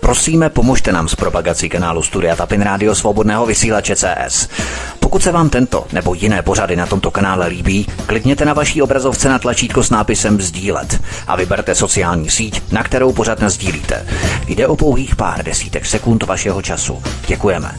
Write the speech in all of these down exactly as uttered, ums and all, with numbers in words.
Prosíme, pomožte nám s propagací kanálu Studia Tapin Rádio Svobodného vysílače C S. Pokud se vám tento nebo jiné pořady na tomto kanále líbí, klikněte na vaší obrazovce na tlačítko s nápisem sdílet a vyberte sociální síť, na kterou pořad nasdílíte. Jde o pouhých pár desítek sekund vašeho času. Děkujeme.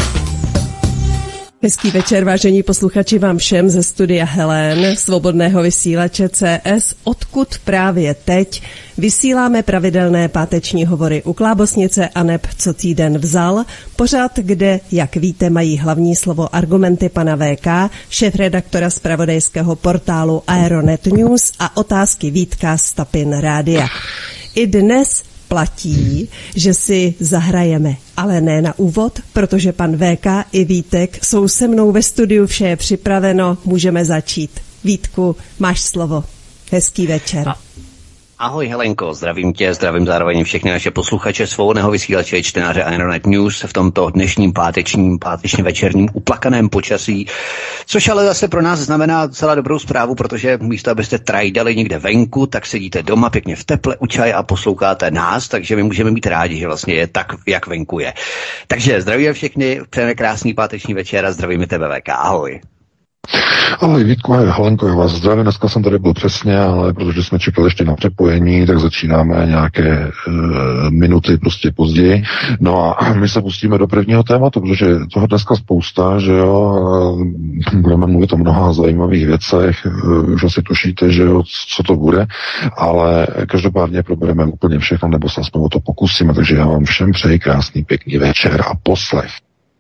Hezký večer, vážení posluchači, vám všem ze studia Helén, Svobodného vysílače C S, odkud právě teď vysíláme pravidelné páteční hovory u Klábosnice aneb Co týden vzal, pořad, kde, jak víte, mají hlavní slovo argumenty pana V K, šéfredaktora zpravodajského portálu Aeronet News a otázky Vítka z Tapin Rádia. I dnes platí, že si zahrajeme, ale ne na úvod, protože pan V K i Vítek jsou se mnou ve studiu, vše je připraveno, můžeme začít. Vítku, máš slovo. Hezký večer. Ahoj Helenko, zdravím tě, zdravím zároveň všechny naše posluchače Svobodného vysílače, čtenáře Aeronet News v tomto dnešním pátečním, pátečně večerním uplakaném počasí, což ale zase pro nás znamená docela dobrou zprávu, protože místo, abyste trajdali někde venku, tak sedíte doma pěkně v teple u čaje a posloucháte nás, takže my můžeme být rádi, že vlastně je tak, jak venku je. Takže zdravíme všechny, přejeme krásný páteční večer a zdravíme tebe V K, ahoj. Ahoj Vítku, Helenko, já vás zdravím, dneska jsem tady byl přesně, ale protože jsme čekali ještě na přepojení, tak začínáme nějaké e, minuty prostě později. No a my se pustíme do prvního tématu, protože toho dneska spousta, že jo, budeme mluvit o mnoha zajímavých věcech, už asi tušíte, že jo, co to bude, ale každopádně probereme úplně všechno, nebo se aspoň o to pokusíme, takže já vám všem přeji krásný, pěkný večer a poslech.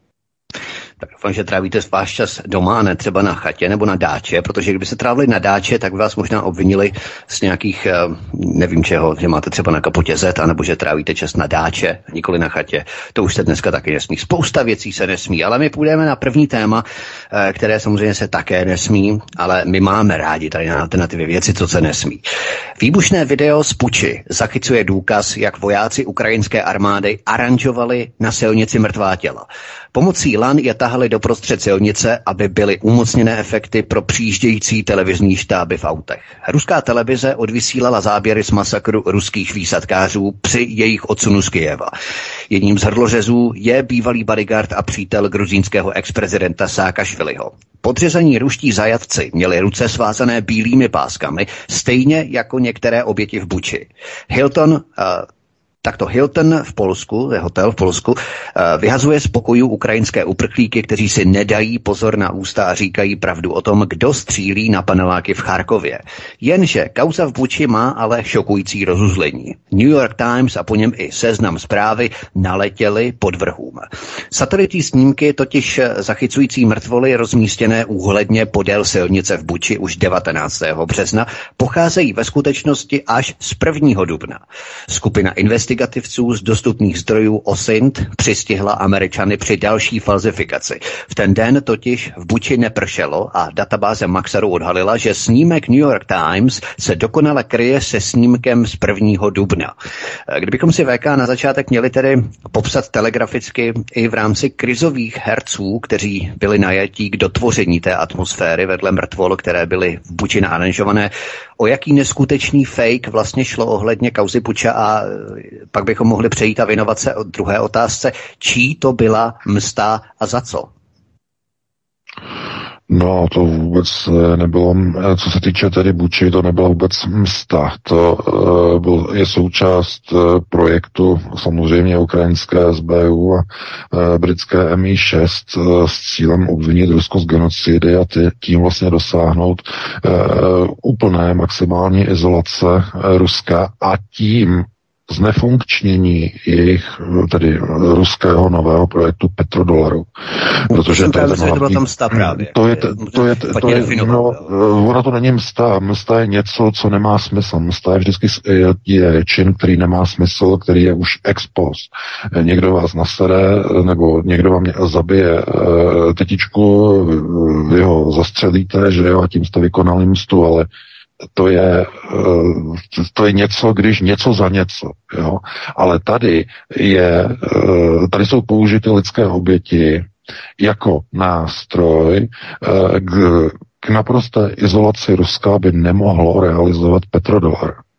Tak doufám, že trávíte váš čas doma, ne třeba na chatě nebo na dáče, protože kdyby se trávili na dáče, tak by vás možná obvinili z nějakých, nevím čeho, že máte třeba na kapotě Z, anebo že trávíte čas na dáče, nikoli na chatě. To už se dneska taky nesmí. Spousta věcí se nesmí, ale my půjdeme na první téma, které samozřejmě se také nesmí, ale my máme rádi tady na alternativě věci, co se nesmí. Výbušné video z puči zachycuje důkaz, jak vojáci ukrajinské armády aranžovali na silnici mrtvá těla. Pomocí lan je tahali doprostřed silnice, aby byly umocněné efekty pro přijíždějící televizní štáby v autech. Ruská televize odvysílala záběry z masakru ruských výsadkářů při jejich odsunu z Kyjeva. Jedním z hrdlořezů je bývalý bodyguard a přítel gruzínského ex-prezidenta Saakašviliho. Podřezaní ruští zajatci měli ruce svázané bílými páskami, stejně jako některé oběti v Buči. Hilton uh, Takto Hilton v Polsku, je hotel v Polsku, vyhazuje z pokojů ukrajinské uprchlíky, kteří si nedají pozor na ústa a říkají pravdu o tom, kdo střílí na paneláky v Charkově. Jenže kauza v Buči má ale šokující rozuzlení. New York Times a po něm i Seznam Zprávy naletěli pod vrhům. Satelitní snímky totiž zachycující mrtvoly rozmístěné úhledně podél silnice v Buči už devatenáctého března pocházejí ve skutečnosti až z prvního dubna. Skupina investigativců z dostupných zdrojů O S I N T přistihla Američany při další falzifikaci. V ten den totiž v Buči nepršelo a databáze Maxaru odhalila, že snímek New York Times se dokonale kryje se snímkem z prvního dubna. Kdybychom si V K na začátek měli tedy popsat telegraficky i v rámci krizových herců, kteří byli najatí k dotvoření té atmosféry vedle mrtvol, které byly v Buči naaranžované, o jaký neskutečný fake vlastně šlo ohledně kauzy Buča a pak bychom mohli přejít a věnovat se o druhé otázce, čí to byla msta a za co? No, to vůbec nebylo, co se týče tedy Buči, to nebyla vůbec msta. To uh, byl, je součást uh, projektu samozřejmě ukrajinské S B U a uh, britské M I šest uh, s cílem obvinit Rusko z genocidy a ty, tím vlastně dosáhnout uh, úplné maximální izolace uh, Ruska a tím znefunkčnění jejich, tedy ruského nového projektu petrodolaru. Protože to je hlavní, tam msta právě. To je, to je, to je, no, ono to není msta. Msta je něco, co nemá smysl. Msta je vždycky je čin, který nemá smysl, který je už ex post. Někdo vás nasere, nebo někdo vám zabije tetičku, vy ho zastřelíte, že jo, a tím jste vykonali mstu, ale to je, to je něco, když něco za něco, jo. Ale tady je, tady jsou použity lidské oběti jako nástroj k, k naprosté izolaci Ruska, aby nemohlo realizovat petrodolar.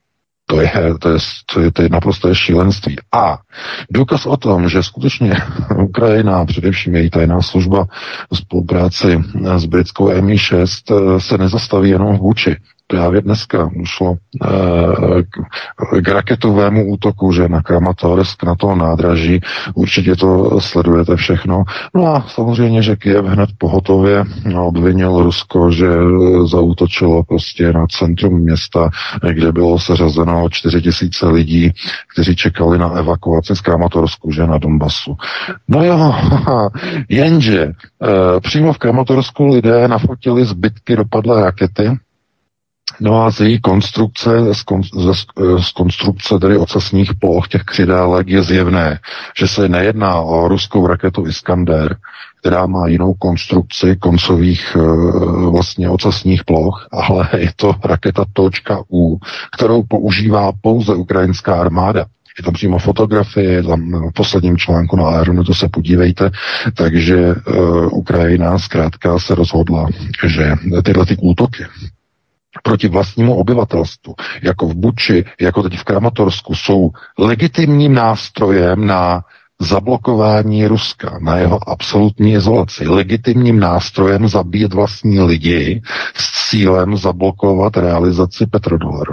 To je, to, je, to, je, to je naprosté šílenství. A důkaz o tom, že skutečně Ukrajina, především její tajná služba v spolupráci s britskou M I šest se nezastaví jenom v Buči. Právě dneska šlo e, k, k raketovému útoku, že na Kramatorsk, na to nádraží. Určitě to sledujete všechno. No a samozřejmě, že Kyjev hned pohotově obvinil Rusko, že zaútočilo prostě na centrum města, kde bylo seřazeno čtyři tisíce lidí, kteří čekali na evakuaci z Kramatorsku, že na Donbasu. No jo, jenže e, přímo v Kramatorsku lidé nafotili zbytky dopadlé rakety. No a z její konstrukce, z, kon, z, z konstrukce tedy ocasních ploch těch křidélek je zjevné, že se nejedná o ruskou raketu Iskander, která má jinou konstrukci koncových vlastně ocasních ploch, ale je to raketa Točka U, kterou používá pouze ukrajinská armáda. Je tam přímo fotografie, tam v posledním článku na Aeronetu se podívejte, takže uh, Ukrajina zkrátka se rozhodla, že tyhle ty útoky proti vlastnímu obyvatelstvu, jako v Buči, jako teď v Kramatorsku, jsou legitimním nástrojem na zablokování Ruska, na jeho absolutní izolaci, legitimním nástrojem zabíjet vlastní lidi s cílem zablokovat realizaci petrodolaru.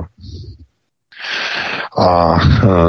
A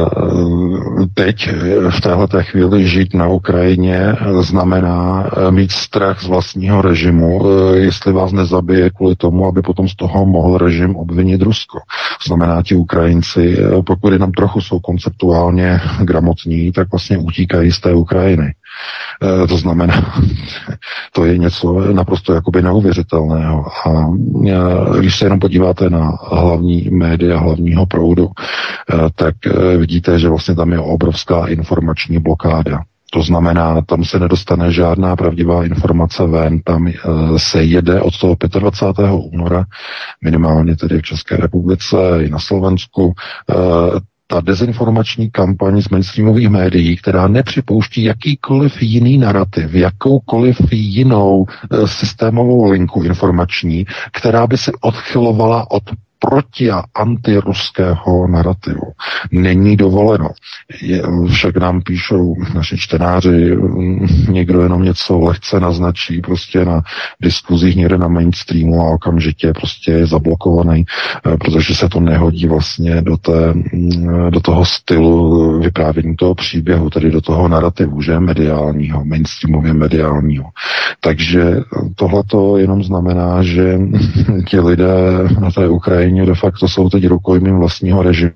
teď v téhleté chvíli žít na Ukrajině znamená mít strach z vlastního režimu, jestli vás nezabije kvůli tomu, aby potom z toho mohl režim obvinit Rusko. Znamená, ti Ukrajinci, pokud jenom trochu jsou konceptuálně gramotní, tak vlastně utíkají z té Ukrajiny. To znamená, to je něco naprosto jakoby neuvěřitelného. A když se jenom podíváte na hlavní média hlavního proudu, tak vidíte, že vlastně tam je obrovská informační blokáda. To znamená, tam se nedostane žádná pravdivá informace ven, tam se jede od toho dvacátého pátého února, minimálně tedy v České republice i na Slovensku, ta dezinformační kampaň z mainstreamových médií, která nepřipouští jakýkoliv jiný narrativ, jakoukoliv jinou systémovou linku informační, která by se odchylovala od proti a antiruského narrativu. Není dovoleno. Je, však nám píšou naši čtenáři, někdo jenom něco lehce naznačí prostě na diskuzích někde na mainstreamu a okamžitě prostě je zablokovaný, protože se to nehodí vlastně do, té, do toho stylu vyprávění toho příběhu, tedy do toho narrativu, že mediálního, mainstreamově mediálního. Takže tohleto jenom znamená, že ti lidé na té Ukrajině de facto jsou teď rukojmím vlastního režimu.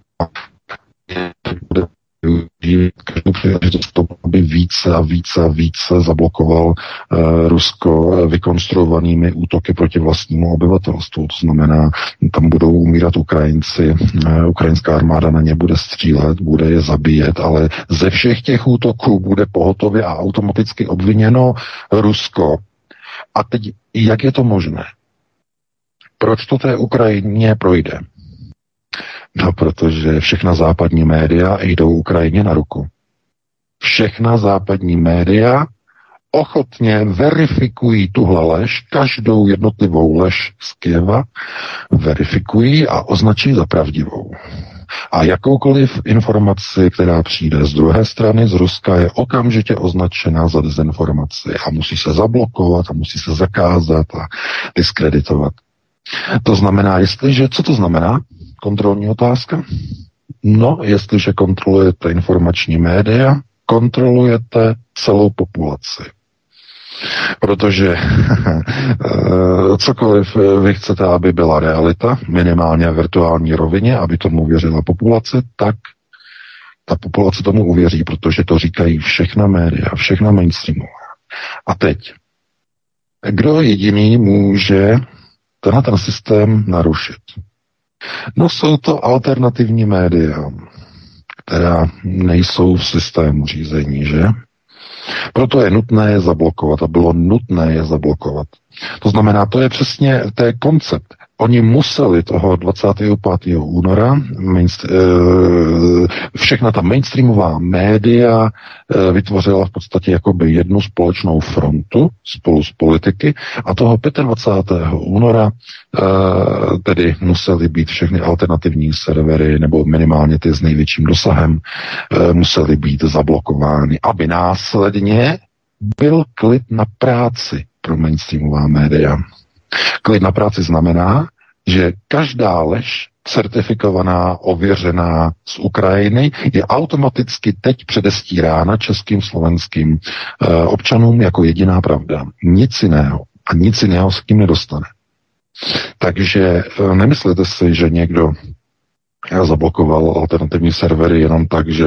Bude každou příležitost tomu, aby více a více a více zablokoval uh, Rusko vykonstruovanými útoky proti vlastnímu obyvatelstvu. To znamená, tam budou umírat Ukrajinci, uh, ukrajinská armáda na ně bude střílet, bude je zabíjet, ale ze všech těch útoků bude pohotově a automaticky obviněno Rusko. A teď, jak je to možné? Proč to té Ukrajině projde? No, protože všechna západní média jdou Ukrajině na ruku. Všechna západní média ochotně verifikují tuhle lež, každou jednotlivou lež z Kyjeva verifikují a označí za pravdivou. A jakoukoliv informaci, která přijde z druhé strany, z Ruska, je okamžitě označena za dezinformaci a musí se zablokovat a musí se zakázat a diskreditovat. To znamená, jestliže, co to znamená? Kontrolní otázka? No, jestliže kontrolujete informační média, kontrolujete celou populaci. Protože cokoliv vy chcete, aby byla realita, minimálně v virtuální rovině, aby tomu uvěřila populace, tak ta populace tomu uvěří, protože to říkají všechna média, všechna mainstreamová. A teď, kdo jediný může tenhle ten systém narušit? No, jsou to alternativní média, která nejsou v systému řízení, že? Proto je nutné je zablokovat a bylo nutné je zablokovat. To znamená, to je přesně to je koncept. Oni museli toho dvacátého pátého února mainst, všechna ta mainstreamová média vytvořila v podstatě jakoby jednu společnou frontu spolu s politiky a toho dvacátého pátého února tedy musely být všechny alternativní servery nebo minimálně ty s největším dosahem musely být zablokovány, aby následně byl klid na práci pro mainstreamová média. Klid na práci znamená, že každá lež certifikovaná, ověřená z Ukrajiny je automaticky teď předestírána českým, slovenským e, občanům jako jediná pravda. Nic jiného. A nic jiného se k tím nedostane. Takže e, nemyslete si, že někdo zablokoval alternativní servery jenom tak, že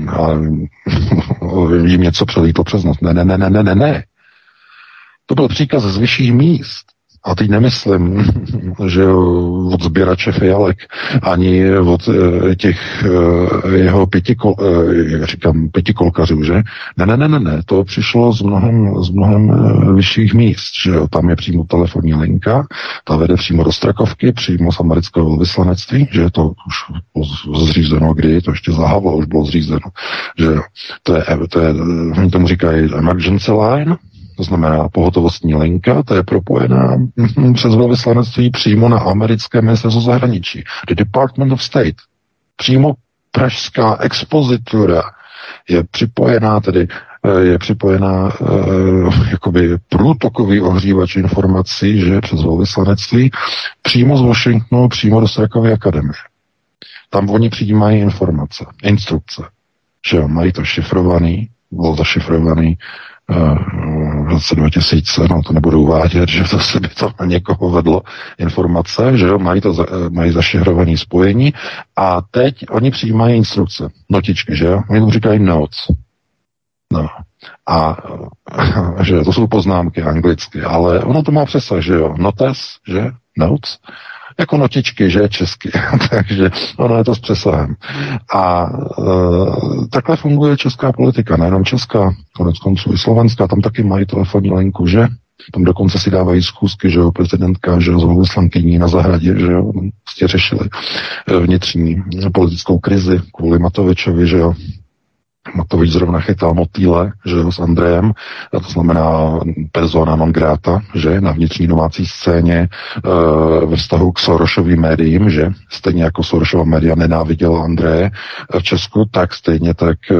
jim něco přelítlo přes noc. Ne, ne, ne, ne, ne, ne. To byl příkaz z vyšších míst. A teď nemyslím, že od sběrače fialek, ani od e, těch e, jeho pětikol, e, jak říkám, pětikolkařů, že? Ne, ne, ne, ne, ne, to přišlo z mnohem, z mnohem e, vyšších míst, že jo? Tam je přímo telefonní linka, ta vede přímo do Strakovky, přímo z amerického velvyslanectví, že to už bylo zřízeno, kdy to ještě za Havla už bylo zřízeno, že jo? To je, to je, oni tomu říkají emergency line, to znamená pohotovostní linka, to je propojená přes velvyslanectví přímo na americké ministerstvo zahraničí. The Department of State. Přímo pražská expozitura je připojená, tedy je připojená uh, jakoby průtokový ohřívač informací, že přes velvyslanectví přímo z Washingtonu, přímo do Strakovy akademie. Tam oni přijímají informace, instrukce, že jo, mají to šifrovaný, bylo zašifrovaný v roce dva tisíce, no to nebudu uvádět, že zase by to na někoho vedlo informace, že jo, mají to za, mají zašifrované spojení a teď oni přijímají instrukce, notičky, že jo, oni tomu říkají notes. No. A že to jsou poznámky anglicky, ale ono to má přesah, že jo, notes, že, notes, jako notičky, že česky, takže ono je to s přesahem. A e, takhle funguje česká politika, nejenom česká, konec konců i slovenská, tam taky mají telefonní linku, že? Tam dokonce si dávají schůzky, že jo, prezidentka, že jo, s velvyslankyní na zahradě, že jo, prostě řešili vnitřní politickou krizi kvůli Matovičovi, že jo. Matovič zrovna chytal motýle, že jo, s Andrejem, a to znamená persona non grata, že na vnitřní domácí scéně e, ve vztahu k Sorosovým médiím, že stejně jako Sorosova média nenáviděla Andreje v Česku, tak stejně tak e,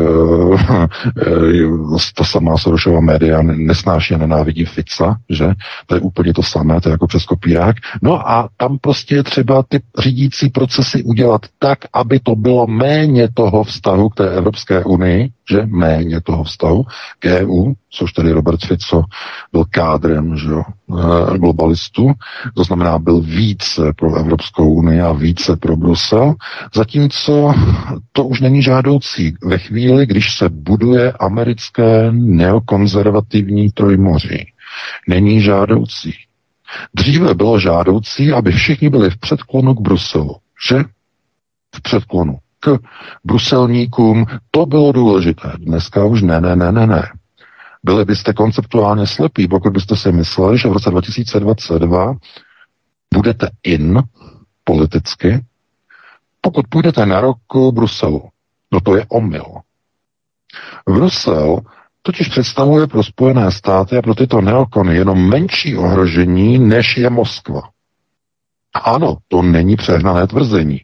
e, ta samá Sorosova média nesnáší a nenávidí Fica, že to je úplně to samé, to je jako přes kopírák. No a tam prostě je třeba ty řídící procesy udělat tak, aby to bylo méně toho vztahu k té Evropské unii, že méně toho vztahu k E U, což tedy Robert Fico byl kádrem, že jo, globalistů, to znamená byl více pro Evropskou unii a více pro Brusel, zatímco to už není žádoucí ve chvíli, když se buduje americké neokonzervativní trojmoří. Není žádoucí. Dříve bylo žádoucí, aby všichni byli v předklonu k Bruselu, že? V předklonu k bruselníkům, to bylo důležité. Dneska už ne, ne, ne, ne, ne. Byli byste konceptuálně slepí, pokud byste si mysleli, že v roce dva tisíce dvacet dva budete in politicky, pokud půjdete na rok k Bruselu. No to je omyl. Brusel totiž představuje pro Spojené státy a pro tyto neokony jenom menší ohrožení, než je Moskva. Ano, to není přehnané tvrzení.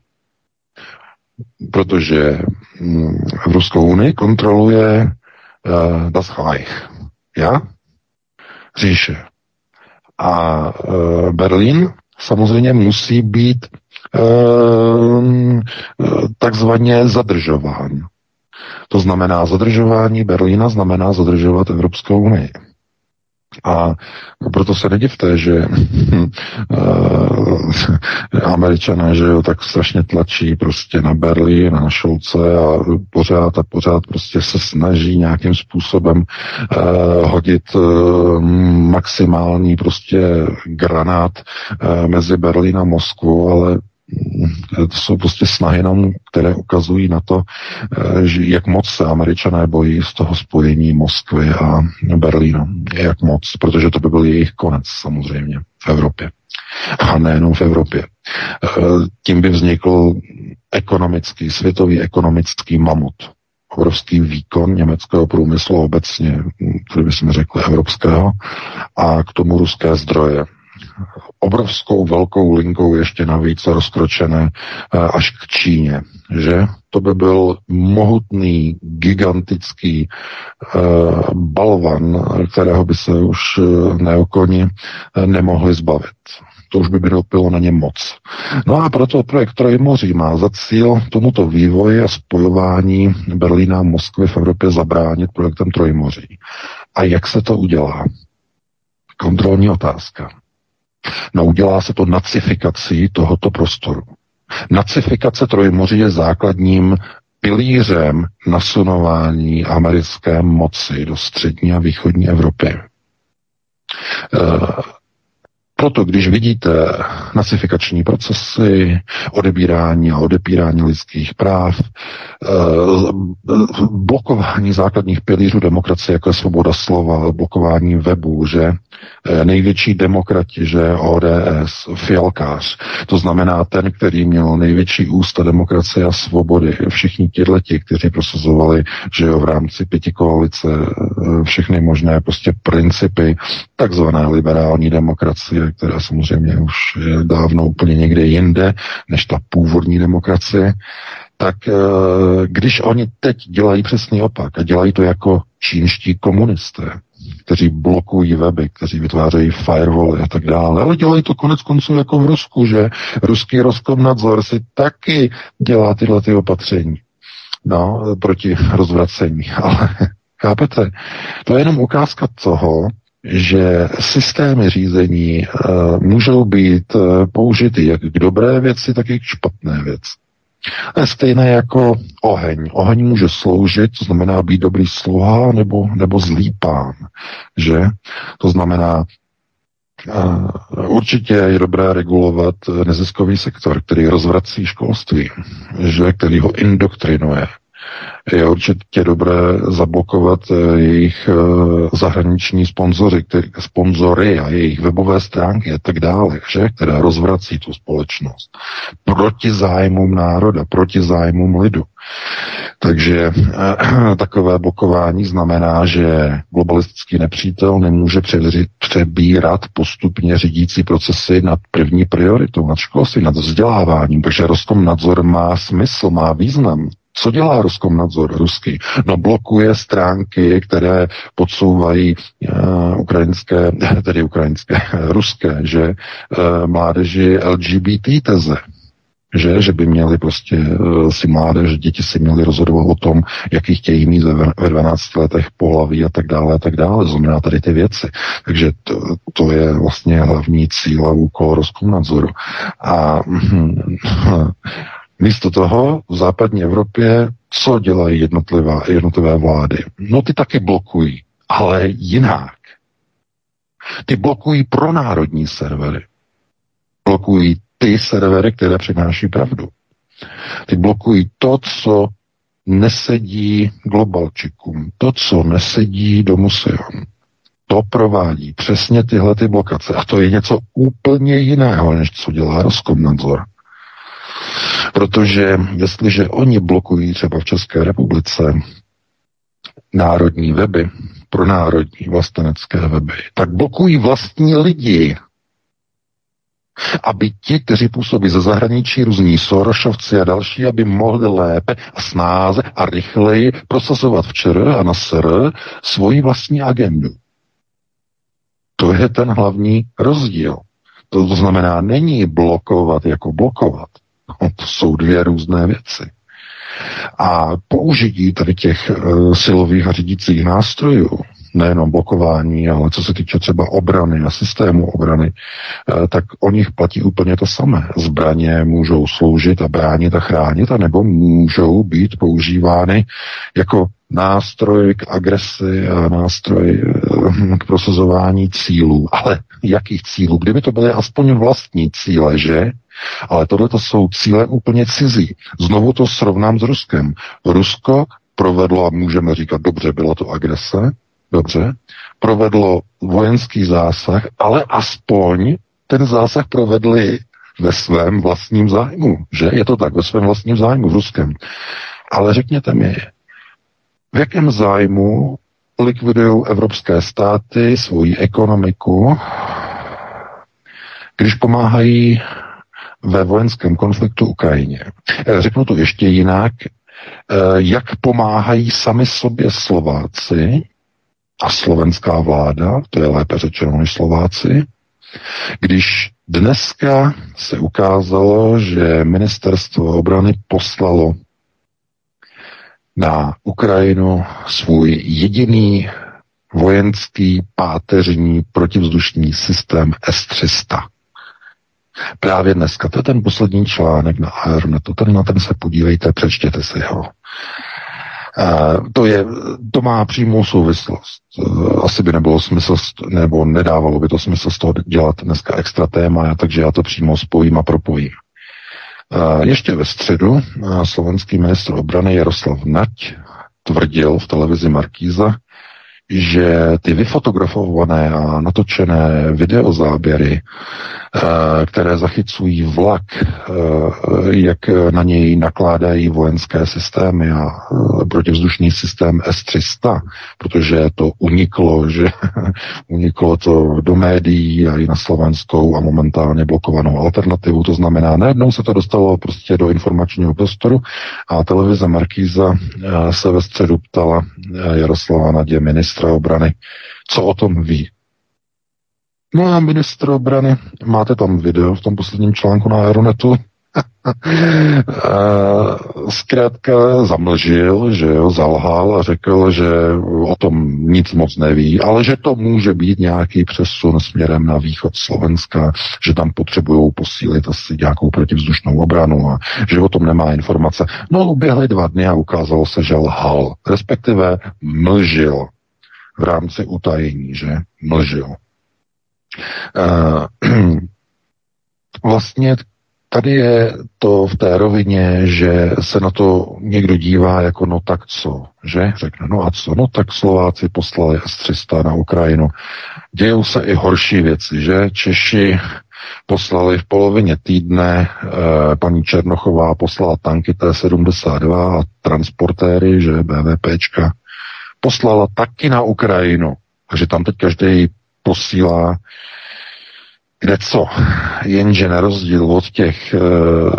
Protože hm, Evropskou unii kontroluje uh, Das Reich, ja? Říše. A uh, Berlín samozřejmě musí být uh, takzvaně zadržován. To znamená, zadržování Berlína znamená zadržovat Evropskou unii. A proto se nedivte, že uh, Američané, že jo, tak strašně tlačí prostě na Berlín, na Šolce a pořád a pořád prostě se snaží nějakým způsobem uh, hodit uh, maximální prostě granát uh, mezi Berlín a Moskvu, ale To jsou prostě snahy nám, které ukazují na to, že jak moc se Američané bojí z toho spojení Moskvy a Berlína. Jak moc, protože to by byl jejich konec samozřejmě v Evropě. A nejenom v Evropě. Tím by vznikl ekonomický, světový ekonomický mamut. Obrovský výkon německého průmyslu obecně, který bychom řekli evropského, a k tomu ruské zdroje. Obrovskou velkou linkou ještě navíc rozkročené až k Číně, že? To by byl mohutný, gigantický uh, balvan, kterého by se už neokoni uh, nemohli zbavit. To už by bylo na ně moc. No a proto projekt Trojmoří má za cíl tomuto vývoji a spojování Berlína a Moskvy v Evropě zabránit projektem Trojmoří. A jak se to udělá? Kontrolní otázka. No udělá se to nacifikací tohoto prostoru. Nacifikace Trojmoří je základním pilířem nasunování americké moci do střední a východní Evropy. E, Proto, když vidíte nacifikační procesy, odebírání a odepírání lidských práv, blokování základních pilířů demokracie, jako je svoboda slova, blokování webů, že největší demokrati, že O D S, Fialkář, to znamená ten, který měl největší ústa demokracie a svobody, všichni tihleti, kteří prosazovali, že jo, v rámci pětikoalice všechny možné prostě principy takzvané liberální demokracie, která samozřejmě už je dávno úplně někde jinde, než ta původní demokracie, tak když oni teď dělají přesný opak a dělají to jako čínští komunisté, kteří blokují weby, kteří vytvářejí firewally a tak dále, ale dělají to konec konců jako v Rusku, že ruský Roskomnadzor si taky dělá tyhle ty opatření, no, proti rozvracení, ale chápete, to je jenom ukázka toho, že systémy řízení uh, můžou být uh, použity jak k dobré věci, tak i k špatné věci. Stejné jako oheň. Oheň může sloužit, to znamená být dobrý sluha nebo, nebo zlý pán. Že? To znamená, uh, určitě je dobré regulovat neziskový sektor, který rozvrací školství, že? Který ho indoktrinuje. Je určitě dobré zablokovat jejich zahraniční sponzory, který, sponzory a jejich webové stránky a tak dále, že? Které rozvrací tu společnost proti zájmům národa, proti zájmům lidu. Takže eh, takové blokování znamená, že globalistický nepřítel nemůže přebírat postupně řídící procesy nad první prioritou, nad školství, nad vzděláváním, takže Roskomnadzor má smysl, má význam. Co dělá Roskomnadzor ruský? No blokuje stránky, které podsouvají uh, ukrajinské, tedy ukrajinské, ruské, že uh, mládeži L G B T teze. Že, že by měli prostě uh, si mládež, děti si měli rozhodovat o tom, jaký chtějí mít ve dvanácti letech pohlaví a tak dále a tak dále. Znamená tady ty věci. Takže to, to je vlastně hlavní cíl a úkol Roskomnadzoru. A místo toho v západní Evropě, co dělají jednotlivé, jednotlivé vlády? No ty taky blokují, ale jinak. Ty blokují pronárodní servery. Blokují ty servery, které přináší pravdu. Ty blokují to, co nesedí globalčikům, to, co nesedí domu Sion. To provádí přesně tyhle ty blokace. A to je něco úplně jiného, než co dělá Roskomnadzor. Protože jestliže oni blokují třeba v České republice národní weby, pro národní vlastenecké weby, tak blokují vlastní lidi, aby ti, kteří působí ze zahraničí, různí Sorošovci a další, aby mohli lépe a snáze a rychleji prosazovat v ČR a na SR svoji vlastní agendu. To je ten hlavní rozdíl. To, to znamená, není blokovat jako blokovat. To jsou dvě různé věci. A použití tady těch uh, silových a řídících nástrojů, nejenom blokování, ale co se týče třeba obrany a systému obrany, uh, tak o nich platí úplně to samé. Zbraně můžou sloužit a bránit a chránit, anebo můžou být používány jako nástroj k agresi a nástroj uh, k prosazování cílů. Ale jakých cílů? Kdyby to byly aspoň vlastní cíle, že? Ale tohle to jsou cíle úplně cizí. Znovu to srovnám s Ruskem. Rusko provedlo, a můžeme říkat, dobře, byla to agrese, dobře, provedlo vojenský zásah, ale aspoň ten zásah provedli ve svém vlastním zájmu, že? Je to tak, ve svém vlastním zájmu v Ruskem. Ale řekněte mi, v jakém zájmu likvidují evropské státy svoji ekonomiku, když pomáhají ve vojenském konfliktu Ukrajině. Řeknu to ještě jinak, jak pomáhají sami sobě Slováci a slovenská vláda, to je lépe řečeno než Slováci, když dneska se ukázalo, že ministerstvo obrany poslalo na Ukrajinu svůj jediný vojenský páteřní protivzdušný systém S tři sta. Právě dneska, to je ten poslední článek na Aeronetu, tady na ten se podívejte, přečtěte si ho. Uh, to, je, to má přímou souvislost. Uh, asi by nebylo smysl, nebo nedávalo by to smysl z toho dělat dneska extra téma, takže já to přímo spojím a propojím. Uh, ještě ve středu uh, slovenský ministr obrany Jaroslav Nať tvrdil v televizi Markíza, že ty vyfotografované a natočené videozáběry, které zachycují vlak, jak na něj nakládají vojenské systémy a protivzdušný systém S tři sta, protože to uniklo, že uniklo to do médií a i na slovenskou a momentálně blokovanou alternativu, to znamená, najednou se to dostalo prostě do informačního prostoru a televize Markíza se ve středu ptala Jaroslava Nadě, ministra obrany, co o tom ví. No a ministr obrany, máte tam video v tom posledním článku na Aeronetu, zkrátka zamlžil, že jo, zalhal a řekl, že o tom nic moc neví, ale že to může být nějaký přesun směrem na východ Slovenska, že tam potřebují posílit asi nějakou protivzdušnou obranu a že o tom nemá informace. No, uběhly dva dny a ukázalo se, že lhal, respektive mlžil v rámci utajení, že mlžil. Uh, vlastně tady je to v té rovině, že se na to někdo dívá jako no tak co, že? Řekne, no a co? No tak Slováci poslali S tři sta na Ukrajinu. Dějou se i horší věci, že? Češi poslali v polovině týdne, eh, paní Černochová poslala tanky T sedmdesát dva a transportéry, že? BVPčka poslala taky na Ukrajinu. Takže tam teď každý posílá kde co, jenže na rozdíl od těch e,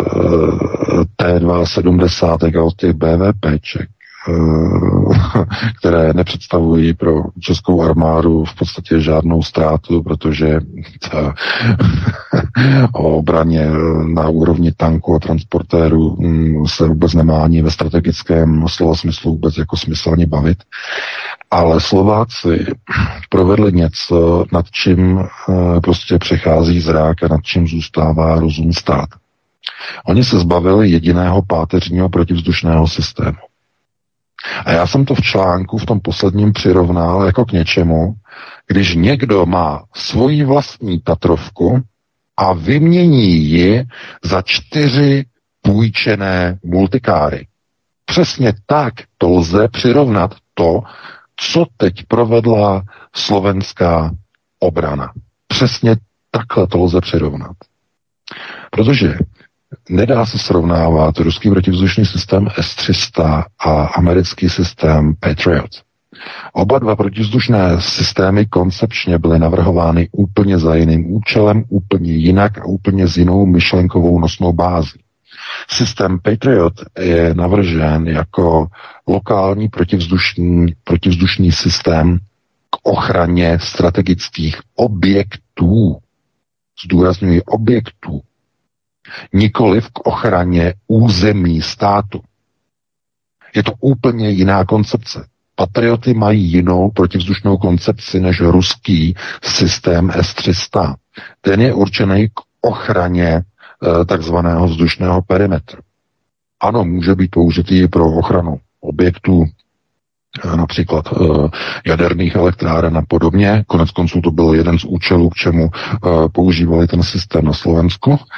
T sedmdesát dva a od těch BVPček, e, které nepředstavují pro českou armádu v podstatě žádnou ztrátu, protože ta, o obraně na úrovni tanku a transportéru m, se vůbec nemá ani ve strategickém slova smyslu vůbec jako smyslně bavit. Ale Slováci provedli něco, nad čím e, prostě přechází zrák a nad čím zůstává rozum stát. Oni se zbavili jediného páteřního protivzdušného systému. A já jsem to v článku v tom posledním přirovnal jako k něčemu, když někdo má svoji vlastní Tatrovku a vymění ji za čtyři půjčené multikáry. Přesně tak to lze přirovnat to, co teď provedla slovenská obrana. Přesně takhle to lze přirovnat. Protože nedá se srovnávat ruský protivzdušný systém S tři sta a americký systém Patriot. Oba dva protivzdušné systémy koncepčně byly navrhovány úplně za jiným účelem, úplně jinak a úplně s jinou myšlenkovou nosnou bází. Systém Patriot je navržen jako lokální protivzdušný, protivzdušný systém k ochraně strategických objektů. Zdůrazňuji objektů. Nikoliv k ochraně území státu. Je to úplně jiná koncepce. Patrioty mají jinou protivzdušnou koncepci než ruský systém S tři sta. Ten je určený k ochraně takzvaného vzdušného perimetru. Ano, může být použitý pro ochranu objektů, například jaderných elektráren a podobně. Konec konců to byl jeden z účelů, k čemu používali ten systém na Slovensku,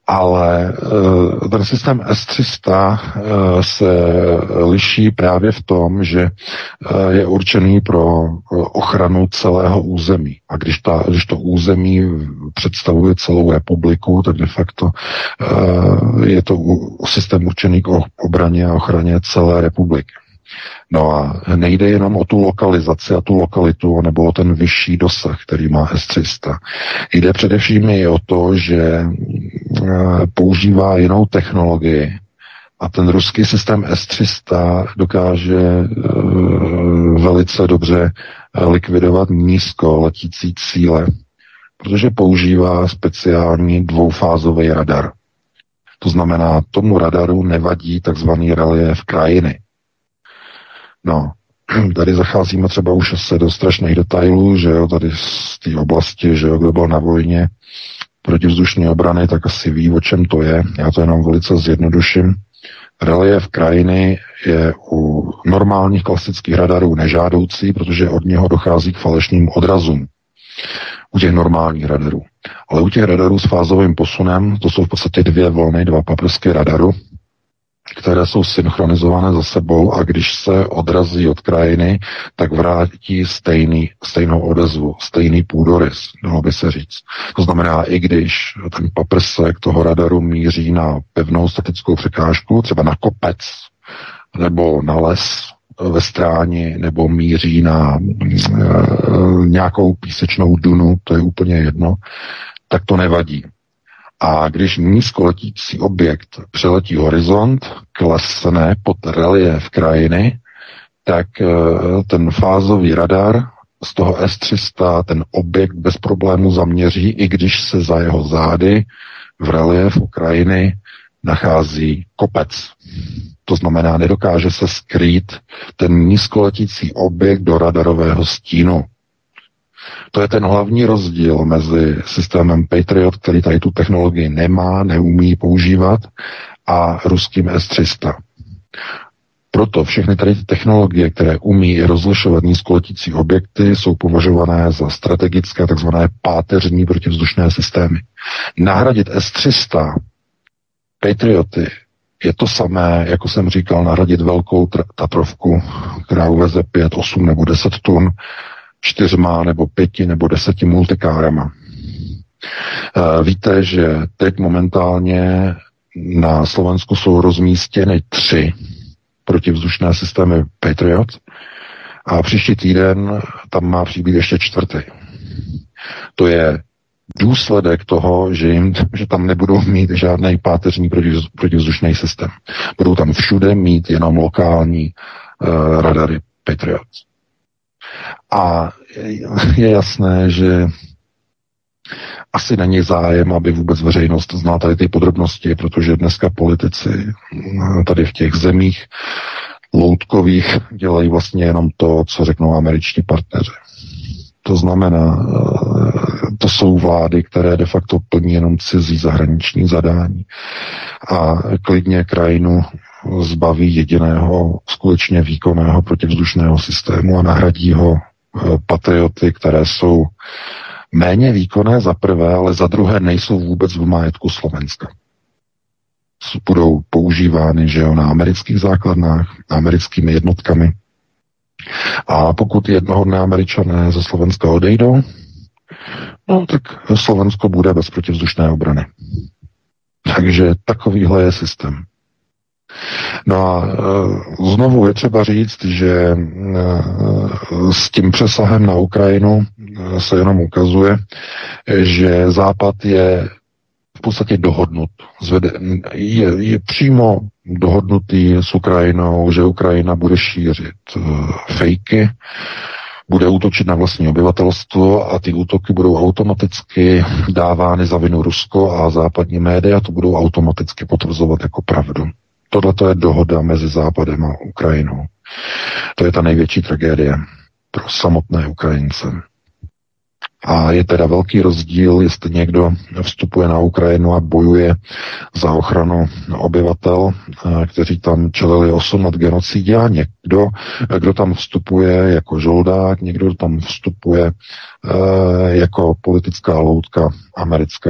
Ale ten systém S tři sta se liší právě v tom, že je určený pro ochranu celého území. A když, ta, když to území představuje celou republiku, tak de facto je to systém určený k obraně a ochraně celé republiky. No a nejde jenom o tu lokalizaci a tu lokalitu, nebo o ten vyšší dosah, který má S tři sta. Jde především i o to, že používá jinou technologii a ten ruský systém S tři sta dokáže velice dobře likvidovat nízko letící cíle, protože používá speciální dvoufázový radar. To znamená, tomu radaru nevadí takzvaný reliéf krajiny. No, tady zacházíme třeba už se do strašných detailů, že jo, tady z té oblasti, že jo, kdo byl na vojně protivzdušné obrany, tak asi ví, o čem to je. Já to jenom velice zjednoduším. Reliéf krajiny je u normálních klasických radarů nežádoucí, protože od něho dochází k falešným odrazům. U těch normálních radarů. Ale u těch radarů s fázovým posunem, to jsou v podstatě dvě vlny, dva paprsky radaru, které jsou synchronizované za sebou a když se odrazí od krajiny, tak vrátí stejný, stejnou odezvu, stejný půdorys, dalo by se říct. To znamená, i když ten paprsek toho radaru míří na pevnou statickou překážku, třeba na kopec nebo na les ve stráni, nebo míří na e, nějakou písečnou dunu, to je úplně jedno, tak to nevadí. A když nízkoletící objekt přeletí horizont, klesne pod reliéf krajiny, tak ten fázový radar z toho S tři sta ten objekt bez problému zaměří, i když se za jeho zády v reliéfu krajiny nachází kopec. To znamená, nedokáže se skrýt ten nízkoletící objekt do radarového stínu. To je ten hlavní rozdíl mezi systémem Patriot, který tady tu technologii nemá, neumí používat, a ruským S tři sta. Proto všechny tady ty technologie, které umí rozlišovat nízkoletící objekty, jsou považované za strategické takzvané páteřní protivzdušné systémy. Nahradit S tři sta Patrioty je to samé, jako jsem říkal, nahradit velkou Tatrovku, která uveze pět, osm nebo deset tun, čtyřma nebo pěti nebo deseti multikárama. Víte, že teď momentálně na Slovensku jsou rozmístěny tři protivzdušné systémy Patriot a příští týden tam má přibýt ještě čtvrtý. To je důsledek toho, že, jim, že tam nebudou mít žádný páteřní protivzdušný systém. Budou tam všude mít jenom lokální uh, radary Patriot. A je jasné, že asi není zájem, aby vůbec veřejnost znala tady ty podrobnosti, protože dneska politici tady v těch zemích loutkových dělají vlastně jenom to, co řeknou američtí partneři. To znamená, to jsou vlády, které de facto plní jenom cizí zahraniční zadání a klidně krajinu zbaví jediného skutečně výkonného protivzdušného systému a nahradí ho patrioty, které jsou méně výkonné za prvé, ale za druhé nejsou vůbec v majetku Slovenska. Budou používány, že jo, na amerických základnách, americkými jednotkami. A pokud jednoho dne Američané ze Slovenska odejdou, no tak Slovensko bude bez protivzdušné obrany. Takže takovýhle je systém. No a e, znovu je třeba říct, že e, s tím přesahem na Ukrajinu e, se jenom ukazuje, že Západ je v podstatě dohodnut. Zvede, je, je přímo dohodnutý s Ukrajinou, že Ukrajina bude šířit e, fejky, bude útočit na vlastní obyvatelstvo a ty útoky budou automaticky dávány za vinu Rusko a západní média to budou automaticky potvrzovat jako pravdu. Tohle je dohoda mezi Západem a Ukrajinou. To je ta největší tragédie pro samotné Ukrajince. A je teda velký rozdíl, jestli někdo vstupuje na Ukrajinu a bojuje za ochranu obyvatel, kteří tam čelili osm let genocidě, a někdo, kdo tam vstupuje jako žoldák, někdo tam vstupuje jako politická loutka amerického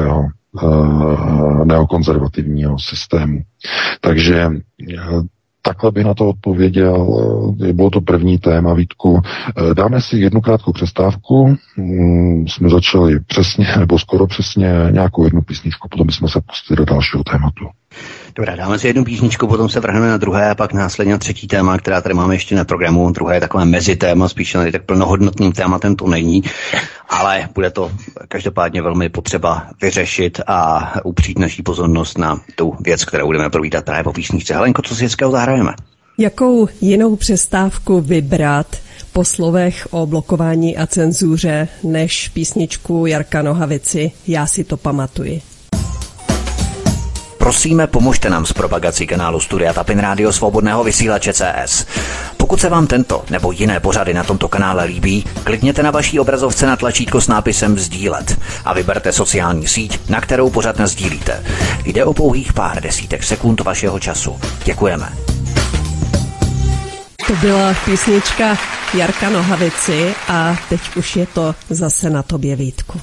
uh, neokonzervativního systému. Takže uh, takhle bych na to odpověděl. Bylo to první téma, Vítku. Dáme si jednu krátkou přestávku. Jsme začali přesně, nebo skoro přesně nějakou jednu písničku, potom bychom se pustili do dalšího tématu. Dobrá, dáme si jednu písničku, potom se vrhneme na druhé a pak následně na třetí téma, která tady máme ještě na programu. Druhé je takové mezitéma, spíš ne tak plnohodnotným tématem to není, ale bude to každopádně velmi potřeba vyřešit a upřít naší pozornost na tu věc, kterou budeme provídat právě po písničce. Helenko, co si hezkého zahrajeme? Jakou jinou přestávku vybrat po slovech o blokování a cenzuře než písničku Jarka Nohavici Já si to pamatuji? Prosíme, pomožte nám s propagací kanálu Studia Tapin Rádio Svobodného vysílače C S. Pokud se vám tento nebo jiné pořady na tomto kanále líbí, klikněte na vaší obrazovce na tlačítko s nápisem sdílet a vyberte sociální síť, na kterou pořad nasdílíte. Jde o pouhých pár desítek sekund vašeho času. Děkujeme. To byla písnička Jarka Nohavici a teď už je to zase na tobě, Vítku.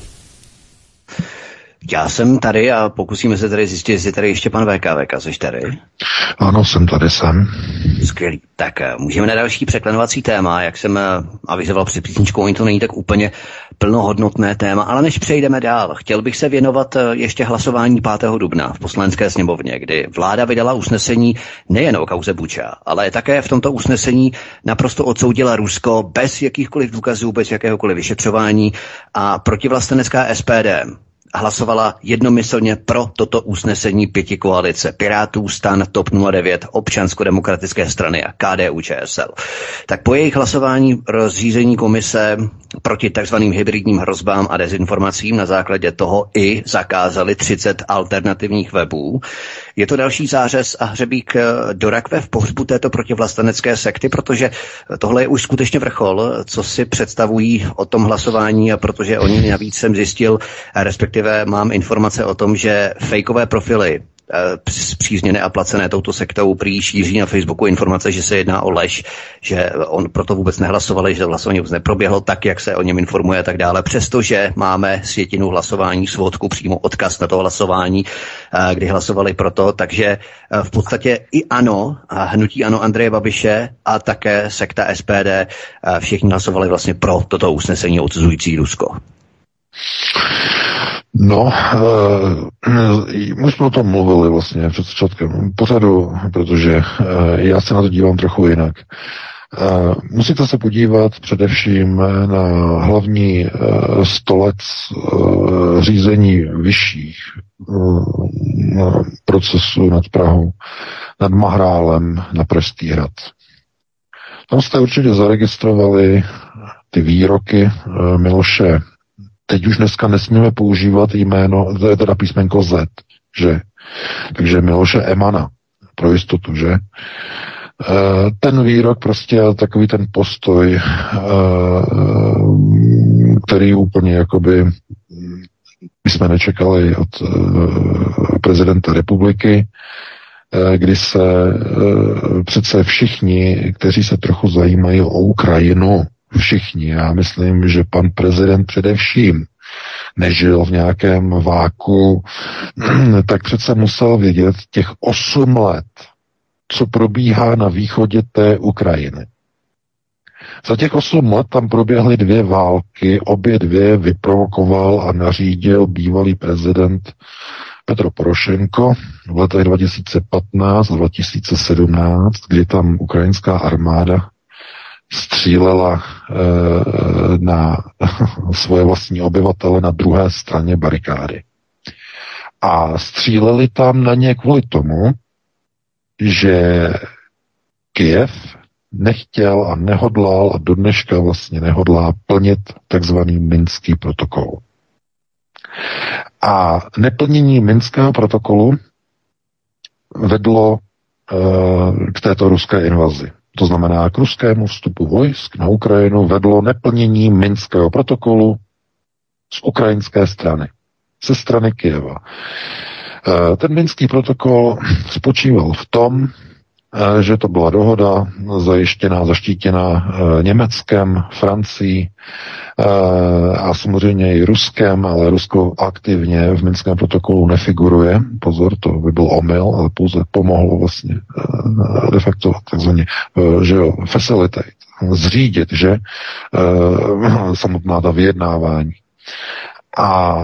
Já jsem tady a pokusíme se tady zjistit, jestli tady ještě pan V K. V K, jsi tady? Ano, jsem tady, jsem. Skvělý. Tak můžeme na další překlenovací téma, jak jsem avizoval před písničkou, oni to není tak úplně plnohodnotné téma, ale než přejdeme dál, chtěl bych se věnovat ještě hlasování pátého dubna v Poslanecké sněmovně, kdy vláda vydala usnesení nejen o kauze Buča, ale také v tomto usnesení naprosto odsoudila Rusko bez jakýchkoliv důkazů, bez jakéhokoliv vyšetřování a protivlastenecká S P D hlasovala jednomyslně pro toto usnesení pěti koalice Pirátů, STAN, T O P nula devět, Občansko-demokratické strany a K D U Č S L. Tak po jejich hlasování rozřízení komise proti takzvaným hybridním hrozbám a dezinformacím na základě toho i zakázali třicet alternativních webů. Je to další zářez a hřebík do rakve v pohřbu této protivlastenecké sekty, protože tohle je už skutečně vrchol, co si představují o tom hlasování, a protože oni navíc jsem zjistil, respektive mám informace o tom, že fejkové profily zpřízněné a placené touto sektou prý šíří na Facebooku informace, že se jedná o lež, že on proto vůbec nehlasovali, že hlasování vůbec neproběhlo tak, jak se o něm informuje a tak dále. Přestože máme sjetinu hlasování, svodku, přímo odkaz na to hlasování, kdy hlasovali proto, takže v podstatě i ANO, a hnutí ANO Andreje Babiše a také sekta S P D, všichni hlasovali vlastně pro toto usnesení odsuzující Rusko. No, uh, my jsme o tom mluvili vlastně před začátkem pořadu, protože uh, já se na to dívám trochu jinak. Uh, musíte se podívat především na hlavní uh, stolec uh, řízení vyšších uh, procesů nad Prahou, nad Mahrálem na Pražský hrad. Tam jste určitě zaregistrovali ty výroky uh, Miloše. Teď už dneska nesmíme používat jméno, to je teda písmenko Z, že? Takže Miloše Emana, pro jistotu, že? E, ten výrok prostě, takový ten postoj, e, který úplně jakoby my jsme nečekali od e, prezidenta republiky, e, kdy se e, přece všichni, kteří se trochu zajímají o Ukrajinu, všichni, já myslím, že pan prezident především nežil v nějakém váku, tak přece musel vědět těch osm let, co probíhá na východě té Ukrajiny. Za těch osm let tam proběhly dvě války, obě dvě vyprovokoval a nařídil bývalý prezident Petro Porošenko v letech dva tisíce patnáct a dva tisíce sedmnáct, kdy tam ukrajinská armáda střílela e, na svoje vlastní obyvatele na druhé straně barikády. A stříleli tam na ně kvůli tomu, že Kyjev nechtěl a nehodlal a do dneška vlastně nehodlá plnit takzvaný Minský protokol. A neplnění Minského protokolu vedlo e, k této ruské invazi. To znamená, k ruskému vstupu vojsk na Ukrajinu vedlo neplnění Minského protokolu z ukrajinské strany, ze strany Kyjeva. Ten Minský protokol spočíval v tom, že to byla dohoda zajištěná, zaštítěná Německem, Francií a samozřejmě i Ruskem, ale Rusko aktivně v Minském protokolu nefiguruje. Pozor, to by byl omyl, ale pouze pomohlo vlastně de facto takzvaně, že jo, facilitate, zřídit, že samotná ta vyjednávání. A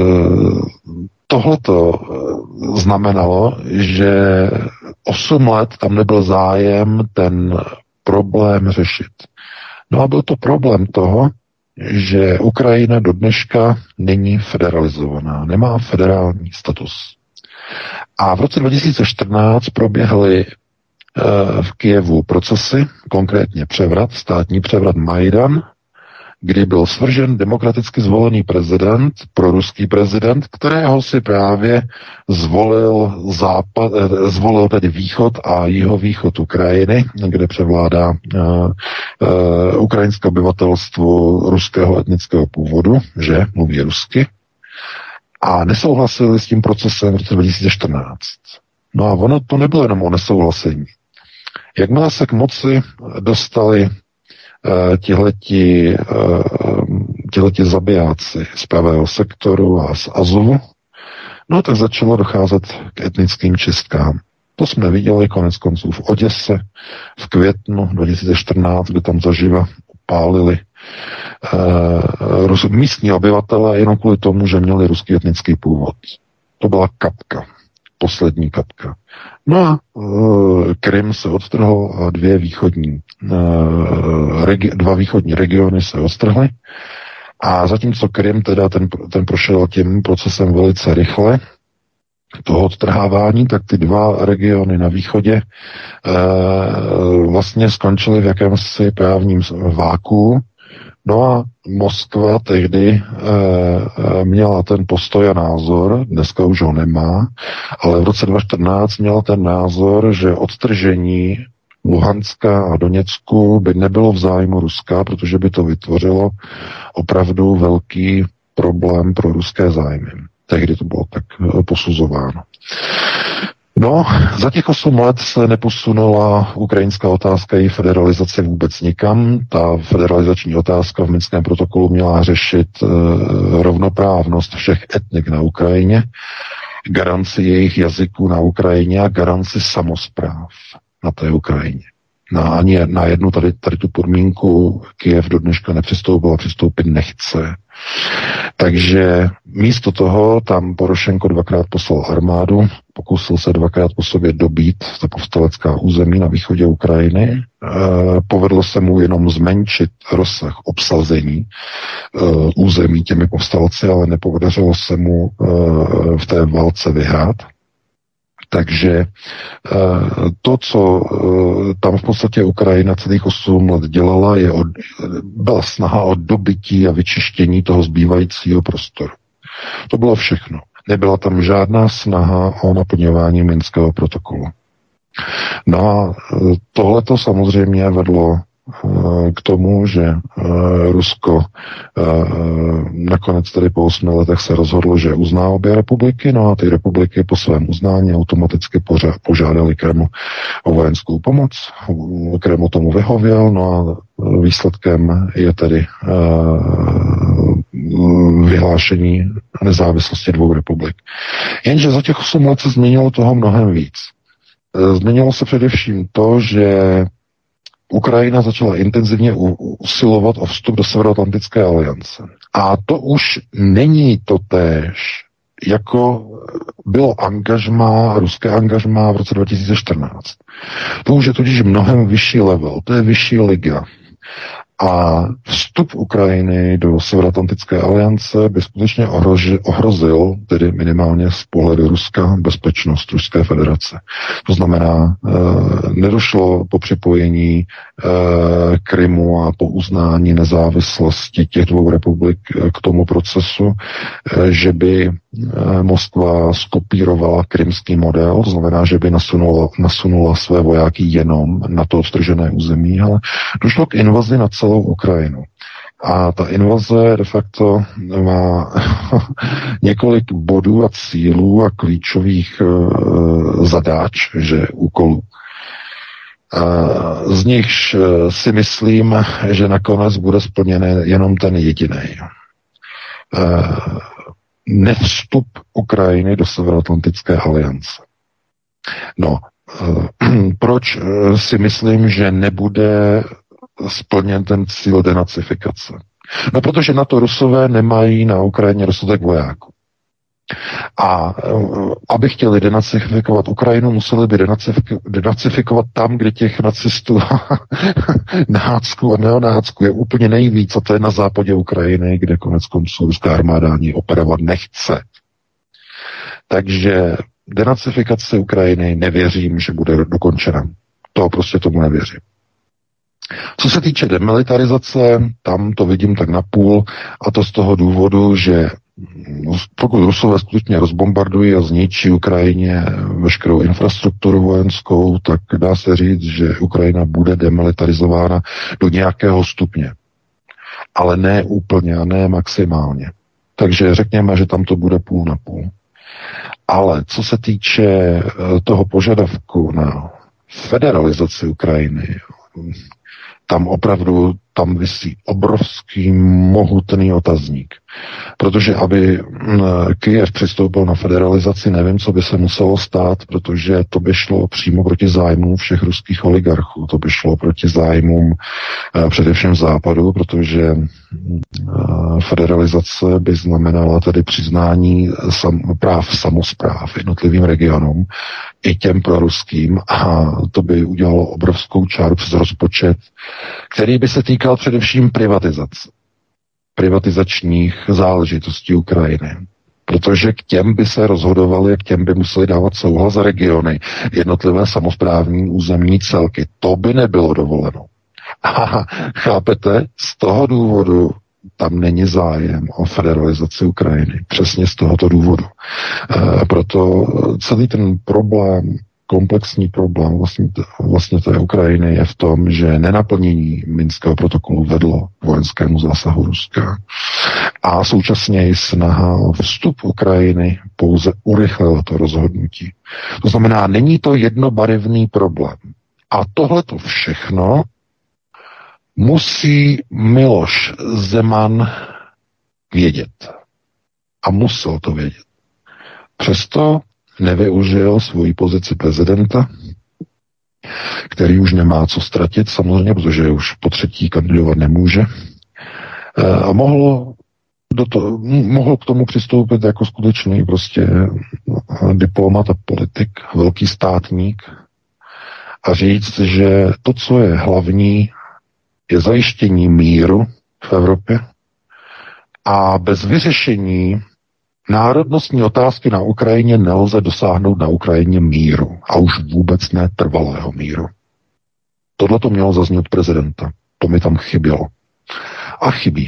tohleto znamenalo, že osm let tam nebyl zájem ten problém řešit. No a byl to problém toho, že Ukrajina do dneška není federalizovaná, nemá federální status. A v roce dva tisíce čtrnáct proběhly v Kyjevu procesy, konkrétně převrat, státní převrat Majdan, kdy byl svržen demokraticky zvolený prezident, proruský prezident, kterého si právě zvolil západ, zvolil tedy východ a jihovýchod Ukrajiny, kde převládá uh, uh, ukrajinské obyvatelstvo ruského etnického původu, že mluví rusky, a nesouhlasili s tím procesem v roce dva tisíce čtrnáct. No a ono to nebylo jenom o nesouhlasení. Jakmile se k moci dostali tihleti, tihleti zabijáci z pravého sektoru a z Azovu, no tak začalo docházet k etnickým čistkám. To jsme viděli konec konců v Oděse v květnu dva tisíce čtrnáct, kde tam zaživa upálili uh, místní obyvatele jenom kvůli tomu, že měli ruský etnický původ. To byla kapka. Poslední kapka. No a uh, Krym se odtrhl a dvě východní, uh, regi- dva východní regiony se odtrhly. A zatímco Krym teda ten, ten prošel tím procesem velice rychle, toho odtrhávání, tak ty dva regiony na východě uh, vlastně skončily v jakémsi právním váku. No a Moskva tehdy e, e, měla ten postoj a názor, dneska už ho nemá, ale v roce dva tisíce čtrnáct měla ten názor, že odtržení Luhanska a Doněcku by nebylo v zájmu Ruska, protože by to vytvořilo opravdu velký problém pro ruské zájmy. Tehdy to bylo tak e, posuzováno. No, za těch osm let se neposunula ukrajinská otázka i federalizace vůbec nikam. Ta federalizační otázka v Minském protokolu měla řešit e, rovnoprávnost všech etnik na Ukrajině, garanci jejich jazyků na Ukrajině a garanci samospráv na té Ukrajině. Na, ani na jednu tady, tady tu podmínku Kyjev do dneška nepřistoupil a přistoupit nechce. Takže místo toho tam Porošenko dvakrát poslal armádu, pokusil se dvakrát po sobě dobít ta povstalecká území na východě Ukrajiny. E, povedlo se mu jenom zmenšit rozsah obsazení e, území těmi povstalci, ale nepodařilo se mu e, v té válce vyhrát. Takže to, co tam v podstatě Ukrajina celých osm let dělala, je od, byla snaha o dobytí a vyčištění toho zbývajícího prostoru. To bylo všechno. Nebyla tam žádná snaha o naplňování Minského protokolu. No a tohleto samozřejmě vedlo k tomu, že Rusko nakonec tedy po osmi letech se rozhodlo, že uzná obě republiky, no a ty republiky po svém uznání automaticky požádali Kreml o vojenskou pomoc. Kreml tomu vyhověl, no a výsledkem je tedy vyhlášení nezávislosti dvou republik. Jenže za těch osm let se změnilo toho mnohem víc. Změnilo se především to, že Ukrajina začala intenzivně usilovat o vstup do Severoatlantické aliance. A to už není totéž, jako bylo angažmá, ruské angažmá v roce dva tisíce čtrnáct. To už je totiž mnohem vyšší level, to je vyšší liga. A vstup Ukrajiny do Severoatlantické aliance by skutečně ohrožil, ohrozil, tedy minimálně z pohledu Ruska, bezpečnost Ruské federace. To znamená, e, nedošlo po připojení e, Krymu a po uznání nezávislosti těch dvou republik k tomu procesu, e, že by e, Moskva skopírovala krymský model, to znamená, že by nasunula, nasunula své vojáky jenom na to odtržené území, ale došlo k invazi na celou Ukrajinu. A ta invaze de facto má několik bodů a cílů a klíčových uh, zadáč, že úkolů. Z nichž si myslím, že nakonec bude splněn jenom ten jediný. Nevstup Ukrajiny do Severoatlantické aliance. No, proč si myslím, že nebude splněn ten cíl denacifikace? No, protože na to Rusové nemají na Ukrajině dostatek vojáků. A aby chtěli denacifikovat Ukrajinu, museli by denacifikovat tam, kde těch nacistů, nácků a neonácků je úplně nejvíc, a to je na západě Ukrajiny, kde konec konců ruská armáda ani operovat nechce. Takže denacifikace Ukrajiny nevěřím, že bude dokončena. To prostě tomu nevěřím. Co se týče demilitarizace, tam to vidím tak napůl, a to z toho důvodu, že pokud Rusové skutečně rozbombardují a zničí Ukrajině veškerou infrastrukturu vojenskou, tak dá se říct, že Ukrajina bude demilitarizována do nějakého stupně. Ale ne úplně a ne maximálně. Takže řekněme, že tam to bude půl na půl. Ale co se týče toho požadavku na federalizaci Ukrajiny, tam opravdu tam visí obrovský mohutný otazník. Protože aby Kyjev přistoupil na federalizaci, nevím, co by se muselo stát, protože to by šlo přímo proti zájmům všech ruských oligarchů. To by šlo proti zájmům především západu, protože federalizace by znamenala tedy přiznání sam, práv samospráv jednotlivým regionům, i těm proruským, a to by udělalo obrovskou čáru přes rozpočet, který by se týkal především privatizace. Privatizačních záležitostí Ukrajiny. Protože k těm by se rozhodovali, k těm by museli dávat souhlas regiony, jednotlivé samosprávní územní celky. To by nebylo dovoleno. A chápete, z toho důvodu tam není zájem o federalizaci Ukrajiny. Přesně z tohoto důvodu. E, proto celý ten problém, komplexní problém vlastně, vlastně té Ukrajiny je v tom, že nenaplnění Minského protokolu vedlo k vojenskému zásahu Ruska. A současně i snaha o vstup Ukrajiny pouze urychlila to rozhodnutí. To znamená, není to jednobarevný problém. A tohleto všechno musí Miloš Zeman vědět. A musel to vědět. Přesto nevyužil svoji pozici prezidenta, který už nemá co ztratit, samozřejmě, protože už po třetí kandidovat nemůže. A mohl, do to, mohl k tomu přistoupit jako skutečný prostě diplomat a politik, velký státník, a říct, že to, co je hlavní, je zajištění míru v Evropě, a bez vyřešení národnostní otázky na Ukrajině nelze dosáhnout na Ukrajině míru, a už vůbec ne trvalého míru. Tohle to mělo zaznít od prezidenta. To mi tam chybělo. A chybí.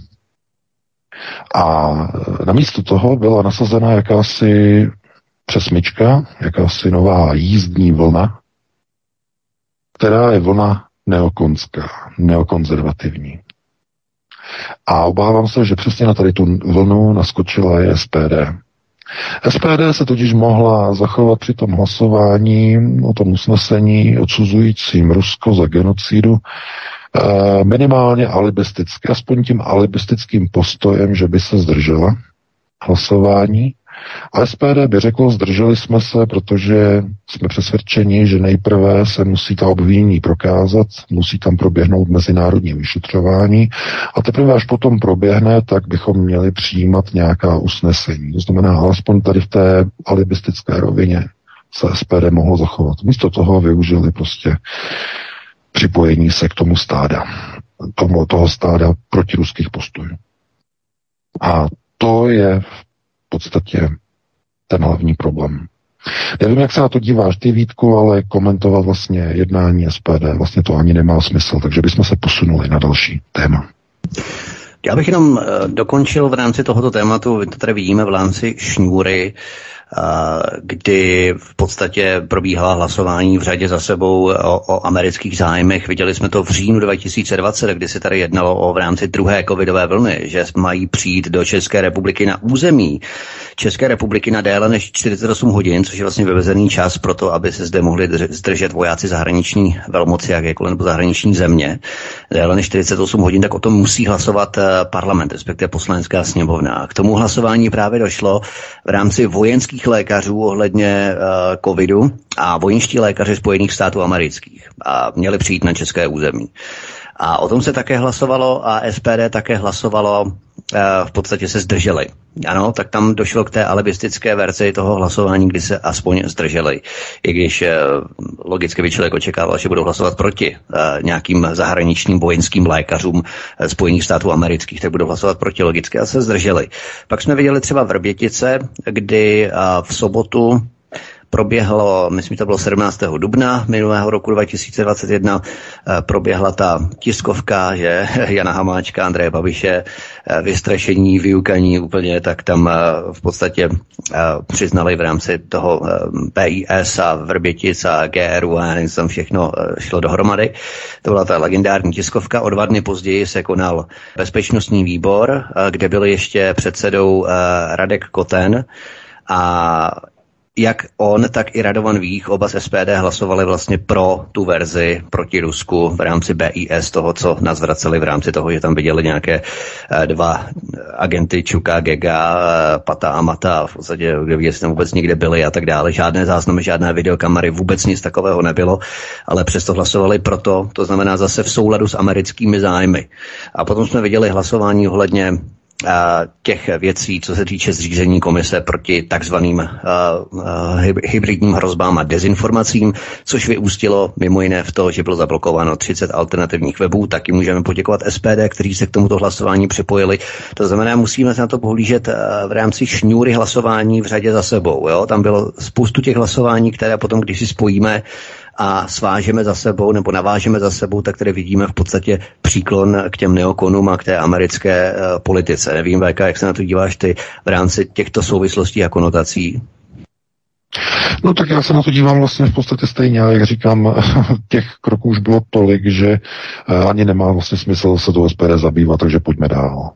A namísto toho byla nasazena jakási přesmička, jakási nová jízdní vlna, která je vlna neokonská, neokonzervativní. A obávám se, že přesně na tady tu vlnu naskočila i S P D. S P D se totiž mohla zachovat při tom hlasování o tom usnesení odsuzujícím Rusko za genocidu minimálně alibisticky, aspoň tím alibistickým postojem, že by se zdržela hlasování. A S P D by řeklo, zdrželi jsme se, protože jsme přesvědčeni, že nejprve se musí ta obvinění prokázat, musí tam proběhnout mezinárodní vyšetřování, a teprve až potom proběhne, tak bychom měli přijímat nějaká usnesení. To znamená, alespoň tady v té alibistické rovině se S P D mohlo zachovat. Místo toho využili prostě připojení se k tomu stáda, tomu, toho stáda protiruských postojů. A to je v podstatě ten hlavní problém. Nevím, jak se na to díváš ty, Vítku, ale komentovat vlastně jednání S P D vlastně to ani nemá smysl, takže bychom se posunuli na další téma. Já bych jenom dokončil v rámci tohoto tématu, to tady vidíme v rámci šňůry, kdy v podstatě probíhala hlasování v řadě za sebou o, o amerických zájmech. Viděli jsme to v říjnu dva tisíce dvacet, kdy se tady jednalo o v rámci druhé covidové vlny, že mají přijít do České republiky na území České republiky na déle než čtyřicet osm hodin, což je vlastně vymezený čas pro to, aby se zde mohli zdržet vojáci zahraniční velmoci, jakékoliv nebo zahraniční země. Déle než čtyřicet osm hodin, tak o tom musí hlasovat parlament, respektive poslanecká sněmovna. K tomu hlasování právě došlo v rámci vojenských lékařů ohledně uh, covidu a vojenští lékaři Spojených států amerických a měli přijít na české území. A o tom se také hlasovalo a S P D také hlasovalo, uh, v podstatě se zdrželi. Ano, tak tam došlo k té alibistické verzi toho hlasování, kdy se aspoň zdrželi. I když uh, logicky by člověk očekával, že budou hlasovat proti uh, nějakým zahraničním vojenským lékařům uh, Spojených států amerických, tak budou hlasovat proti logicky a se zdrželi. Pak jsme viděli třeba Vrbětice, kdy uh, v sobotu proběhlo, myslím, to bylo sedmnáctého dubna minulého roku dva tisíce dvacet jedna, proběhla ta tiskovka, že Jana Hamáčka, Andreje Babiše, vystrašení, vyukaní úplně, tak tam v podstatě přiznali v rámci toho P I S a Vrbětic a G R U a tam všechno šlo dohromady. To byla ta legendární tiskovka. O dva dny později se konal bezpečnostní výbor, kde byl ještě předsedou Radek Koten a jak on, tak i Radovan Vích, oba z S P D hlasovali vlastně pro tu verzi proti Rusku v rámci B I S, toho, co nás vraceli v rámci toho, že tam viděli nějaké dva agenty Čuka, Gega, Pata a Mata, v podstatě, kde viděli, tam vůbec nikde byli a tak dále. Žádné záznamy, žádné videokamery, vůbec nic takového nebylo, ale přesto hlasovali proto, to znamená zase v souladu s americkými zájmy. A potom jsme viděli hlasování ohledně těch věcí, co se týče zřízení komise proti takzvaným uh, uh, hybridním hrozbám a dezinformacím, což vyústilo mimo jiné v to, že bylo zablokováno třicet alternativních webů. Taky můžeme poděkovat S P D, kteří se k tomuto hlasování připojili. To znamená, musíme se na to pohlížet uh, v rámci šňůry hlasování v řadě za sebou. Jo? Tam bylo spoustu těch hlasování, které potom, když si spojíme a svážeme za sebou nebo navážeme za sebou, tak tady vidíme v podstatě příklon k těm neokonům a k té americké uh, politice. Nevím, V K, jak se na to díváš ty v rámci těchto souvislostí a konotací? No tak já se na to dívám vlastně v podstatě stejně, ale jak říkám, těch kroků už bylo tolik, že ani nemá vlastně smysl se toho S P D zabývat, takže pojďme dál.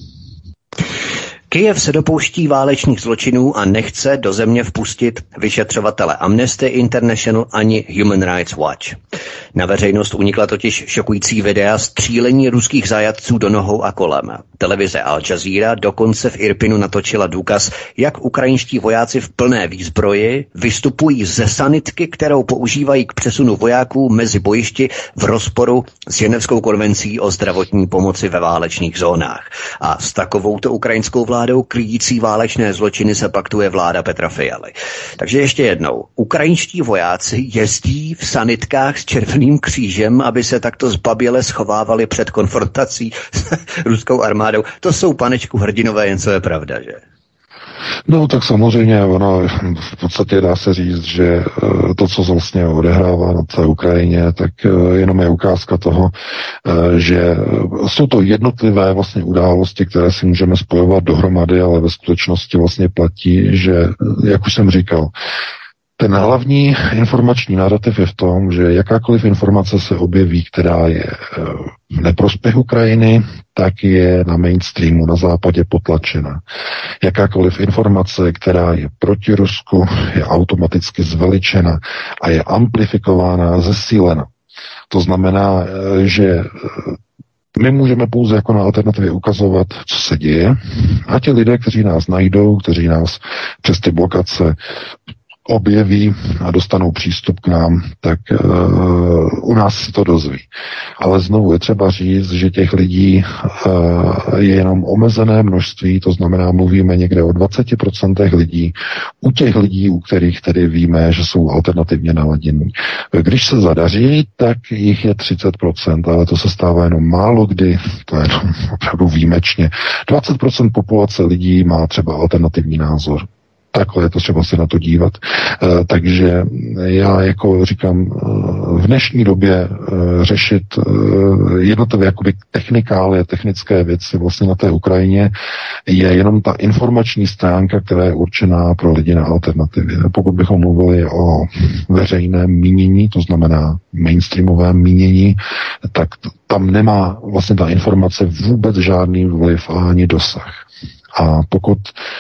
Kyjev se dopouští válečných zločinů a nechce do země vpustit vyšetřovatele Amnesty International ani Human Rights Watch. Na veřejnost unikla totiž šokující videa střílení ruských zajatců do nohou a kolem. Televize Al Jazeera dokonce v Irpinu natočila důkaz, jak ukrajinští vojáci v plné výzbroji vystupují ze sanitky, kterou používají k přesunu vojáků mezi bojišti v rozporu s Ženevskou konvencí o zdravotní pomoci ve válečných zónách. A s takovouto ukrajinskou vládou kryjící válečné zločiny se paktuje vláda Petra Fialy. Takže ještě jednou. Ukrajinští vojáci jezdí v sanitkách s Červeným křížem, aby se takto zbaběle schovávali před konfrontací s ruskou armádou. To jsou, panečku, hrdinové, jen co je pravda, že? No tak samozřejmě, ono v podstatě dá se říct, že to, co se vlastně odehrává na té Ukrajině, tak jenom je ukázka toho, že jsou to jednotlivé vlastně události, které si můžeme spojovat dohromady, ale ve skutečnosti vlastně platí, že, jak už jsem říkal, ten hlavní informační narrativ je v tom, že jakákoliv informace se objeví, která je v neprospěch Ukrajiny, tak je na mainstreamu na západě potlačena. Jakákoliv informace, která je proti Rusku, je automaticky zveličena a je amplifikována, zesílena. To znamená, že my můžeme pouze jako na alternativě ukazovat, co se děje, a ti lidé, kteří nás najdou, kteří nás přes ty blokace objeví a dostanou přístup k nám, tak uh, u nás si to dozví. Ale znovu je třeba říct, že těch lidí uh, je jenom omezené množství, to znamená, mluvíme někde o dvacet procent lidí, u těch lidí, u kterých tedy víme, že jsou alternativně naladění. Když se zadaří, tak jich je třicet procent, ale to se stává jenom málo kdy, to je opravdu výjimečně. dvacet procent populace lidí má třeba alternativní názor. Takhle je to třeba se na to dívat. E, takže já jako říkám, v dnešní době e, řešit e, jednotlivé jakoby technikálie, technické věci vlastně na té Ukrajině je jenom ta informační stránka, která je určená pro lidi na alternativě. Pokud bychom mluvili o veřejném mínění, to znamená mainstreamovém mínění, tak tam nemá vlastně ta informace vůbec žádný vliv a ani dosah. A pokud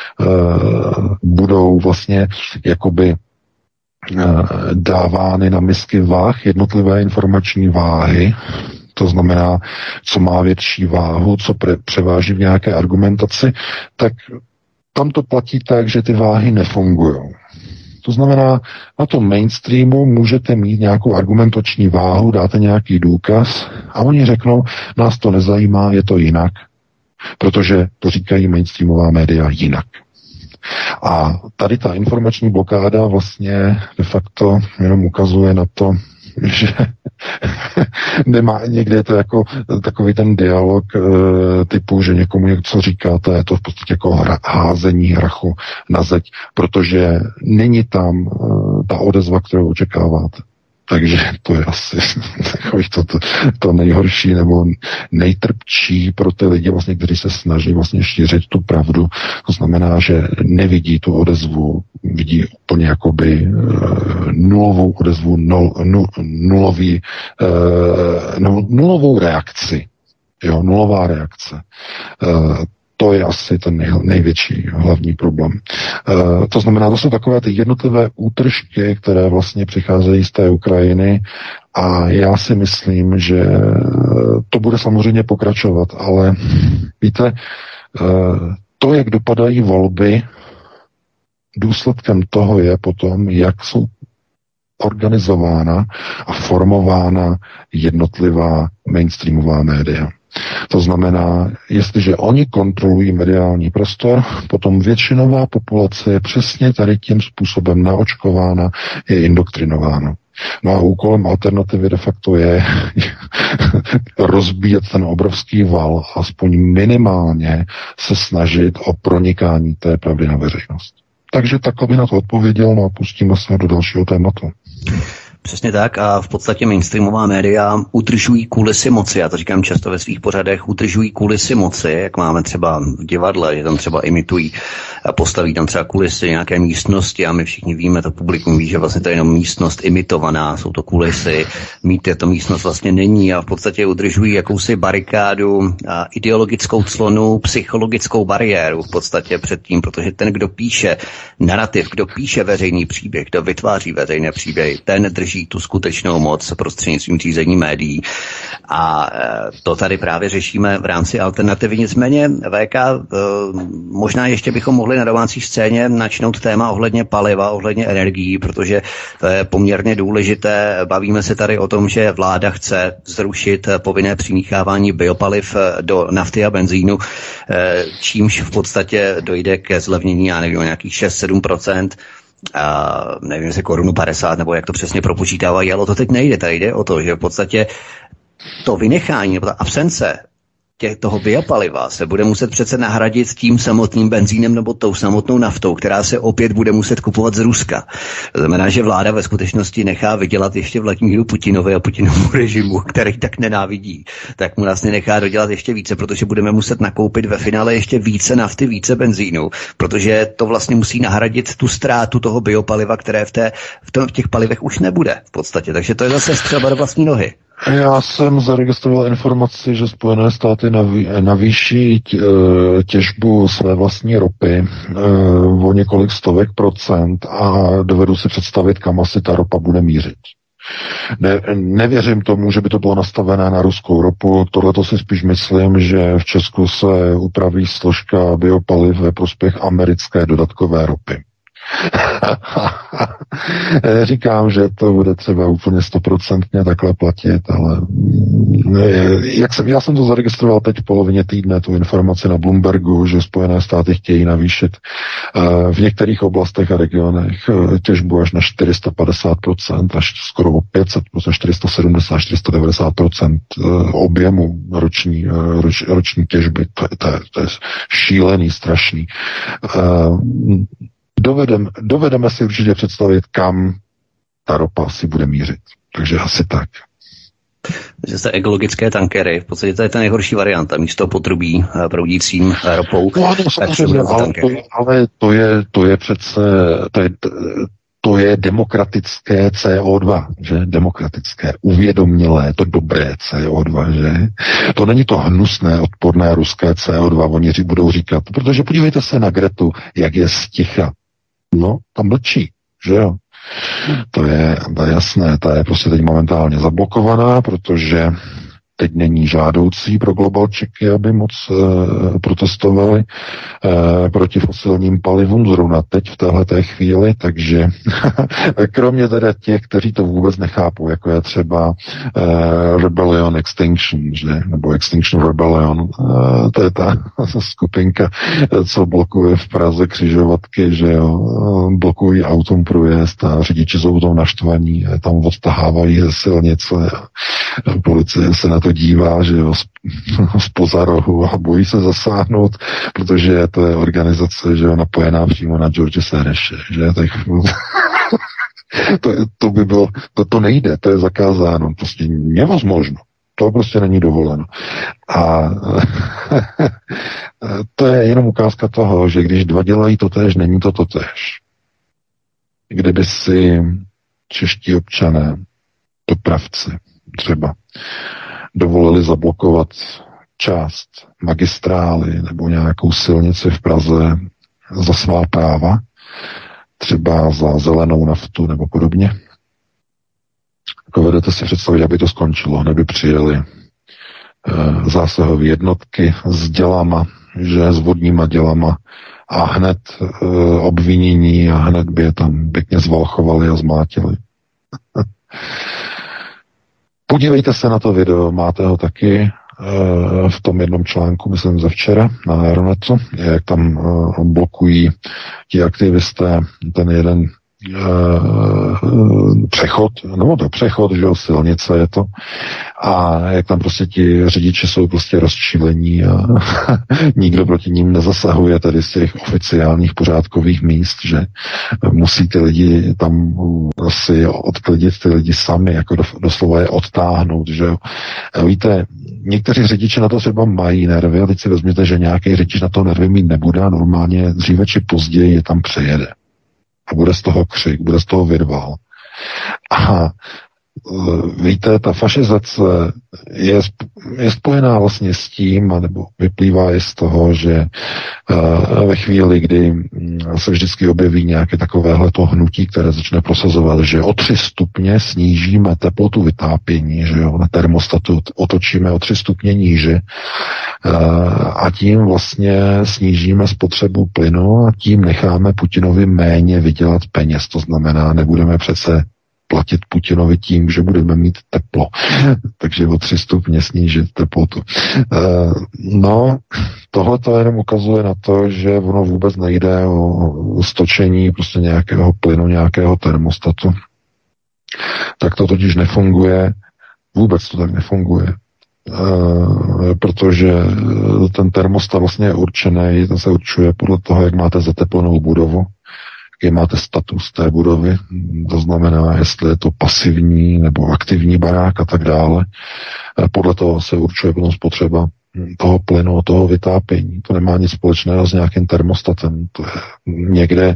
uh, budou vlastně jakoby uh, dávány na misky váh jednotlivé informační váhy, to znamená, co má větší váhu, co pre- převáží v nějaké argumentaci, tak tam to platí tak, že ty váhy nefungují. To znamená, na tom mainstreamu můžete mít nějakou argumentační váhu, dáte nějaký důkaz a oni řeknou, nás to nezajímá, je to jinak. Protože to říkají mainstreamová média jinak. A tady ta informační blokáda vlastně de facto jenom ukazuje na to, že nemá, někde je to jako takový ten dialog e, typu, že někomu něco říkáte, je to v podstatě jako hra, házení hrachu na zeď, protože není tam e, ta odezva, kterou očekáváte. Takže to je asi to, to, to nejhorší nebo nejtrpčí pro ty lidi, vlastně, kteří se snaží vlastně šířit tu pravdu. To znamená, že nevidí tu odezvu, vidí úplně jakoby uh, nulovou odezvu, nul, nul, nulový, uh, nulovou reakci. Jo, nulová reakce. Uh, To je asi ten nej, největší hlavní problém. E, to znamená, to jsou takové ty jednotlivé útržky, které vlastně přicházejí z té Ukrajiny a já si myslím, že to bude samozřejmě pokračovat, ale víte, e, to, jak dopadají volby, důsledkem toho je potom, jak jsou organizována a formována jednotlivá mainstreamová média. To znamená, jestliže oni kontrolují mediální prostor, potom většinová populace je přesně tady tím způsobem naočkována, je indoktrinována. No a úkolem alternativy de facto je rozbíjet ten obrovský val, aspoň minimálně se snažit o pronikání té pravdy na veřejnost. Takže takhle bych na to odpověděl, no a pustíme se do dalšího tématu. Přesně tak a v podstatě mainstreamová média udržují kulisy moci, já to říkám často ve svých pořadech, udržují kulisy moci, jak máme třeba v divadle, že tam třeba imitují a postaví tam třeba kulisy nějaké místnosti a my všichni víme, to publikum ví, že vlastně to je jenom místnost imitovaná, jsou to kulisy, mít to místnost vlastně není a v podstatě udržují jakousi barikádu, a ideologickou clonu, psychologickou bariéru v podstatě před tím, protože ten, kdo píše narrativ, kdo píše veřejný příběh, kdo vytváří veřejné příběhy, ten drží tu skutečnou moc prostřednictvím řízení médií. A to tady právě řešíme v rámci alternativy. Nicméně, V K, možná ještě bychom mohli na domácí scéně načnout téma ohledně paliva, ohledně energií, protože to je poměrně důležité. Bavíme se tady o tom, že vláda chce zrušit povinné přimíchávání biopaliv do nafty a benzínu, čímž v podstatě dojde ke zlevnění, já nevím, o nějakých šest sedm procent. A nevím, jestli korunu padesát, nebo jak to přesně propočítávají, ale to teď nejde. Tady jde o to, že v podstatě to vynechání, nebo ta absence těch, toho biopaliva se bude muset přece nahradit tím samotným benzínem nebo tou samotnou naftou, která se opět bude muset kupovat z Ruska. To znamená, že vláda ve skutečnosti nechá vydělat ještě Vladimíru Putinovi a Putinovu režimu, který tak nenávidí, tak mu vlastně nechá dodělat ještě více, protože budeme muset nakoupit ve finále ještě více nafty, více benzínu, protože to vlastně musí nahradit tu ztrátu toho biopaliva, které v, té, v, tom, v těch palivech už nebude v podstatě. Takže to je zase střelba do vlastní nohy. Já jsem zaregistroval informaci, že Spojené státy naví, navýší těžbu své vlastní ropy o několik stovek procent a dovedu si představit, kam asi ta ropa bude mířit. Ne, nevěřím tomu, že by to bylo nastavené na ruskou ropu. Tohleto si spíš myslím, že v Česku se upraví složka biopaliv ve prospěch americké dodatkové ropy. Říkám, že to bude třeba úplně stoprocentně takhle platit, ale jak jsem, já jsem to zaregistroval teď v polovině týdne, tu informaci na Bloombergu, že Spojené státy chtějí navýšit uh, v některých oblastech a regionech uh, těžbu až na čtyři sta padesát procent, až skoro o pět set procent, čtyři sta sedmdesát, čtyři sta devadesát procent uh, objemu roční, uh, roč, roční těžby. To je, to, je, to je šílený, strašný. Uh, dovedem, dovedeme si určitě představit, kam ta ropa si bude mířit. Takže asi tak. Že jste ekologické tankery, v podstatě to je ta nejhorší varianta, místo potrubí proudícím ropou. No, ano, samozřejmě, ale, to, ale to je, to je přece, to je, to je demokratické C O dva, že? Demokratické, uvědomělé, to dobré C O dva, že? To není to hnusné, odporné ruské C O dva, oni budou říkat, protože podívejte se na Gretu, jak je sticha. No, tam mlčí, že jo? To je, to je jasné, ta je prostě teď momentálně zablokovaná, protože teď není žádoucí pro globalčiky, aby moc e, protestovali e, proti fosilním palivům zrovna teď v téhleté chvíli, takže kromě teda těch, kteří to vůbec nechápou, jako je třeba e, Rebellion Extinction, že? Nebo Extinction Rebellion, e, to je ta skupinka, co blokuje v Praze křižovatky, že jo, blokují autom průjezd a řidiči jsou tam naštvaní, tam odtahávají ze silnice a policie se na to dívá, že jo, zpoza rohu a bojí se zasáhnout, protože to je organizace, že jo, napojená přímo na George Soreše, že tak to, to by bylo, to, to nejde, to je zakázáno, prostě nevozможno. To prostě není dovoleno. A to je jenom ukázka toho, že když dva dělají totéž, není to totéž. Kdyby si čeští občané, dopravci třeba, dovolili zablokovat část magistrály nebo nějakou silnici v Praze za svá práva, třeba za zelenou naftu nebo podobně. Dovedete si představit, aby to skončilo, neby přijeli e, zásahové jednotky s dělama, že s vodníma dělama a hned e, obvinění a hned by je tam pěkně zvalchovali a zmátili. Podívejte se na to video, máte ho taky e, v tom jednom článku, myslím ze včera na Aeronetu, jak tam e, blokují ti aktivisté ten jeden e, přechod, no to přechod, že jo, silnice je to, a jak tam prostě ti řidiči jsou prostě rozčílení a nikdo proti ním nezasahuje tady z těch oficiálních pořádkových míst, že musí ty lidi tam asi odklidit ty lidi sami, jako doslova je odtáhnout, že jo. Víte, někteří řidiči na to třeba mají nervy a teď si vezměte, že nějaký řidič na to nervy mít nebude a normálně dříve či později je tam přejede. A bude z toho křik, bude z toho virval. A víte, ta fašizace je, je spojená vlastně s tím, nebo vyplývá i z toho, že uh, ve chvíli, kdy se vždycky objeví nějaké takovéhle to hnutí, které začne prosazovat, že o tři stupně snížíme teplotu vytápění, že jo, na termostatu otočíme o tři stupně níže uh, a tím vlastně snížíme spotřebu plynu a tím necháme Putinovi méně vydělat peněz. To znamená, nebudeme přece platit Putinovi tím, že budeme mít teplo. Takže o tři stupně snížit teplotu. No, tohle to jenom ukazuje na to, že ono vůbec nejde o stočení prostě nějakého plynu, nějakého termostatu. Tak to totiž nefunguje. Vůbec to tak nefunguje. Protože ten termostat vlastně je určený, ten se určuje podle toho, jak máte zateplenou budovu, jaký máte status té budovy, to znamená, jestli je to pasivní nebo aktivní barák a tak dále. Podle toho se určuje potom spotřeba toho plynu, toho vytápění. To nemá nic společného s nějakým termostatem. To je někde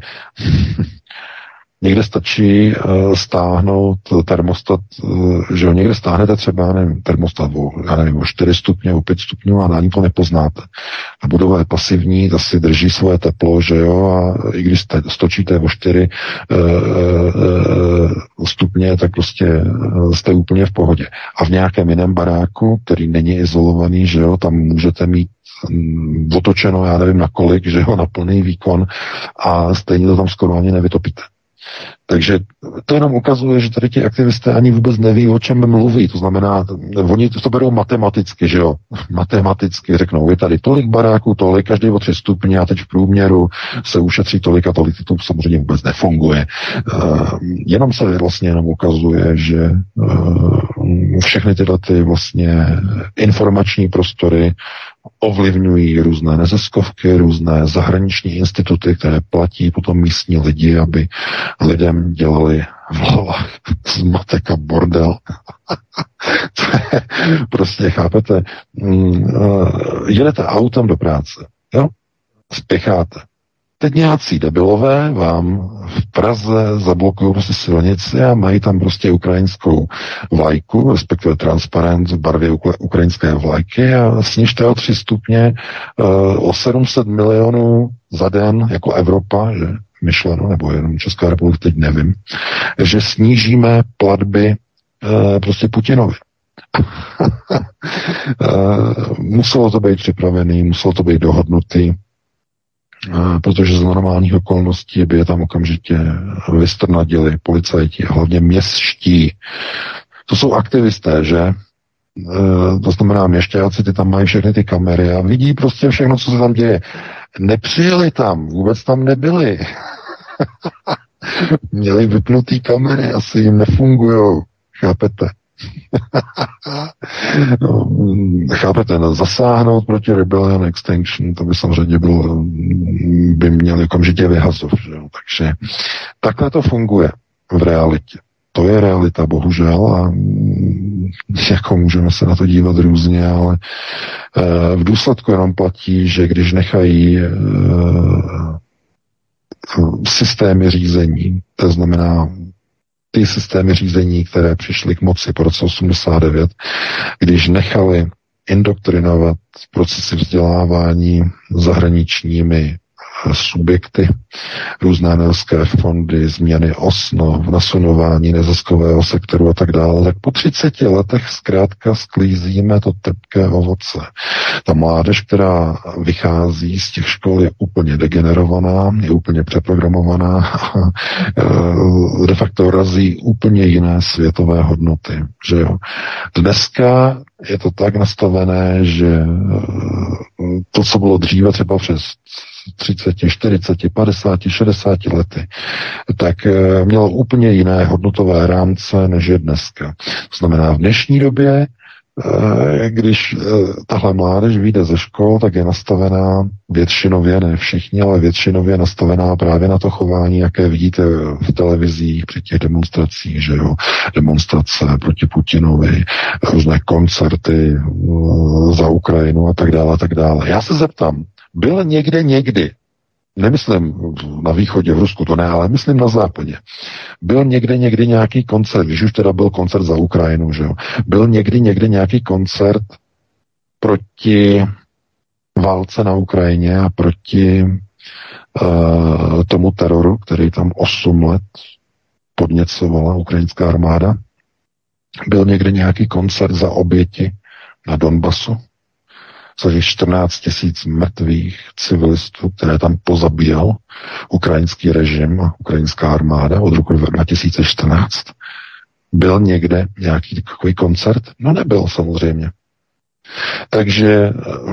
Někde stačí uh, stáhnout termostat, uh, že jo, někde stáhnete třeba, nevím, termostat o, já nevím, o čtyři stupně, o pět stupňů a na ní to nepoznáte. A budova je pasivní, ta si drží svoje teplo, že jo, a i když jste, stočíte o čtyři uh, uh, stupně, tak prostě uh, jste úplně v pohodě. A v nějakém jiném baráku, který není izolovaný, že jo, tam můžete mít um, otočeno, já nevím na kolik, že jo, na plný výkon a stejně to tam skoro ani nevytopíte. Takže to jenom ukazuje, že tady ti aktivisté ani vůbec neví, o čem mluví. To znamená, oni to berou matematicky, že jo? Matematicky řeknou, je tady tolik baráků, tolik, každý o tři stupně a teď v průměru se ušetří tolik a tolik. To samozřejmě vůbec nefunguje. Uh, jenom se vlastně jenom ukazuje, že uh, všechny tyhle ty vlastně informační prostory ovlivňují různé neziskovky, různé zahraniční instituty, které platí potom místní lidi, aby lidem dělali v hlavách zmatek a bordel. To je prostě, chápete, jedete autem do práce, jo? Spěcháte. Teď nějací debilové vám v Praze zablokují prostě silnici a mají tam prostě ukrajinskou vlajku, respektive transparent v barvě ukrajinské vlajky a snižte o tři stupně uh, o sedm set milionů za den jako Evropa, že myšleno, nebo jenom Česká republika, teď nevím, že snížíme platby uh, prostě Putinovi. uh, muselo to být připravený, muselo to být dohodnutý, protože z normálních okolností by je tam okamžitě vystrnadili policajti, hlavně městští. To jsou aktivisté, že? To znamená měšťáci, ty tam mají všechny ty kamery a vidí prostě všechno, co se tam děje. Nepřijeli tam, vůbec tam nebyli. Měli vypnutý kamery, asi jim nefungujou. Chápete? No, chápete, zasáhnout proti Rebellion Extinction, to by samozřejmě bylo, by měli okamžitě vyhazov, že jo? Takže takhle to funguje v realitě. To je realita, bohužel, a jako můžeme se na to dívat různě, ale v důsledku jenom platí, že když nechají systémy řízení, to znamená ty systémy řízení, které přišly k moci po roce osmdesát devět, když nechali indoktrinovat procesy vzdělávání zahraničními subjekty, různé nelské fondy, změny osnov, nasunování neziskového sektoru a tak dále, tak po třiceti letech zkrátka sklízíme to trpké ovoce. Ta mládež, která vychází z těch škol, je úplně degenerovaná, je úplně přeprogramovaná a de facto razí úplně jiné světové hodnoty. Že jo? Dneska je to tak nastavené, že to, co bylo dříve třeba přes třicet, čtyřicet, padesát, šedesát lety, tak mělo úplně jiné hodnotové rámce, než je dneska. To znamená, v dnešní době, když tahle mládež vyjde ze škol, tak je nastavená většinově, ne všichni, ale většinově nastavená právě na to chování, jaké vidíte v televizích při těch demonstracích, že jo, demonstrace proti Putinovi, různé koncerty za Ukrajinu a tak dále, a tak dále. Já se zeptám, byl někde někdy, nemyslím na východě v Rusku, to ne, ale myslím na západě, byl někde někdy nějaký koncert, když už teda byl koncert za Ukrajinu, že jo, byl někdy někdy nějaký koncert proti válce na Ukrajině a proti uh, tomu teroru, který tam osm let podněcovala ukrajinská armáda. Byl někde nějaký koncert za oběti na Donbasu, což je čtrnáct tisíc mrtvých civilistů, které tam pozabíjal ukrajinský režim a ukrajinská armáda od roku dva tisíce čtrnáct. Byl někde nějaký takový koncert? No nebyl samozřejmě. Takže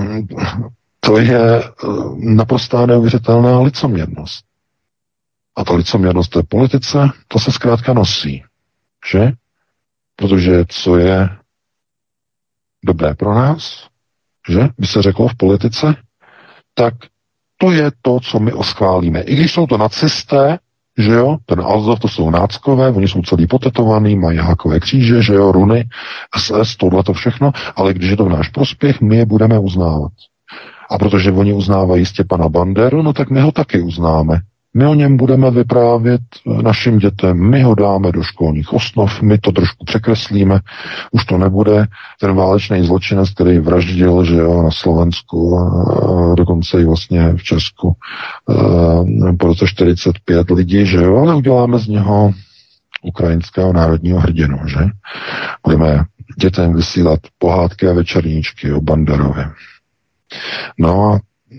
to je naprostá neuvěřitelná licoměrnost. A ta licoměrnost té politice, to se zkrátka nosí. Že? Protože co je dobré pro nás, že by se řeklo v politice, tak to je to, co my oschválíme. I když jsou to nacisté, že jo, ten Azov, to jsou náckové, oni jsou celý potetovaný, mají hákové kříže, že jo, runy, es es, tohle to všechno, ale když je to v náš prospěch, my je budeme uznávat. A protože oni uznávají Stěpana Banderu, no tak my ho taky uznáme. My o něm budeme vyprávět našim dětem, my ho dáme do školních osnov, my to trošku překreslíme, už to nebude ten válečný zločinec, který vraždil, že jo, na Slovensku, a dokonce i vlastně v Česku po roce čtyřicet pět lidí, že jo, ale uděláme z něho ukrajinského národního hrdinu, že? Budeme dětem vysílat pohádky a večerníčky o Banderovi. No a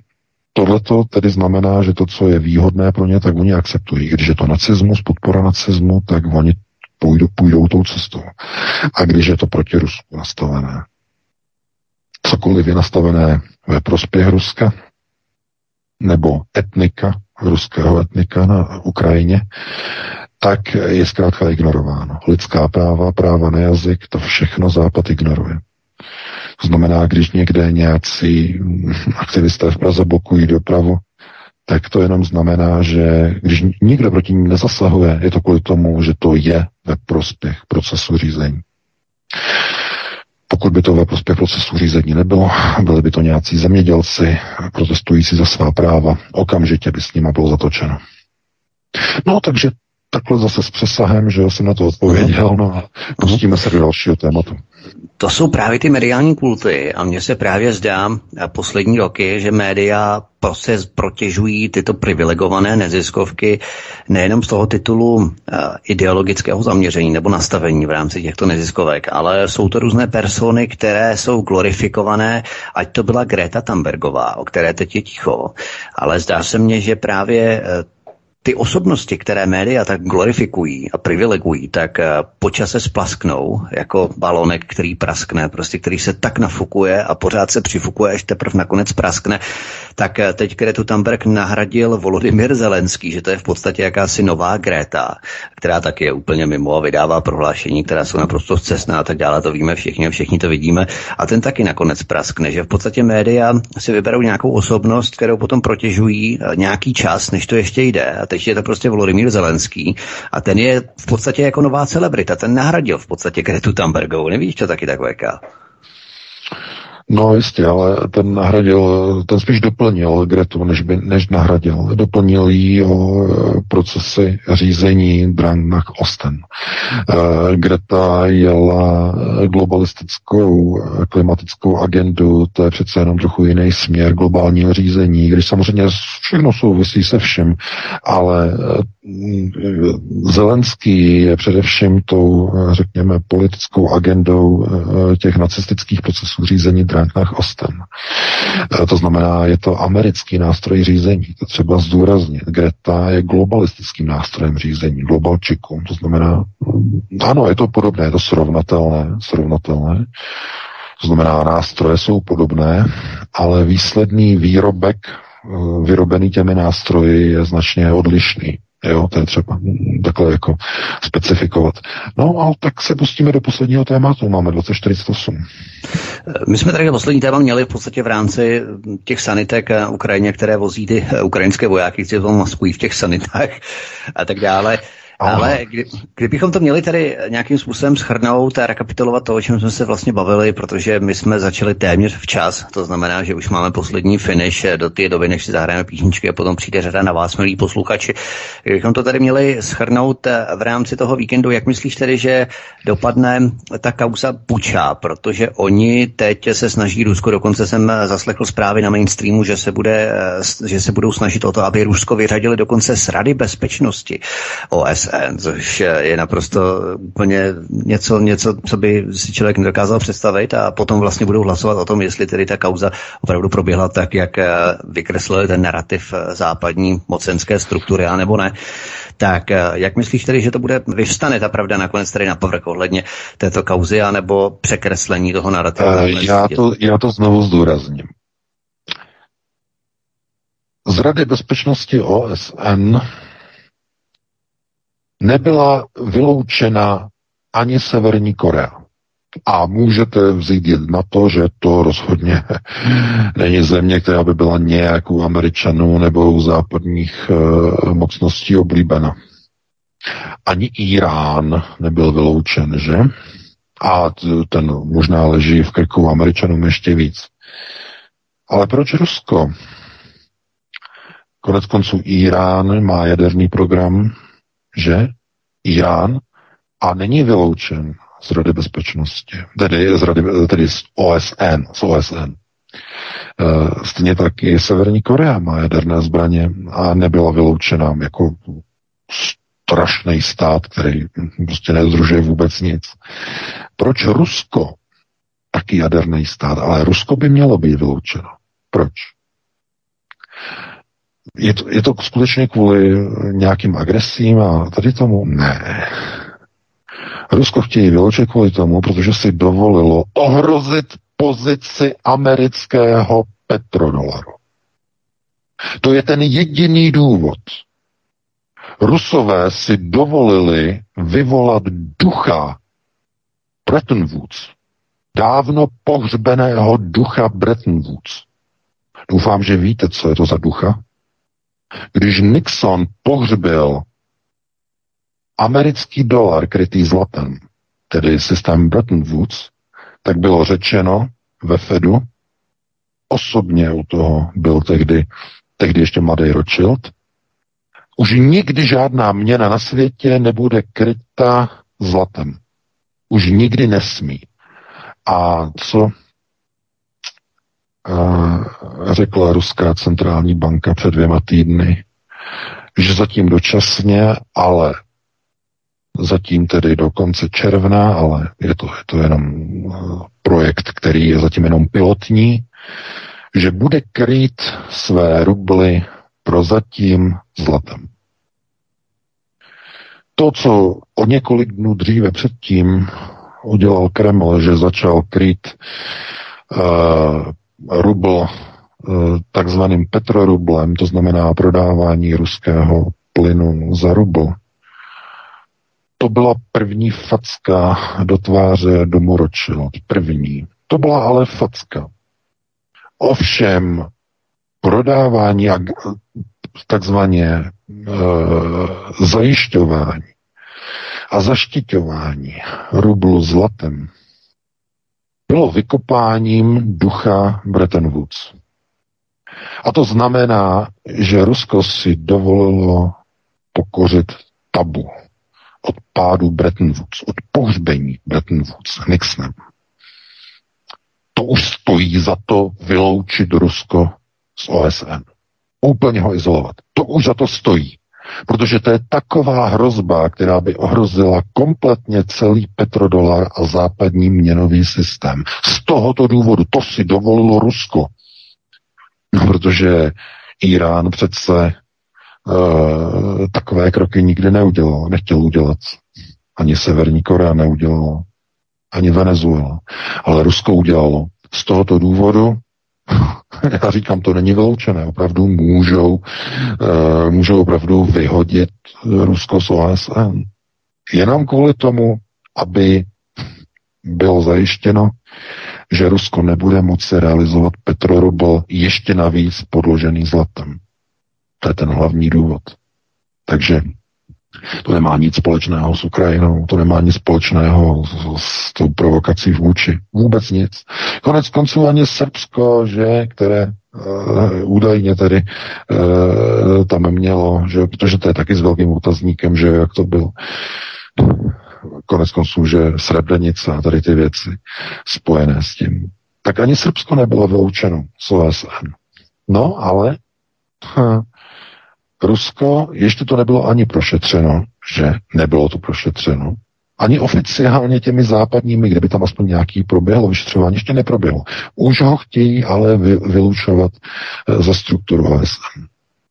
Tohle to tedy znamená, že to, co je výhodné pro ně, tak oni akceptují. Když je to nacismus, podpora nacismu, tak oni půjdou, půjdou tou cestou. A když je to proti Rusku nastavené, cokoliv je nastavené ve prospěch Ruska, nebo etnika, ruského etnika na Ukrajině, tak je zkrátka ignorováno. Lidská práva, práva na jazyk, to všechno Západ ignoruje. To znamená, když někde nějací aktivisté v Praze blokují dopravu, tak to jenom znamená, že když nikdo proti ním nezasahuje, je to kvůli tomu, že to je ve prospěch procesu řízení. Pokud by to ve prospěch procesu řízení nebylo, byli by to nějací zemědělci protestující za svá práva, okamžitě by s nima bylo zatočeno. No, takže takhle zase s přesahem, že jsem na to odpověděl, no a pustíme se do dalšího tématu. To jsou právě ty mediální kulty a mně se právě zdá poslední roky, že média prostě protěžují tyto privilegované neziskovky nejenom z toho titulu uh, ideologického zaměření nebo nastavení v rámci těchto neziskovek, ale jsou to různé persony, které jsou glorifikované, ať to byla Greta Thunbergová, o které teď je ticho, ale zdá se mně, že právě uh, ty osobnosti, které média tak glorifikují a privilegují, tak po čase splasknou jako balonek, který praskne, prostě který se tak nafukuje a pořád se přifukuje, až teprve nakonec praskne. Tak teď Gretu Thunberg nahradil Volodymyr Zelenský, že to je v podstatě jakási nová Greta, která taky je úplně mimo a vydává prohlášení, která jsou naprosto scestná a tak dále, to víme všichni, všichni to vidíme. A ten taky nakonec praskne, že v podstatě média si vyberou nějakou osobnost, kterou potom protěžují nějaký čas, než to ještě jde. A teď je to prostě Volodymyr Zelenský a ten je v podstatě jako nová celebrita, ten nahradil v podstatě Gretu Thunbergovou. Nevíš, co taky takové ká? No jistě, ale ten nahradil, ten spíš doplnil Gretu, než, by, než nahradil. Doplnil jí o procesy řízení Drang nach Osten. Uh, Greta jela globalistickou klimatickou agendu, to je přece jenom trochu jiný směr globálního řízení, když samozřejmě všechno souvisí se vším, ale uh, Zelenský je především tou, řekněme, politickou agendou uh, těch nacistických procesů řízení Drang nach Osten. To znamená, je to americký nástroj řízení. To třeba zdůraznit. Greta je globalistickým nástrojem řízení, globalčikum. To znamená, ano, je to podobné, je to srovnatelné, srovnatelné. To znamená, nástroje jsou podobné, ale výsledný výrobek vyrobený těmi nástroji je značně odlišný. Jo, to je třeba takhle jako specifikovat. No, ale tak se pustíme do posledního tématu. Máme dvacet čtyřicet osm. My jsme tady poslední téma měli v podstatě v rámci těch sanitek na Ukrajině, které vozí ty ukrajinské vojáky, kteří to maskují v těch sanitách a tak dále. Ale kdy, kdybychom to měli tady nějakým způsobem shrnout a rekapitulovat to, o čem jsme se vlastně bavili, protože my jsme začali téměř včas, to znamená, že už máme poslední finish do té doby, než si zahrajeme písničky a potom přijde řada na vás, milí posluchači. Kdybychom to tady měli shrnout v rámci toho víkendu, jak myslíš tedy, že dopadne ta kauza Buča, protože oni teď se snaží Rusko, dokonce jsem zaslechl zprávy na mainstreamu, že se, bude, že se budou snažit o to, aby Rusko vyřadili dokonce z Rady bezpečnosti O S N, což je naprosto úplně něco, něco, co by si člověk nedokázal představit a potom vlastně budou hlasovat o tom, jestli tedy ta kauza opravdu proběhla tak, jak vykreslil ten narrativ západní mocenské struktury, anebo ne. Tak jak myslíš tedy, že to bude, vyvstane ta pravda nakonec tedy na povrch ohledně této kauzy, anebo překreslení toho narrativu? Já to, já to znovu zdůrazním. Z Rady bezpečnosti O S N nebyla vyloučena ani Severní Korea. A můžete vzít na to, že to rozhodně není země, která by byla nějak u Američanů nebo u západních e, mocností oblíbena. Ani Irán nebyl vyloučen, že? A ten možná leží v krku Američanům ještě víc. Ale proč Rusko? Konec konců Irán má jaderný program, že? Irán a není vyloučen z Rady bezpečnosti, tedy z, Rady, tedy z O S N, z O S N. E, stejně tak i Severní Korea má jaderné zbraně a nebyla vyloučena jako strašný stát, který prostě nezdružuje vůbec nic. Proč Rusko? Taky jaderný stát, ale Rusko by mělo být vyloučeno. Proč? Je to, je to skutečně kvůli nějakým agresím a tady tomu? Ne. Rusko chtějí vyloučit kvůli tomu, protože si dovolilo ohrozit pozici amerického petrodolaru. To je ten jediný důvod. Rusové si dovolili vyvolat ducha Bretton Woods, dávno pohřbeného ducha Bretton Woods. Doufám, že víte, co je to za ducha. Když Nixon pohřbil americký dolar krytý zlatem, tedy systém Bretton Woods, tak bylo řečeno ve Fedu, osobně u toho byl tehdy, tehdy ještě mladý Rothschild, už nikdy žádná měna na světě nebude kryta zlatem. Už nikdy nesmí. A co uh, řekla ruská centrální banka před dvěma týdny, že zatím dočasně, ale zatím tedy do konce června, ale je to, je to jenom projekt, který je zatím jenom pilotní, že bude krýt své rubly prozatím zlatem. To, co o několik dnů dříve předtím udělal Kreml, že začal krýt uh, rubl uh, takzvaným petrorublem, to znamená prodávání ruského plynu za rubl, to byla první facka do tváře domu Rothschild. První. To byla ale facka. Ovšem prodávání a takzvaně e, zajišťování a zaštiťování rublu zlatem bylo vykopáním ducha Bretton Woods. A to znamená, že Rusko si dovolilo pokořit tabu od pádu Bretton Woods, od pohřbení Bretton Woods Nixonem. To už stojí za to vyloučit Rusko z O S N. Úplně ho izolovat. To už za to stojí. Protože to je taková hrozba, která by ohrozila kompletně celý petrodolar a západní měnový systém. Z tohoto důvodu to si dovolilo Rusko. No, protože Irán přece uh, takové kroky nikdy neudělal, nechtěl udělat. Ani Severní Korea neudělala, ani Venezuela. Ale Rusko udělalo. Z tohoto důvodu já říkám, to není vyloučené. Opravdu můžou, uh, můžou opravdu vyhodit Rusko z O S N. Jenom kvůli tomu, aby bylo zajištěno, že Rusko nebude moci realizovat petrorubl ještě navíc podložený zlatem. To je ten hlavní důvod. Takže to nemá nic společného s Ukrajinou, to nemá nic společného s, s tou provokací vůči. Vůbec nic. Konec konců ani Srbsko, že, které uh, údajně tedy uh, tam mělo, že, protože to je taky s velkým otazníkem, že jak to bylo. Konec konců, že Srebrenice a tady ty věci spojené s tím. Tak ani Srbsko nebylo vyloučeno z O S N. No, ale hm, Rusko, ještě to nebylo ani prošetřeno, že nebylo to prošetřeno, ani oficiálně těmi západními, kde by tam aspoň nějaký proběhlo vyšetřování, ještě neproběhlo. Už ho chtějí ale vy, vylučovat ze strukturu O S N.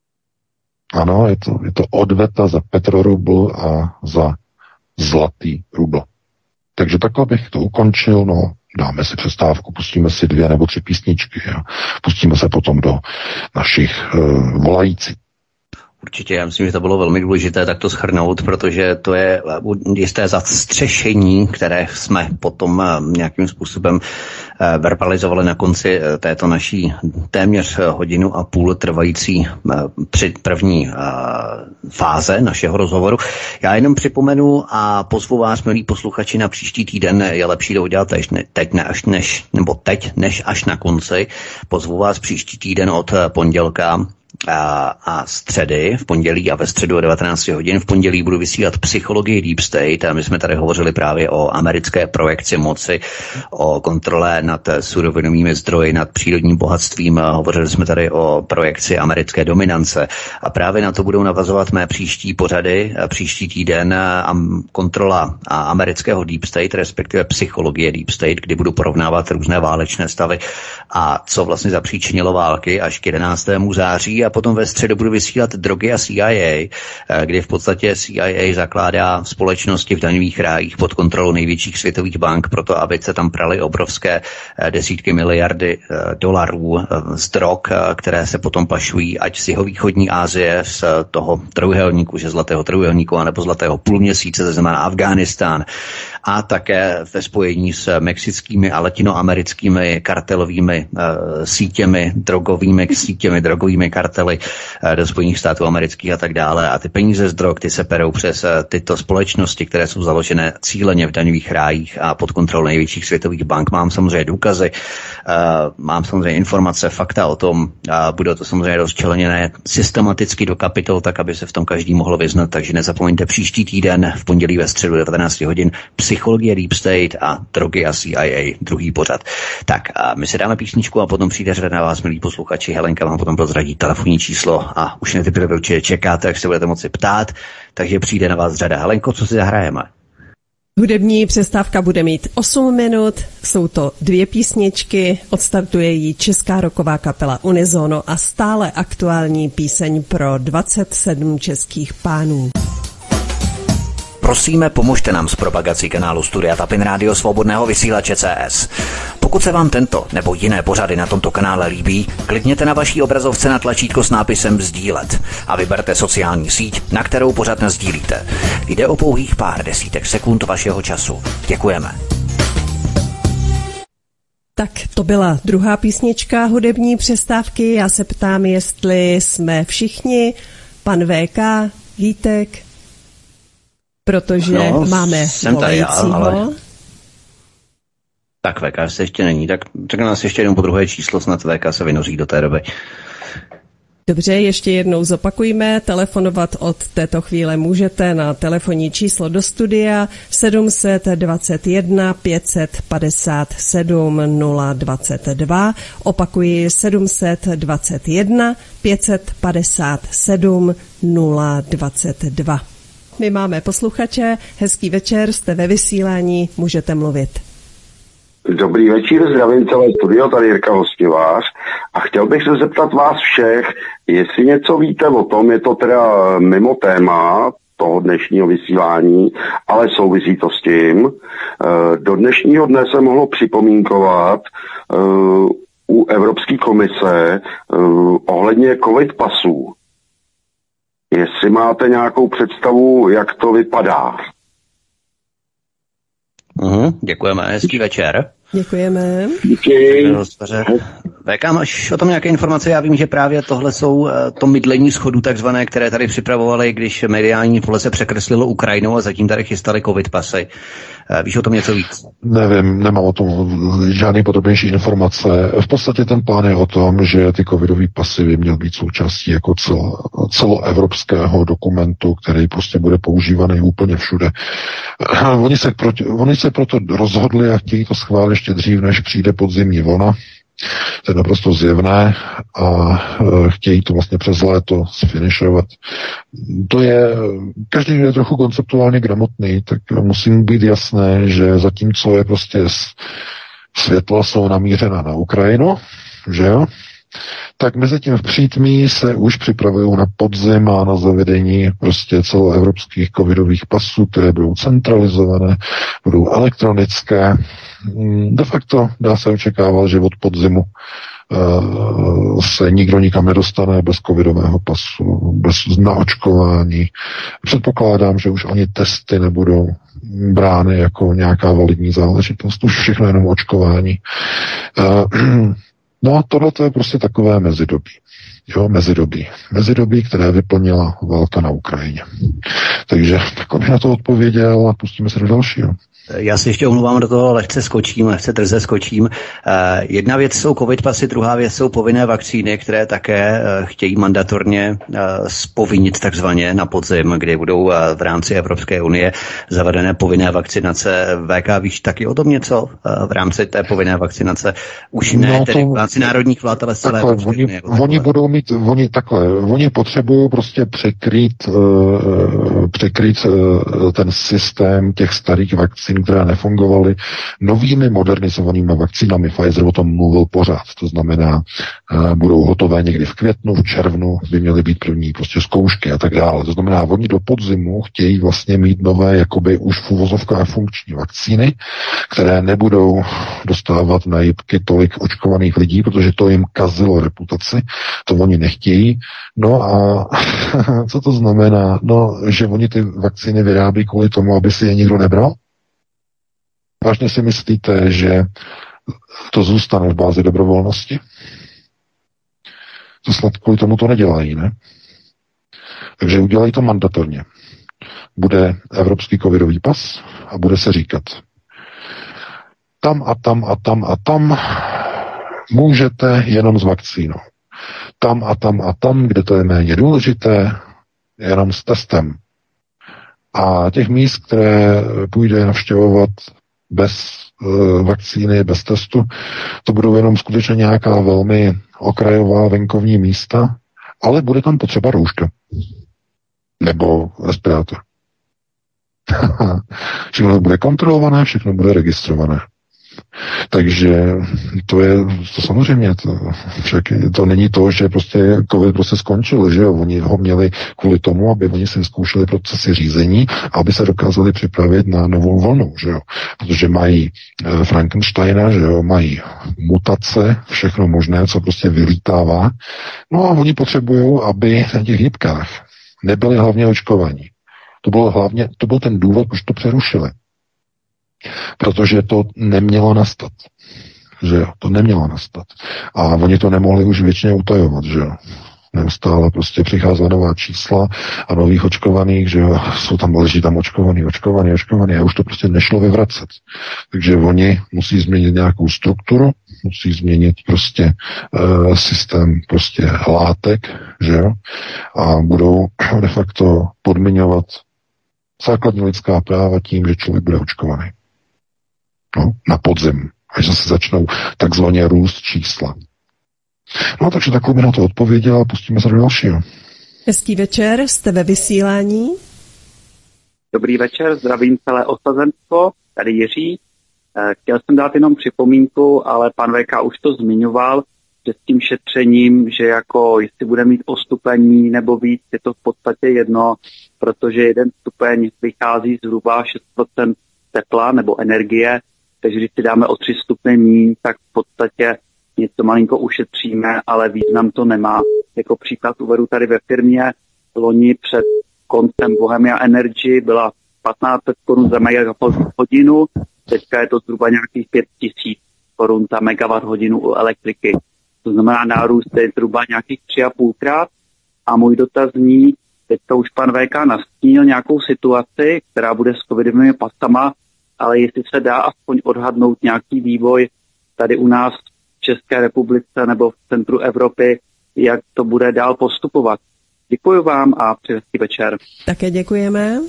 Ano, je to, je to odveta za petrorubl a za zlatý rubl. Takže takhle bych to ukončil, no, dáme si přestávku, pustíme si dvě nebo tři písničky a pustíme se potom do našich uh, volajících. Určitě, já myslím, že to bylo velmi důležité takto shrnout, protože to je jisté zastřešení, které jsme potom nějakým způsobem verbalizovali na konci této naší téměř hodinu a půl trvající první fáze našeho rozhovoru. Já jenom připomenu a pozvu vás, milí posluchači, na příští týden. Je lepší to udělat teď, ne až než, nebo teď, než až na konci. Pozvu vás příští týden od pondělka A, a středy, v pondělí a ve středu o devatenáct hodin. V pondělí budu vysílat psychologii Deep State a my jsme tady hovořili právě o americké projekci moci, o kontrole nad surovinovými zdroji, nad přírodním bohatstvím. Hovořili jsme tady o projekci americké dominance a právě na to budou navazovat mé příští pořady, příští týden a kontrola amerického Deep State, respektive psychologie Deep State, kdy budu porovnávat různé válečné stavy a co vlastně zapříčinilo války až k jedenáctému září. pondělí a potom ve středu budu vysílat Drogy a C I A, kdy v podstatě C I A zakládá společnosti v daňových rájích pod kontrolou největších světových bank proto, aby se tam praly obrovské desítky miliardy dolarů z drog, které se potom pašují ať z jihovýchodní Asie, z toho trojúhelníku, že zlatého trojúhelníku, anebo zlatého půlměsíce, to znamená Afghánistán, a také ve spojení s mexickými a latinoamerickými kartelovými uh, sítěmi, drogovými sítěmi, drogovými kartely uh, do Spojených států amerických a tak dále. A ty peníze z drog, ty se perou přes uh, tyto společnosti, které jsou založené cíleně v daňových rájích a pod kontrolou největších světových bank. Mám samozřejmě důkazy, uh, mám samozřejmě informace, fakta o tom, a bude to samozřejmě rozčleněné systematicky do kapitol, tak aby se v tom každý mohl vyznat. Takže nezapomeňte příští týden v pondělí ve středu devatenáct hodin Psychologie Deep State a Drogy a C I A, druhý pořad. Tak a my si dáme písničku a potom přijde řada na vás, milí posluchači. Helenka vám potom prozradí telefonní číslo a už neteprve určitě čekáte, jak se budete moci ptát, takže přijde na vás řada. Helenko, co si zahrajeme? Hudební přestávka bude mít osm minut, jsou to dvě písničky, odstartuje ji česká rocková kapela Unisono a stále aktuální píseň pro dvacet sedm českých pánů. Prosíme, pomožte nám s propagací kanálu Studia Tapin Rádio Svobodného vysílače C S. Pokud se vám tento nebo jiné pořady na tomto kanále líbí, klikněte na vaší obrazovce na tlačítko s nápisem sdílet a vyberte sociální síť, na kterou pořad nasdílíte. Jde o pouhých pár desítek sekund vašeho času. Děkujeme. Tak to byla druhá písnička hudební přestávky. Já se ptám, jestli jsme všichni, pan V K, Vítek, protože no, máme volajícího. Ale... Tak V K se ještě není, tak čeká nás ještě jednou po druhé číslo, snad V K se vynoří do té doby. Dobře, ještě jednou zopakujme, telefonovat od této chvíle můžete na telefonní číslo do studia sedm dva jedna pět pět sedm nula dvacet dva, opakuji sedm dva jedna pět pět sedm nula dvacet dva. My máme posluchače, hezký večer, jste ve vysílání, můžete mluvit. Dobrý večer, zdravím celé studio, tady Jirka Hostivář a chtěl bych se zeptat vás všech, jestli něco víte o tom, je to teda mimo téma toho dnešního vysílání, ale souvisí to s tím. Do dnešního dne se mohlo připomínkovat u Evropské komise ohledně covid pasů. Jestli máte nějakou představu, jak to vypadá. Uhum, děkujeme, hezký večer. Děkujeme. Díky. V K, máš o tom nějaké informace? Já vím, že právě tohle jsou to mydlení schodů takzvané, které tady připravovali, když mediální pole se překreslilo Ukrajinou a zatím tady chystali covid pasy. Víš o tom něco víc? Nevím, nemám o tom žádný podrobnější informace. V podstatě ten plán je o tom, že ty covidové pasy by měly být součástí jako celo, celoevropského dokumentu, který prostě bude používaný úplně všude. Oni se, proti, oni se proto rozhodli a chtějí to schválit ještě dřív, než přijde podzimní vlna. To je naprosto zjevné a chtějí to vlastně přes léto sfinišovat. To je, každý je trochu konceptuálně gramotný, tak musím být jasné, že zatímco je prostě světla jsou namířena na Ukrajinu, že jo, tak mezi tím v přítmí se už připravují na podzim a na zavedení prostě celoevropských covidových pasů, které budou centralizované, budou elektronické. De facto dá se očekávat, že od podzimu uh, se nikdo nikam nedostane bez covidového pasu, bez naočkování. Předpokládám, že už ani testy nebudou brány jako nějaká validní záležitost, už všechno jenom očkování. Uh, No, tohle je prostě takové mezidobí. Jo, mezidobí. Mezidobí, které vyplnila válka na Ukrajině. Takže tak bych na to odpověděl a pustíme se do dalšího. Já si ještě omluvám do toho, lehce skočím, lehce drze skočím. Uh, jedna věc jsou covid pasy, druhá věc jsou povinné vakcíny, které také uh, chtějí mandatorně uh, spovinit takzvaně na podzim, kde budou uh, v rámci Evropské unie zavedené povinné vakcinace. V K, víš taky o tom něco uh, v rámci té povinné vakcinace? Už ne, no, tedy v rámci národních vlád, ale celé. Takhle, oni, unie, oni budou mít, oni takhle, oni potřebují prostě překrýt, uh, překrýt uh, ten systém těch starých vakcín vakcín, které nefungovaly, novými modernizovanými vakcínami. Pfizer o tom mluvil pořád. To znamená, budou hotové někdy v květnu, v červnu by měly být první prostě zkoušky a tak dále. To znamená, oni do podzimu chtějí vlastně mít nové, jakoby už v uvozovkách funkční vakcíny, které nebudou dostávat na jipky tolik očkovaných lidí, protože to jim kazilo reputaci, to oni nechtějí. No a co to znamená? No, že oni ty vakcíny vyrábí kvůli tomu, aby si je nikdo nebral? Vážně si myslíte, že to zůstane v bázi dobrovolnosti? To snad kvůli tomu to nedělají, ne? Takže udělají to mandatorně. Bude evropský covidový pas a bude se říkat tam a tam a tam a tam můžete jenom s vakcínou. Tam a tam a tam, kde to je méně důležité, jenom s testem. A těch míst, které půjde navštěvovat bez e, vakcíny, bez testu, to budou jenom skutečně nějaká velmi okrajová venkovní místa, ale bude tam potřeba rouška. Nebo respirátor. Všechno bude kontrolované, všechno bude registrované. Takže to je, to samozřejmě, to, však to není to, že prostě covid prostě skončil, že jo, oni ho měli kvůli tomu, aby oni si zkoušeli procesy řízení, aby se dokázali připravit na novou vlnu, že jo, protože mají e, Frankensteina, že jo, mají mutace, všechno možné, co prostě vylítává, no a oni potřebují, aby na těch jipkách nebyli hlavně očkovaní. To bylo hlavně, to byl ten důvod, proč to přerušili. Protože to nemělo nastat. Že jo, to nemělo nastat. A oni to nemohli už většině utajovat, že jo. Neustále prostě přicházela nová čísla a nových očkovaných, že jo, jsou tam, leží tam očkovaný, očkovaný, očkovaný a už to prostě nešlo vyvracet. Takže oni musí změnit nějakou strukturu, musí změnit prostě uh, systém prostě látek, že jo, a budou de facto podmiňovat základní lidská práva tím, že člověk bude očkovaný. No, na podzim, až zase začnou takzvaně růst čísla. No, takže takhle by na to odpověděla a pustíme se do dalšího. Hezký večer, jste ve vysílání. Dobrý večer, zdravím celé osazenstvo, tady Jiří. Chtěl jsem dát jenom připomínku, ale pan V K už to zmiňoval, že s tím šetřením, že jako jestli bude mít o stupeň nebo víc, je to v podstatě jedno, protože jeden stupeň vychází zhruba šest procent tepla nebo energie, takže když si dáme o tři stupně míň, tak v podstatě něco malinko ušetříme, ale význam to nemá. Jako příklad uvedu tady ve firmě, loni před koncem Bohemia Energy byla patnáct set korun za megawatt hodinu, teďka je to zhruba nějakých pět tisíc korun za megawatt hodinu u elektriky. To znamená nárůst je zhruba nějakých tři a půl krát. A můj dotaz zní, teďka už pan V K nastínil nějakou situaci, která bude s covidovými pasama, ale jestli se dá aspoň odhadnout nějaký vývoj tady u nás v České republice nebo v centru Evropy, jak to bude dál postupovat. Děkuji vám a přeji hezký večer. Také děkujeme.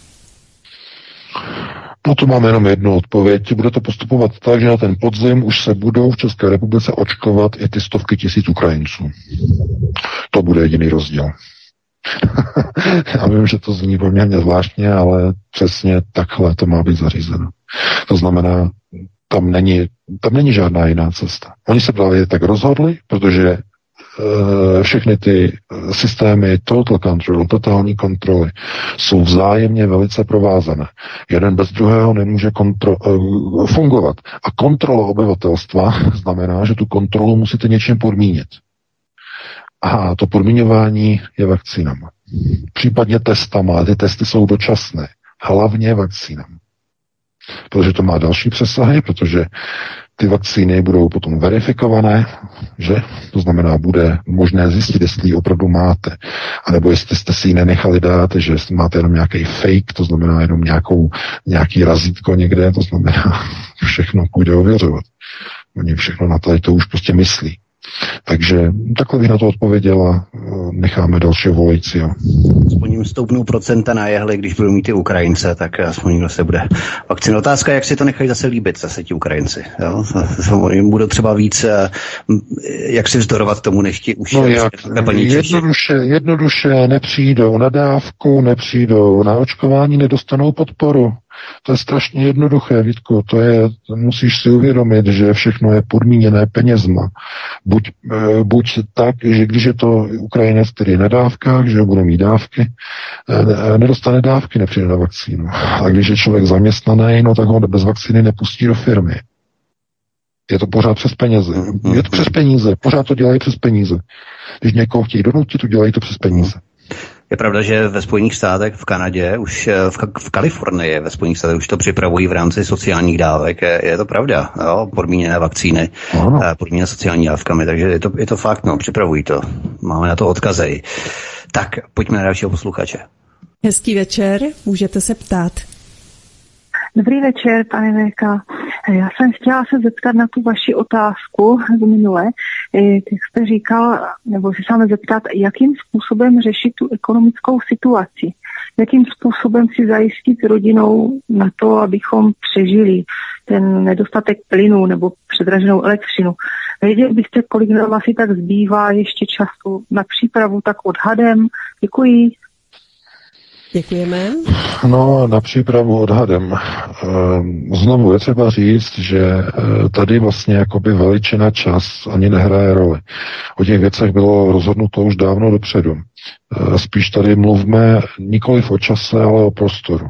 No to máme jenom jednu odpověď. Bude to postupovat tak, že na ten podzim už se budou v České republice očkovat i ty stovky tisíc Ukrajinců. To bude jediný rozdíl. Já vím, že to zní poměrně zvláštně, ale přesně takhle to má být zařízeno. To znamená, tam není, tam není žádná jiná cesta. Oni se právě tak rozhodli, protože e, všechny ty systémy total control, totální kontroly jsou vzájemně velice provázané. Jeden bez druhého nemůže kontro, e, fungovat. A kontrola obyvatelstva znamená, že tu kontrolu musíte něčím podmínit. A to podmiňování je vakcínama. Případně testama, ty testy jsou dočasné. Hlavně vakcínama. Protože to má další přesahy, protože ty vakcíny budou potom verifikované, že? To znamená, bude možné zjistit, jestli ji opravdu máte. A nebo jestli jste si ji nenechali dát, že máte jenom nějaký fake, to znamená jenom nějakou, nějaký razítko někde, to znamená, všechno půjde ověřovat. Oni všechno na to, to už prostě myslí. Takže takhle bych na to odpověděla, necháme dalšího volajícího. Aspoň jim stoupnou procenta na jehly, když budou mít ty Ukrajince, tak aspoň někdo se bude vakcinovat. Otázka, jak si to nechají zase líbit, zase ti Ukrajinci. Jo? Jim budou třeba víc, jak si vzdorovat tomu, než ti už no jak, jednoduše, jednoduše nepřijdou na dávku, nepřijdou na očkování, nedostanou podporu. To je strašně jednoduché, Vítko, to je, to musíš si uvědomit, že všechno je podmíněné penězma. Buď, buď tak, že když je to Ukrajinec, který je na dávkách, že bude mít dávky, nedostane dávky, nepřijde na vakcínu. A když je člověk zaměstnaný, no tak ho bez vakcíny nepustí do firmy. Je to pořád přes peníze. Je to přes peníze. Pořád to dělají přes peníze. Když někoho chtějí donutit, to dělají to přes peníze. Je pravda, že ve Spojených státech, v Kanadě, už v, v Kalifornii, ve Spojených státech už to připravují v rámci sociálních dávek. Je, je to pravda, jo? Podmíněné vakcíny, ano. Podmíněné sociální dávkami, takže je to, je to fakt, no, připravují to. Máme na to odkazy. Tak, pojďme na dalšího posluchače. Hezký večer, můžete se ptát. Dobrý večer, pane V K. Já jsem chtěla se zeptat na tu vaši otázku z minule. Jak jste říkal, nebo si sám zeptat, jakým způsobem řešit tu ekonomickou situaci. Jakým způsobem si zajistit rodinou na to, abychom přežili ten nedostatek plynu nebo předraženou elektřinu. Věděl byste, kolik nám asi tak zbývá ještě času na přípravu, tak odhadem. Děkuji. Děkujeme. No, na přípravu odhadem. Znovu je třeba říct, že tady vlastně jakoby veličina čas ani nehraje roli. O těch věcech bylo rozhodnuto už dávno dopředu. Spíš tady mluvme nikoliv o čase, ale o prostoru.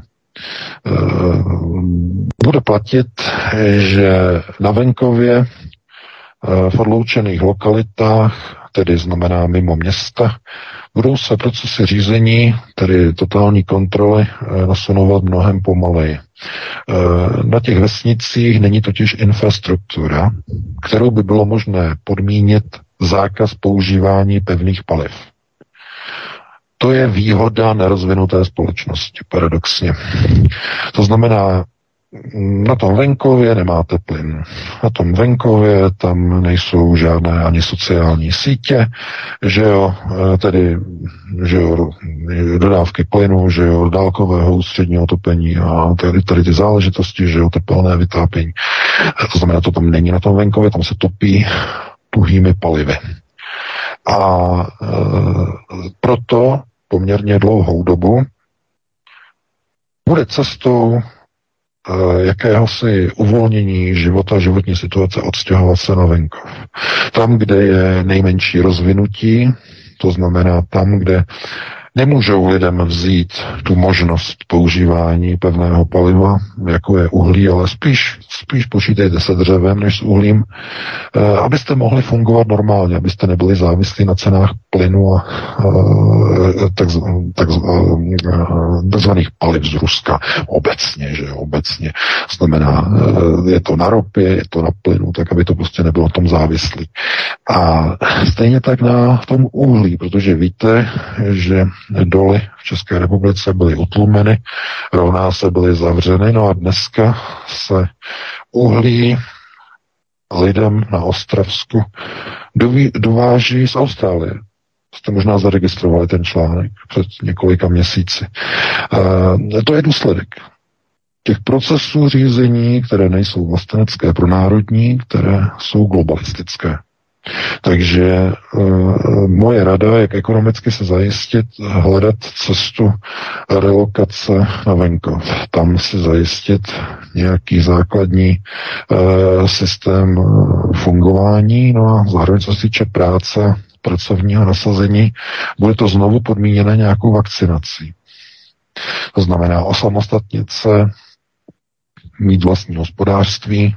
Bude platit, že na venkově v odloučených lokalitách, tedy znamená mimo města, budou se procesy řízení, tedy totální kontroly, nasunovat mnohem pomaleji. Na těch vesnicích není totiž infrastruktura, kterou by bylo možné podmínit zákaz používání pevných paliv. To je výhoda nerozvinuté společnosti, paradoxně. To znamená, na tom venkově nemáte plyn. Na tom venkově tam nejsou žádné ani sociální sítě, že jo, tedy, že jo, dodávky plynu, že jo, dálkového ústředního topení a tady, tady ty záležitosti, že jo, tepelné vytápění. To znamená, to tam není na tom venkově, tam se topí tuhými palivy. A e, proto poměrně dlouhou dobu bude cestou jakéhosi uvolnění života, životní situace odstěhovat se na venkov. Tam, kde je nejmenší rozvinutí, to znamená tam, kde nemůžou lidem vzít tu možnost používání pevného paliva, jako je uhlí, ale spíš, spíš počítejte se dřevem než s uhlím, abyste mohli fungovat normálně, abyste nebyli závislí na cenách plynu a takzvaných paliv z Ruska. Obecně, že obecně. Znamená, je to na ropě, je to na plynu, tak aby to prostě nebylo tom závislý. A stejně tak na tom uhlí, protože víte, že doly v České republice byly utlumeny, rovná se byly zavřeny, no a dneska se uhlí lidem na Ostravsku doví, dováží z Austrálie. Jste možná zaregistrovali ten článek před několika měsíci. E, to je důsledek těch procesů řízení, které nejsou vlastenecké pro národní, které jsou globalistické. Takže e, moje rada, jak ekonomicky se zajistit, hledat cestu relokace na venkov. Tam si zajistit nějaký základní e, systém fungování, no a zároveň co se týče práce, pracovního nasazení, bude to znovu podmíněné nějakou vakcinací. To znamená osamostatnit se, mít vlastní hospodářství,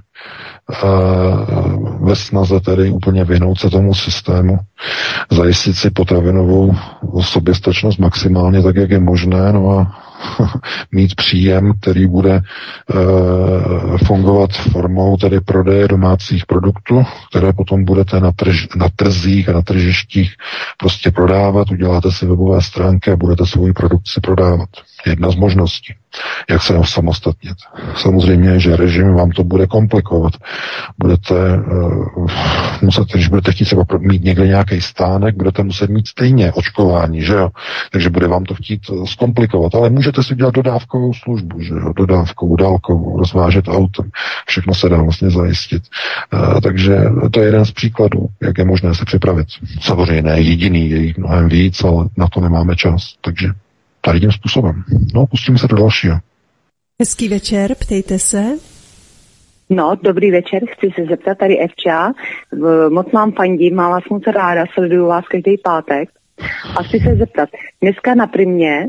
ve snaze tedy úplně vyhnout se tomu systému, zajistit si potravinovou soběstačnost maximálně tak, jak je možné, no a mít příjem, který bude e, fungovat formou tedy prodeje domácích produktů, které potom budete na, trž, na trzích a na tržištích prostě prodávat, uděláte si webové stránky a budete svou produkci prodávat. Jedna z možností, jak se osamostatnit. Samozřejmě, že režim vám to bude komplikovat. Budete uh, muset, když budete chtít třeba mít někde nějaký stánek, budete muset mít stejně očkování, že jo? Takže bude vám to chtít zkomplikovat. Ale můžete si dělat dodávkovou službu, že jo? Dodávkovou, dálkovou, rozvážet autem. Všechno se dá vlastně zajistit. Uh, takže to je jeden z příkladů, jak je možné se připravit. Samozřejmě ne jediný, je jich mnohem víc, ale na to nemáme čas. Takže tady tím způsobem. No, pustíme se do dalšího. Hezký večer, ptejte se. No, dobrý večer, chci se zeptat, tady Evča, moc mám fandím, mám vás moc ráda, sleduju vás každý pátek a chci se zeptat, dneska na Primě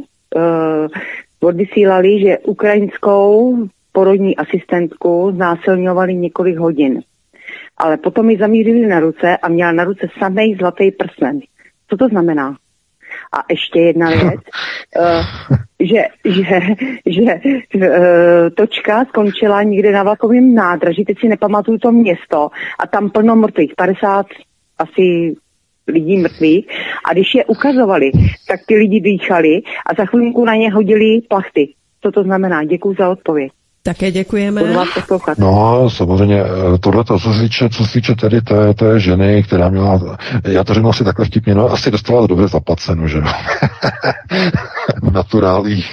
uh, odvysílali, že ukrajinskou porodní asistentku znásilňovali několik hodin, ale potom ji zamířili na ruce a měla na ruce samej zlatý prsten. Co to znamená? A ještě jedna věc, uh, že, že, že uh, točka skončila někde na vlakovém nádraží, teď si nepamatuju to město, a tam plno mrtvých, padesát asi lidí mrtvých, a když je ukazovali, tak ty lidi dýchali a za chvilinku na ně hodili plachty. Co to znamená? Děkuju za odpověď. Také děkujeme. No, samozřejmě, tohle to, co se týče, co se týče tedy té, té ženy, která měla, já to řeknu asi takhle vtipně, no, asi dostala dobře zaplaceno, že no. V naturálích,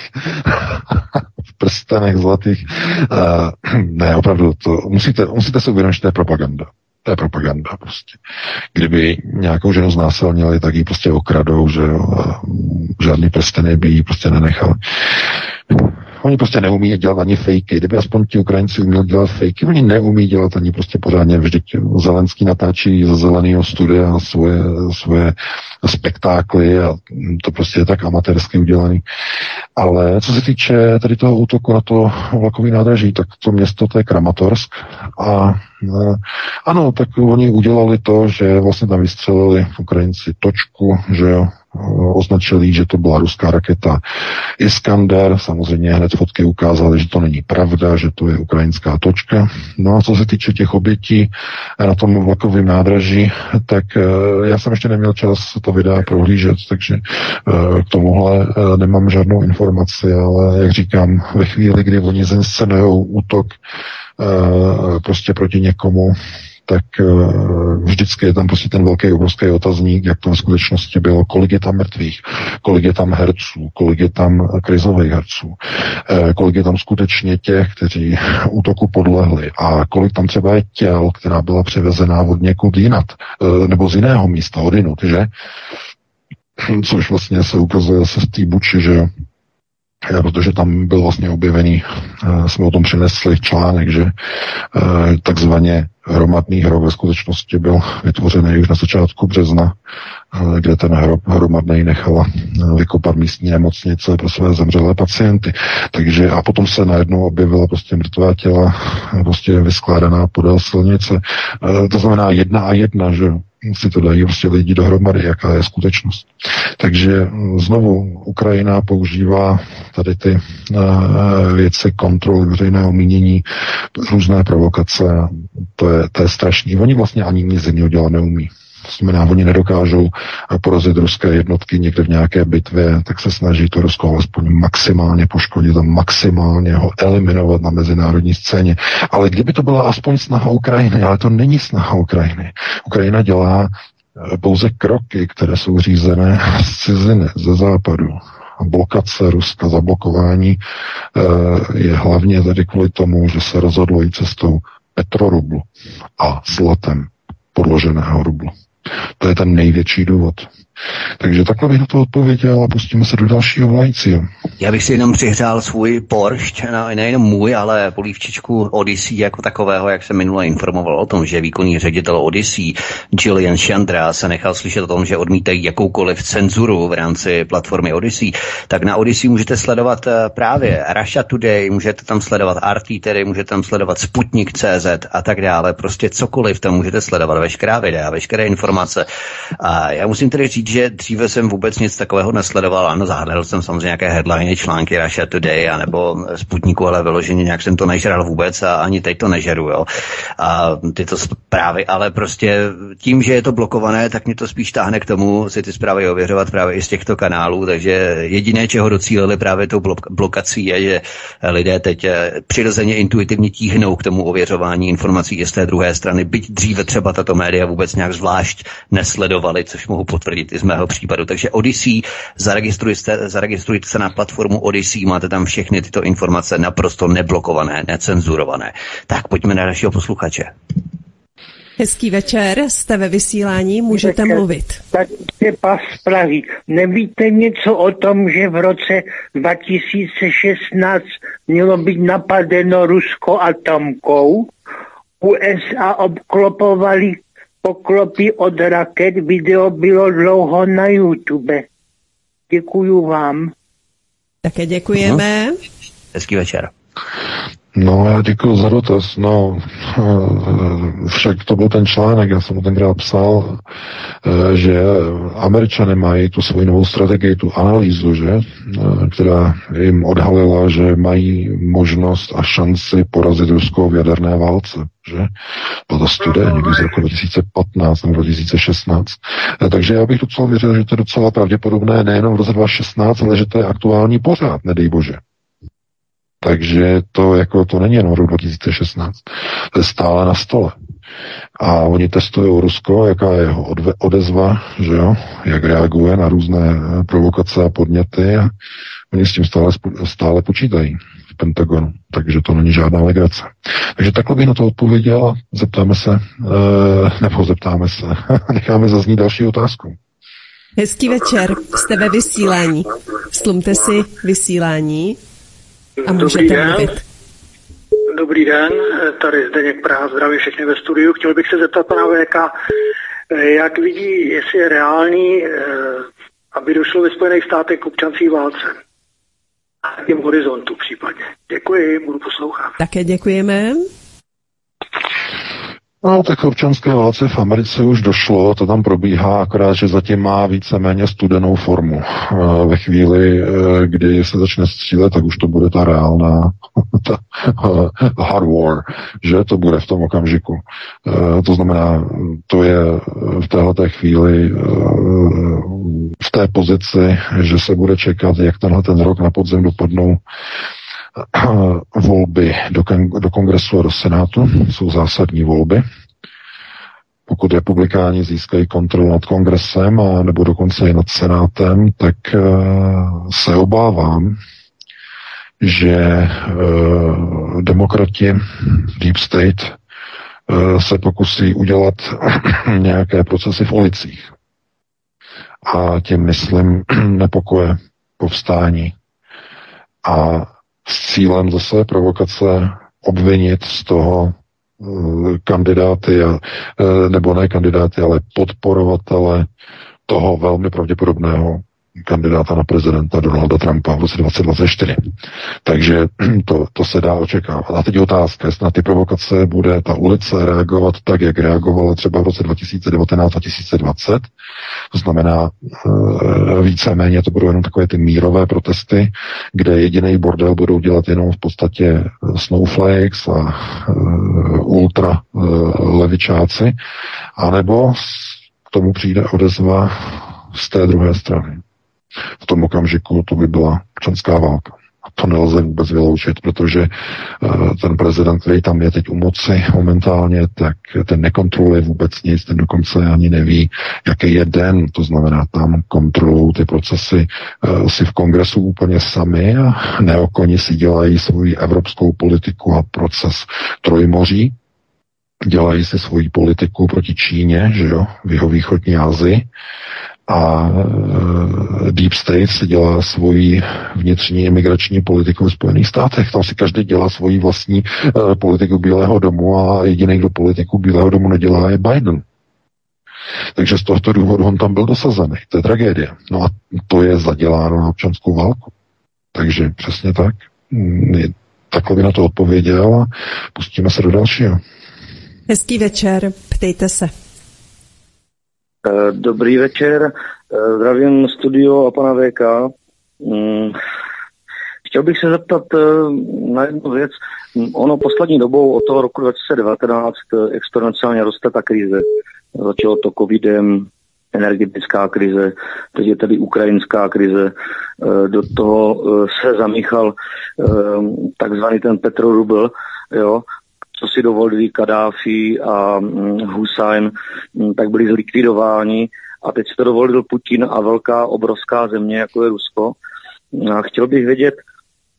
v prstenech zlatých. Uh, ne, opravdu, to musíte, musíte se uvědomit, že to je propaganda. To je propaganda prostě. Kdyby nějakou ženu znásilnili, tak ji prostě okradou, že jo, žádný prsteny by jí prostě nenechali. Oni prostě neumí dělat ani fejky. Kdyby aspoň ti Ukrajinci uměli dělat fejky, oni neumí dělat ani prostě pořádně. Vždyť Zelenský natáčí ze Zeleného studia svoje, svoje spektákly a to prostě je tak amatérsky udělaný. Ale co se týče tady toho útoku na to vlakový nádraží, tak to město, to je Kramatorsk. A ano, tak oni udělali to, že vlastně tam vystřelili Ukrajinci točku, že jo, označili, že to byla ruská raketa Iskander, samozřejmě hned fotky ukázaly, že to není pravda, že to je ukrajinská točka. No a co se týče těch obětí na tom vlakovém nádraží, tak já jsem ještě neměl čas to videa prohlížet, takže k tomuhle nemám žádnou informaci, ale jak říkám, ve chvíli, kdy oni zinscenujou útok prostě proti někomu, tak uh, vždycky je tam prostě ten velký obrovský otazník, jak to ve skutečnosti bylo, kolik je tam mrtvých, kolik je tam herců, kolik je tam krizových herců, uh, kolik je tam skutečně těch, kteří útoku podlehli a kolik tam třeba je těl, která byla přivezená od někud jinat, uh, nebo z jiného místa, odinut, že? Což vlastně se ukazuje se v té Buči, že protože tam byl vlastně objevený, jsme o tom přinesli článek, že takzvaně hromadný hrob ve skutečnosti byl vytvořený už na začátku března, kde ten hrob hromadný nechala vykopat místní nemocnice pro své zemřelé pacienty. Takže a potom se najednou objevila prostě mrtvá těla, prostě vyskládaná podél silnice. To znamená jedna a jedna, že si to dají prostě lidi dohromady, jaká je skutečnost. Takže znovu Ukrajina používá tady ty uh, věci kontroly veřejného mínění, různé provokace, to je, to je strašný. Oni vlastně ani nic jiného dělat neumí. To znamená, oni nedokážou porazit ruské jednotky někde v nějaké bitvě, tak se snaží to Rusko alespoň maximálně poškodit a maximálně ho eliminovat na mezinárodní scéně. Ale kdyby to byla aspoň snaha Ukrajiny, ale to není snaha Ukrajiny. Ukrajina dělá pouze kroky, které jsou řízené z ciziny, ze západu. Blokace Ruska, zablokování je hlavně tady kvůli tomu, že se rozhodlo jít cestou petrorublu a zlatem podloženého rublu. To je ten největší důvod. Takže takhle bych na to odpověděl a pustíme se do dalšího volajícího. Já bych si jenom přihřál svůj Porsche, nejenom můj, ale polívčičku Odyssey jako takového, jak jsem minule informoval o tom, že výkonný ředitel Odyssey Julian Chandra se nechal slyšet o tom, že odmítají jakoukoliv cenzuru v rámci platformy Odyssey. Tak na Odyssey můžete sledovat právě Russia Today, můžete tam sledovat R T, tedy můžete tam sledovat Sputnik tečka cé zet a tak dále. Prostě cokoliv tam můžete sledovat, veškerá videa, veškeré informace. A já musím tedy říct, že dříve jsem vůbec nic takového nesledoval. Ano, zahledal jsem samozřejmě nějaké headliny, články Russia Today a nebo Sputniku, ale vyloženě nějak jsem to nežral vůbec a ani teď to nežeru, jo. A tyto zprávy, ale prostě tím, že je to blokované, tak mě to spíš táhne k tomu si ty zprávy ověřovat právě i z těchto kanálů, takže jediné, čeho docílili právě tou blokací, je, že lidé teď přirozeně intuitivně tíhnou k tomu ověřování informací i z té druhé strany, byť dříve třeba tato média vůbec nějak zvlášť nesledovali, což mohu potvrdit i z mého případu. Takže Odyssey, zaregistrujte, zaregistrujte se na platformu Odyssey, máte tam všechny tyto informace naprosto neblokované, necenzurované. Tak pojďme na dalšího posluchače. Hezký večer, jste ve vysílání, můžete večer. mluvit. Tak je pas Prahy. Nevíte něco o tom, že v roce dva tisíce šestnáct mělo být napadeno Rusko atomkou? U S A obklopovali poklopy od raket, video bylo dlouho na YouTube. Děkuju vám. Také děkujeme. No. Hezký večer. No, já děkuji za dotaz. No, však to byl ten článek, já jsem mu tenkrát psal, že Američané mají tu svoji novou strategii, tu analýzu, že, která jim odhalila, že mají možnost a šanci porazit Rusko v jaderné válce, že? Byla to studie někdy z roku dva tisíce patnáct nebo dva tisíce šestnáct. Takže já bych docela věřil, že to je docela pravděpodobné nejenom v roce dva tisíce šestnáct, ale že to je aktuální pořád, nedej bože. Takže to, jako, to není jenom rok dva tisíce šestnáct. To je stále na stole. A oni testují Rusko, jaká je jeho odezva, že jo, jak reaguje na různé provokace a podněty a oni s tím stále, stále počítají v Pentagonu. Takže to není žádná legrace. Takže takhle bych na to odpověděl a zeptáme se, nebo zeptáme se, necháme zaznít další otázku. Hezký večer, jste ve vysílání. Slumte si vysílání. A Dobrý den. Mluvit. Dobrý den, tady Zdeněk Praha, zdravím všechny ve studiu. Chtěl bych se zeptat pana V K, jak vidí, jestli je reálný, aby došlo ve Spojených státech k občanské válce. A jakým horizontu případně. Děkuji, budu poslouchat. Také děkujeme. No, tak občanské válce v Americe už došlo, to tam probíhá, akorát, že zatím má víceméně studenou formu. Ve chvíli, kdy se začne střílet, tak už to bude ta reálná ta hard war, že to bude v tom okamžiku. To znamená, to je v téhleté chvíli v té pozici, že se bude čekat, jak tenhle ten rok na podzim dopadnou volby do, kon- do kongresu a do senátu. Jsou zásadní volby. Pokud republikáni získají kontrolu nad kongresem a nebo dokonce i nad senátem, tak uh, se obávám, že uh, demokrati Deep State uh, se pokusí udělat nějaké procesy v ulicích. A tím myslím nepokoje, povstání. A s cílem zase provokace obvinit z toho uh, kandidáty, a, uh, nebo ne kandidáty, ale podporovatele toho velmi pravděpodobného kandidáta na prezidenta Donalda Trumpa v roce dvacet dvacet čtyři. Takže to, to se dá očekávat. A teď je otázka, jestli na ty provokace bude ta ulice reagovat tak, jak reagovala třeba v roce dva tisíce devatenáct dva tisíce dvacet. To znamená, víceméně to budou jenom takové ty mírové protesty, kde jediný bordel budou dělat jenom v podstatě snowflakes a ultra levičáci, anebo k tomu přijde odezva z té druhé strany. V tom okamžiku to by byla občanská válka. A to nelze vůbec vyloučit, protože uh, ten prezident, který tam je teď u moci momentálně, tak ten nekontroluje vůbec nic, ten dokonce ani neví, jaký je den, to znamená, tam kontrolují ty procesy uh, si v kongresu úplně sami a neokoni si dělají svoji evropskou politiku a proces trojmoří, dělají si svoji politiku proti Číně, že jo, v jihovýchodní Asii, a Deep State si dělá svoji vnitřní imigrační politiku v Spojených státech. Tam si každý dělá svoji vlastní uh, politiku Bílého domu a jediný, kdo politiku Bílého domu nedělá, je Biden. Takže z tohoto důvodu on tam byl dosazený. To je tragédie. No a to je zaděláno na občanskou válku. Takže přesně tak. Takhle by na to odpověděl a pustíme se do dalšího. Hezký večer, ptejte se. Dobrý večer, zdravím studio a pana V K. Chtěl bych se zeptat na jednu věc. Ono poslední dobou od toho roku dva tisíce devatenáct exponenciálně roste ta krize. Začalo to covidem, energetická krize, teď je tady ukrajinská krize. Do toho se zamíchal takzvaný ten petrorubl, jo, co si dovolili Kadáfi a Husajn, tak byli zlikvidováni a teď si to dovolil Putin a velká, obrovská země, jako je Rusko. A chtěl bych vědět,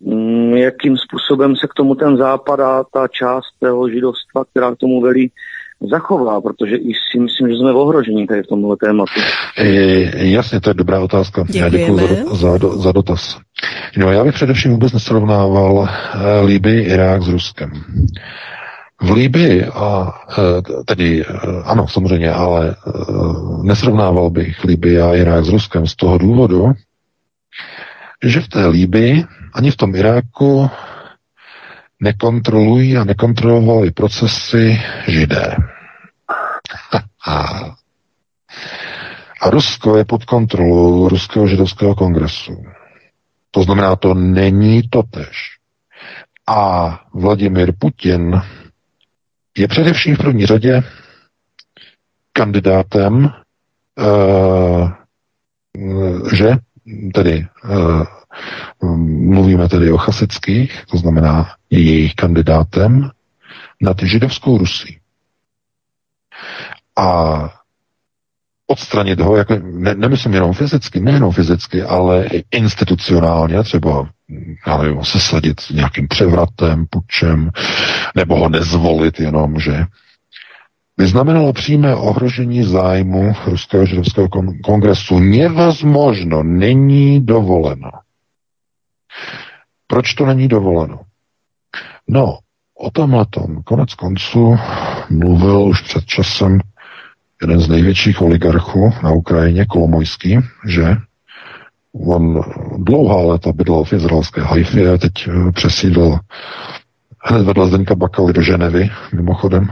jakým způsobem se k tomu ten západ a ta část toho židovstva, která k tomu velí, zachová, protože i si myslím, že jsme v ohrožení tady v tomhle tématu. E, jasně, to je dobrá otázka. Já děkuji za, za, za dotaz. No, já bych především vůbec nesrovnával Libyi, Irák s Ruskem. V Libyi, a tedy ano, samozřejmě, ale nesrovnával bych Libyi a Irák s Ruskem z toho důvodu, že v té Libyi ani v tom Iráku nekontrolují a nekontrolovali procesy Židé. A Rusko je pod kontrolou Ruského židovského kongresu. To znamená, to není totéž. A Vladimír Putin je především v první řadě kandidátem, uh, že tedy uh, mluvíme tedy o chasických, to znamená je jejich kandidátem nad židovskou Rusí. A odstranit ho, jako, ne, nemyslím jenom fyzicky, nejenom fyzicky, ale i institucionálně, třeba já nevím, se sadit s nějakým převratem, pučem, nebo ho nezvolit jenom, že by znamenalo přímé ohrožení zájmu Ruského židovského kongresu. Nevazmožno, není dovoleno. Proč to není dovoleno? No, o tomhletom konec konců mluvil už před časem jeden z největších oligarchů na Ukrajině, Kolomojský, že on dlouhá léta bydlel v izraelské Haifě a teď přesídl hned vedle Zdeňka Bakaly do Ženevy, mimochodem.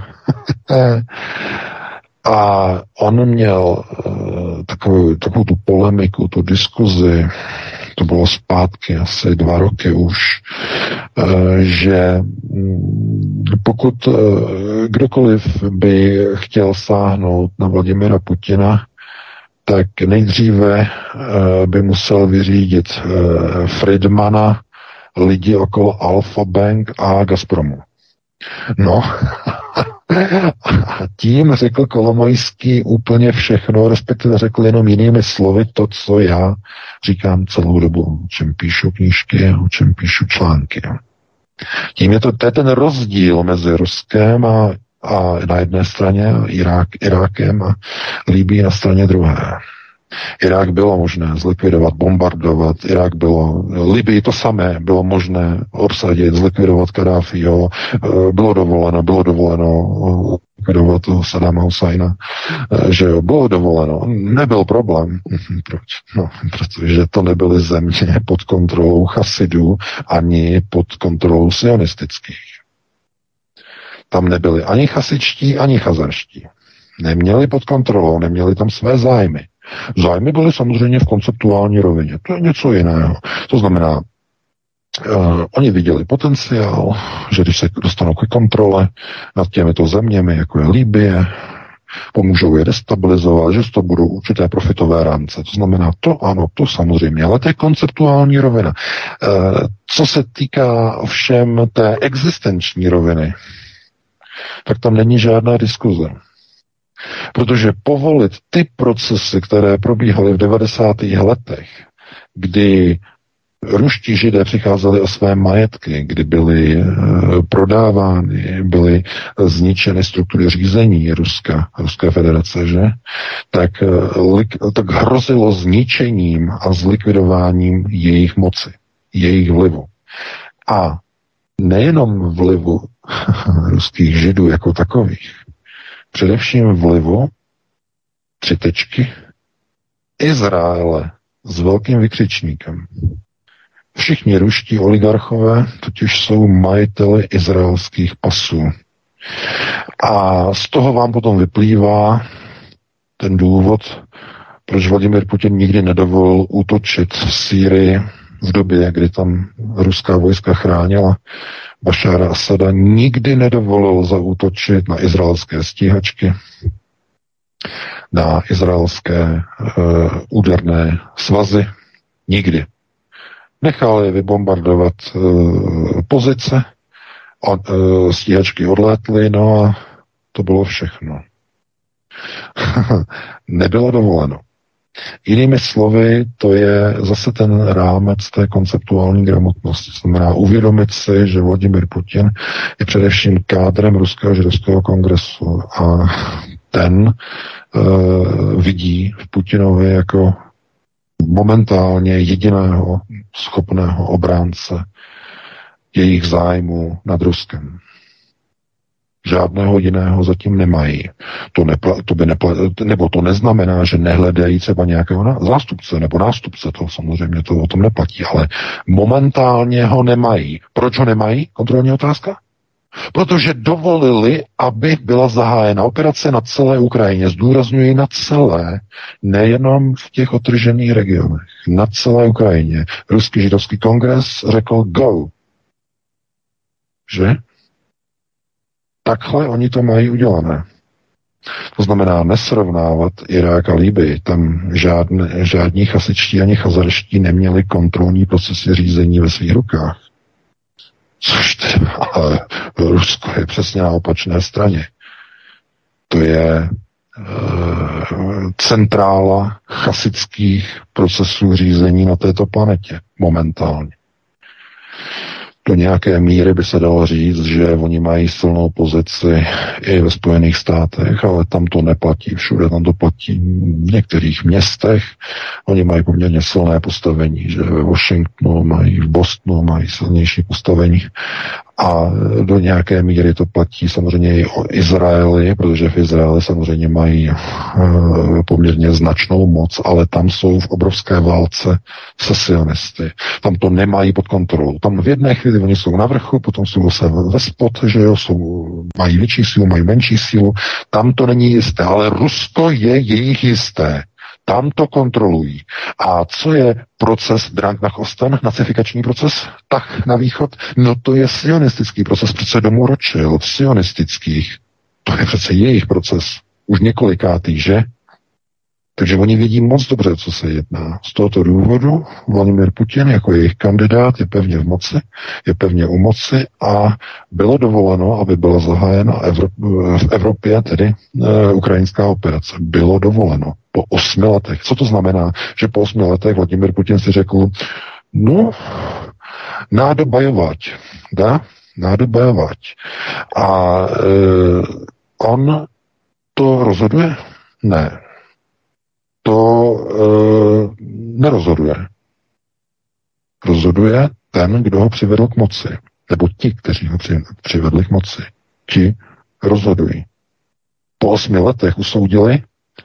A on měl uh, takovou, takovou tu polemiku, tu diskuzi, to bylo zpátky asi dva roky už, uh, že pokud uh, kdokoliv by chtěl sáhnout na Vladimira Putina, tak nejdříve uh, by musel vyřídit uh, Friedmana, lidi okolo Alfa Bank a Gazpromu. No, a tím řekl Kolomojský úplně všechno, respektive řekl jenom jinými slovy to, co já říkám celou dobu, o čem píšu knížky, o čem píšu články. Tím je to, to je ten rozdíl mezi Ruskem a, a na jedné straně Irák, Irákem a Libyí na straně druhé. Irák bylo možné zlikvidovat, bombardovat, Irák bylo, Libii to samé, bylo možné obsadit, zlikvidovat Kadáfího, bylo dovoleno, bylo dovoleno likvidovat Sadama Husajna, že jo, bylo dovoleno, nebyl problém. Proč? No, protože to nebyly země pod kontrolou chasidů, ani pod kontrolou sionistických. Tam nebyli ani chasičtí, ani chazarští. Neměli pod kontrolou, neměli tam své zájmy. Zájmy byly samozřejmě v konceptuální rovině. To je něco jiného. To znamená, uh, oni viděli potenciál, že když se dostanou ke kontrole nad těmito zeměmi, jako je Libye, pomůžou je destabilizovat, že to budou určité profitové rámce. To znamená, to ano, to samozřejmě, ale to je konceptuální rovina. Uh, co se týká ovšem té existenční roviny, tak tam není žádná diskuze. Protože povolit ty procesy, které probíhaly v devadesátých letech, kdy ruští židé přicházeli o své majetky, kdy byly e, prodávány, byly zničeny struktury řízení Ruska, Ruské federace, že? Tak, e, lik, tak hrozilo zničením a zlikvidováním jejich moci, jejich vlivu. A nejenom vlivu ruských židů jako takových, především vlivu, tři tečky, Izraele s velkým vykřičníkem. Všichni ruští oligarchové totiž jsou majiteli izraelských pasů. A z toho vám potom vyplývá ten důvod, proč Vladimír Putin nikdy nedovolil útočit v Sýrii v době, kdy tam ruská vojska chránila Bašára Asada, nikdy nedovolil zaútočit na izraelské stíhačky, na izraelské uh, úderné svazy. Nikdy. Nechal je vybombardovat uh, pozice, od, uh, stíhačky odlétly, no a to bylo všechno. Nebylo dovoleno. Jinými slovy, to je zase ten rámec té konceptuální gramotnosti. To znamená uvědomit si, že Vladimir Putin je především kádrem Ruského židovského kongresu a ten uh, vidí v Putinovi jako momentálně jediného schopného obránce jejich zájmu nad Ruskem. Žádného jiného zatím nemají. To, nepla, to by nepla, nebo to neznamená, že nehledají třeba nějakého zástupce nebo nástupce, to samozřejmě to o tom neplatí, ale momentálně ho nemají. Proč ho nemají? Kontrolní otázka? Protože dovolili, aby byla zahájena operace na celé Ukrajině. Zdůrazňuji na celé, nejenom v těch otržených regionech. Na celé Ukrajině. Ruský židovský kongres řekl go. Že? Takhle oni to mají udělané. To znamená nesrovnávat Irák a Libyi. Tam žádný, žádní chasičtí ani chazarští neměli kontrolní procesy řízení ve svých rukách. Což teda, ale Rusko je přesně na opačné straně. To je e, centrála chasických procesů řízení na této planetě momentálně. Do nějaké míry by se dalo říct, že oni mají silnou pozici i ve Spojených státech, ale tam to neplatí. Všude tam to platí. V některých městech oni mají poměrně silné postavení, že ve Washingtonu mají, v Bostonu mají silnější postavení a do nějaké míry to platí samozřejmě i o Izraeli, protože v Izraeli samozřejmě mají uh, poměrně značnou moc, ale tam jsou v obrovské válce se sionisty. Tam to nemají pod kontrolou. Tam v jedné chvíli oni jsou na vrchu, potom jsou se ve spod, že jo, jsou, mají větší sílu, mají menší sílu. Tam to není jisté, ale Rusko je jejich jisté. Tam to kontrolují. A co je proces Drang nach Osten, nacifikační proces, tak na východ? No to je sionistický proces, přece domů Rothschild, sionistických. To je přece jejich proces. Už několikátý, že? Takže oni vědí moc dobře, co se jedná. Z tohoto důvodu Vladimír Putin jako jejich kandidát je pevně v moci, je pevně u moci a bylo dovoleno, aby byla zahájena Evrop- v Evropě tedy e, ukrajinská operace. Bylo dovoleno po osmi letech. Co to znamená? Že po osmi letech Vladimír Putin si řekl, no, nádo bojovat, dá? Nádo bojovat. A e, on to rozhoduje? Ne. To e, nerozhoduje. Rozhoduje ten, kdo ho přivedl k moci. Nebo ti, kteří ho při, přivedli k moci. Ti rozhodují. Po osmi letech usoudili,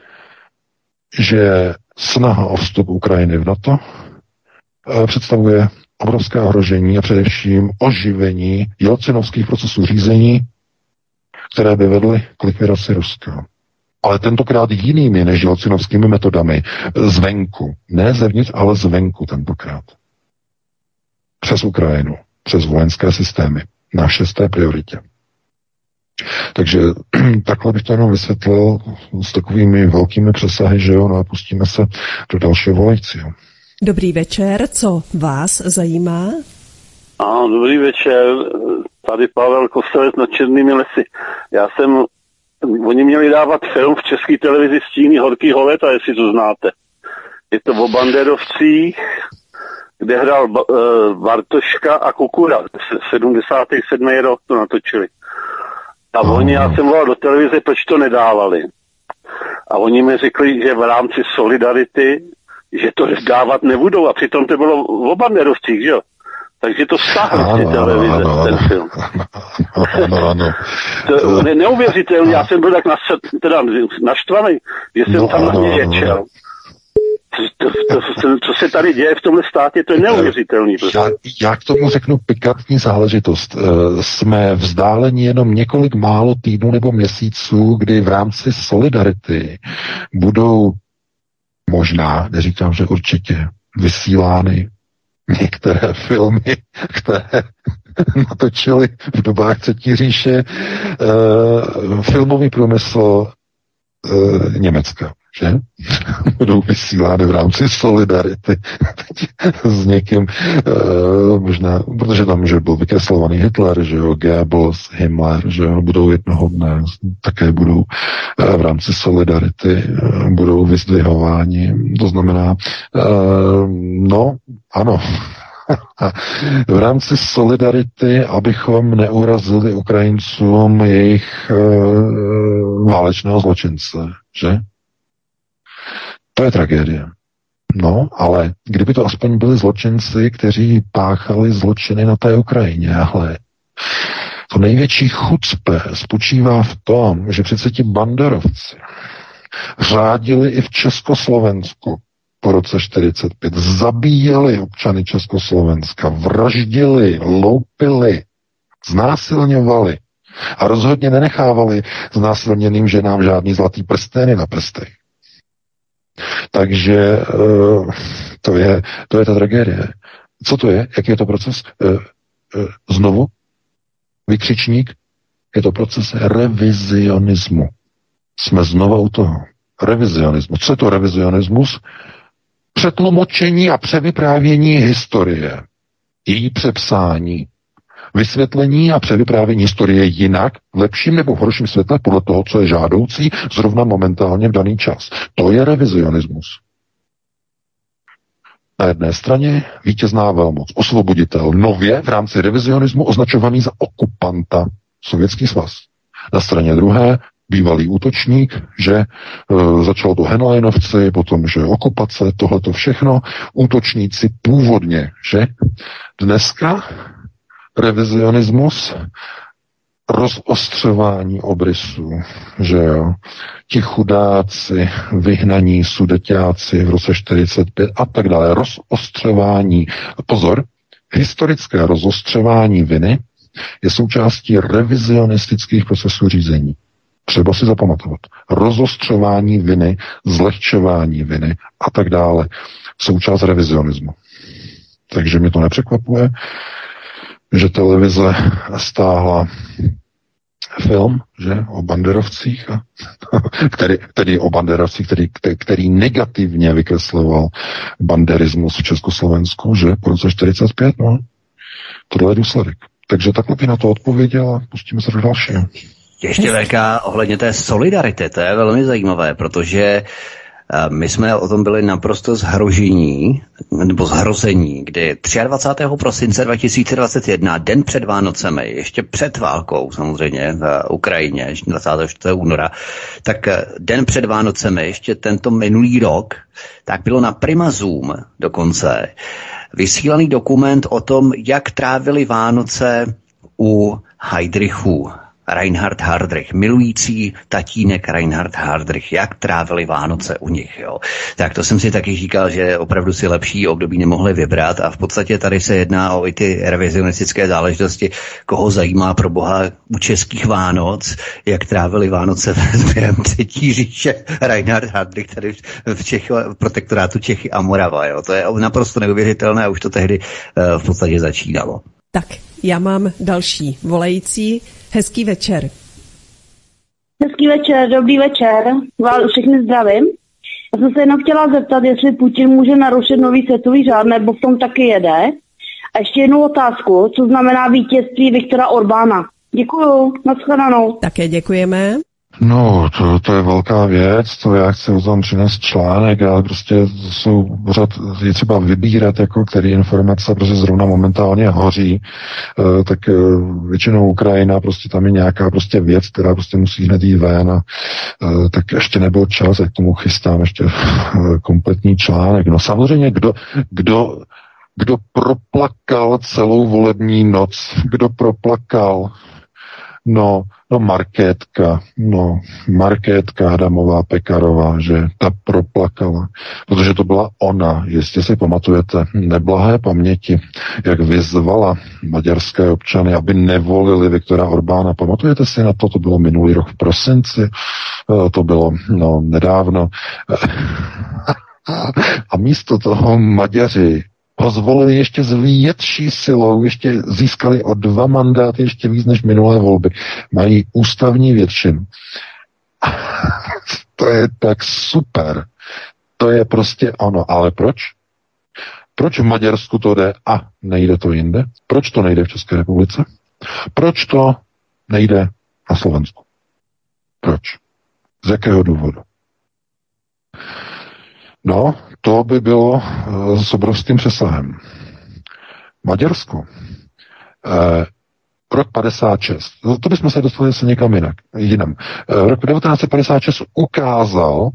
že snaha o vstup Ukrajiny v NATO e, představuje obrovské ohrožení a především oživení jelcinovských procesů řízení, které by vedly k likvidaci Ruska. Ale tentokrát jinými než jelcinovskými metodami. Zvenku. Ne zevnitř, ale zvenku tentokrát. Přes Ukrajinu. Přes vojenské systémy. Na šesté prioritě. Takže takhle bych to jenom vysvětlil s takovými velkými přesahy, že jo, no a pustíme se do dalšího volajícího. Dobrý večer, co vás zajímá? A, dobrý večer, tady Pavel Kostelec nad Černými lesy. Já jsem Oni měli dávat film v české televizi Stíny horkýho léta, jestli to znáte. Je to o banderovcích, kde hrál uh, Bartoška a Kukura. sedmdesátý sedmý rok to natočili. A oni, já jsem volal do televize, proč to nedávali. A oni mi řekli, že v rámci solidarity, že to dávat nebudou. A přitom to bylo o banderovcích, že jo? Takže to stáhli z televize, ano, ten film. Ano, ano. To je neuvěřitelný, já jsem byl tak nasad, teda naštvaný, že jsem no, tam na mě ječel. To, to, to, co se tady děje v tomhle státě, to je neuvěřitelný. Já, já k tomu řeknu pikantní záležitost. Jsme vzdáleni jenom několik málo týdnů nebo měsíců, kdy v rámci solidarity budou možná, neříkám, že určitě, vysílány některé filmy, které natočili v dobách Třetí říše. E, filmový průmysl e, Německa, že? Budou vysílány v rámci solidarity s někým, e, možná, protože tam, že byl vykreslovaný Hitler, že jo, Goebbels, Himmler, že jo, budou jednoho dne, také budou e, v rámci solidarity, e, budou vyzdvihováni, to znamená, e, no, ano, v rámci solidarity, abychom neurazili Ukrajincům jejich e, válečného zločince, že? To je tragédie. No, ale kdyby to aspoň byli zločinci, kteří páchali zločiny na té Ukrajině, ale to největší chucpe spočívá v tom, že přece ti banderovci řádili i v Československu po roce čtyřicet pět, zabíjeli občany Československa, vraždili, loupili, znásilňovali a rozhodně nenechávali znásilněným ženám žádný zlatý prsteny na prstech. Takže to je, to je ta tragédie. Co to je? Jaký je to proces? Znovu vykřičník. Je to proces revizionismu. Jsme znova u toho. Revizionismu. Co je to revizionismus? Přetlumočení a převyprávění historie. Její přepsání. Vysvětlení a převyprávění historie jinak, v lepším nebo v horším světle, podle toho, co je žádoucí, zrovna momentálně v daný čas. To je revizionismus. Na jedné straně vítězná velmoc, osvoboditel, nově v rámci revizionismu označovaný za okupanta, Sovětský svaz. Na straně druhé bývalý útočník, že e, začalo to Henleinovci, potom, že okupace, tohleto všechno, útočníci původně, že dneska revizionismus, rozostřování obrysů, že jo, ti chudáci, vyhnaní sudeťáci v roce čtyřicet pět a tak dále, rozostřování, pozor, historické rozostřování viny je součástí revizionistických procesů řízení. Třeba si zapamatovat. Rozostřování viny, zlehčování viny a tak dále. Součást revizionismu. Takže mě to nepřekvapuje, že televize stáhla film, že, o banderovcích, a, který, tedy o banderovcích, který, který negativně vykresloval banderismus v Československu, že po roce čtyřicet pět, no, tohle je důsledek. Takže takhle by na to odpověděl a pustíme se do dalšího. Ještě velká ohledně té solidarity, to je velmi zajímavé, protože my jsme o tom byli naprosto zhrožení, nebo zhrození, kdy dvacátého třetího prosince dva tisíce dvacet jedna, den před Vánocemi, ještě před válkou samozřejmě v Ukrajině, dvacátého čtvrtého února, tak den před Vánocemi, ještě tento minulý rok, tak bylo na Prima Zoom dokonce vysílaný dokument o tom, jak trávili Vánoce u Heydrichů. Reinhard Heydrich, milující tatínek Reinhard Heydrich, jak trávili Vánoce u nich. Jo. Tak to jsem si taky říkal, že opravdu si lepší období nemohli vybrat a v podstatě tady se jedná o i ty revizionistické záležitosti, koho zajímá pro boha u českých Vánoc, jak trávili Vánoce během třetí říše Reinhard Heydrich tady v, Čech, v protektorátu Čechy a Morava. Jo. To je naprosto neuvěřitelné a už to tehdy uh, v podstatě začínalo. Tak, já mám další volající. Hezký večer. Hezký večer, dobrý večer. Vás všechny zdravím. Já jsem se jenom chtěla zeptat, jestli Putin může narušit nový světový řád, nebo v tom taky jede. A ještě jednu otázku, co znamená vítězství Viktora Orbána. Děkuju, nashledanou. Také děkujeme. No, to, to je velká věc, to já chci o tom přinést článek, ale prostě jsou pořád, je třeba vybírat, jako který informace, protože zrovna momentálně hoří, e, tak e, většinou Ukrajina, prostě tam je nějaká prostě věc, která prostě musí hned jít ven a e, tak ještě nebyl čas, jak tomu chystám ještě e, kompletní článek. No samozřejmě, kdo, kdo, kdo proplakal celou volební noc, kdo proplakal, no, No Markétka, no Markétka Adamová Pekarová, že ta proplakala, protože to byla ona, jestli si pamatujete, neblahé paměti, jak vyzvala maďarské občany, aby nevolili Viktora Orbána. Pamatujete si na to? To bylo minulý rok v prosinci, to bylo no nedávno. A místo toho Maďaři ho zvolili ještě s větší silou, ještě získali o dva mandáty, ještě víc než minulé volby. Mají ústavní většinu. To je tak super. To je prostě ono. Ale proč? Proč v Maďarsku to jde a nejde to jinde? Proč to nejde v České republice? Proč to nejde na Slovensku? Proč? Z jakého důvodu? No, to by bylo uh, s obrovským přesahem. Maďarsko. Eh, rok padesát šest. To bychom se dostali se někam jinak, jinam. Eh, rok devatenáct set padesát šest ukázal,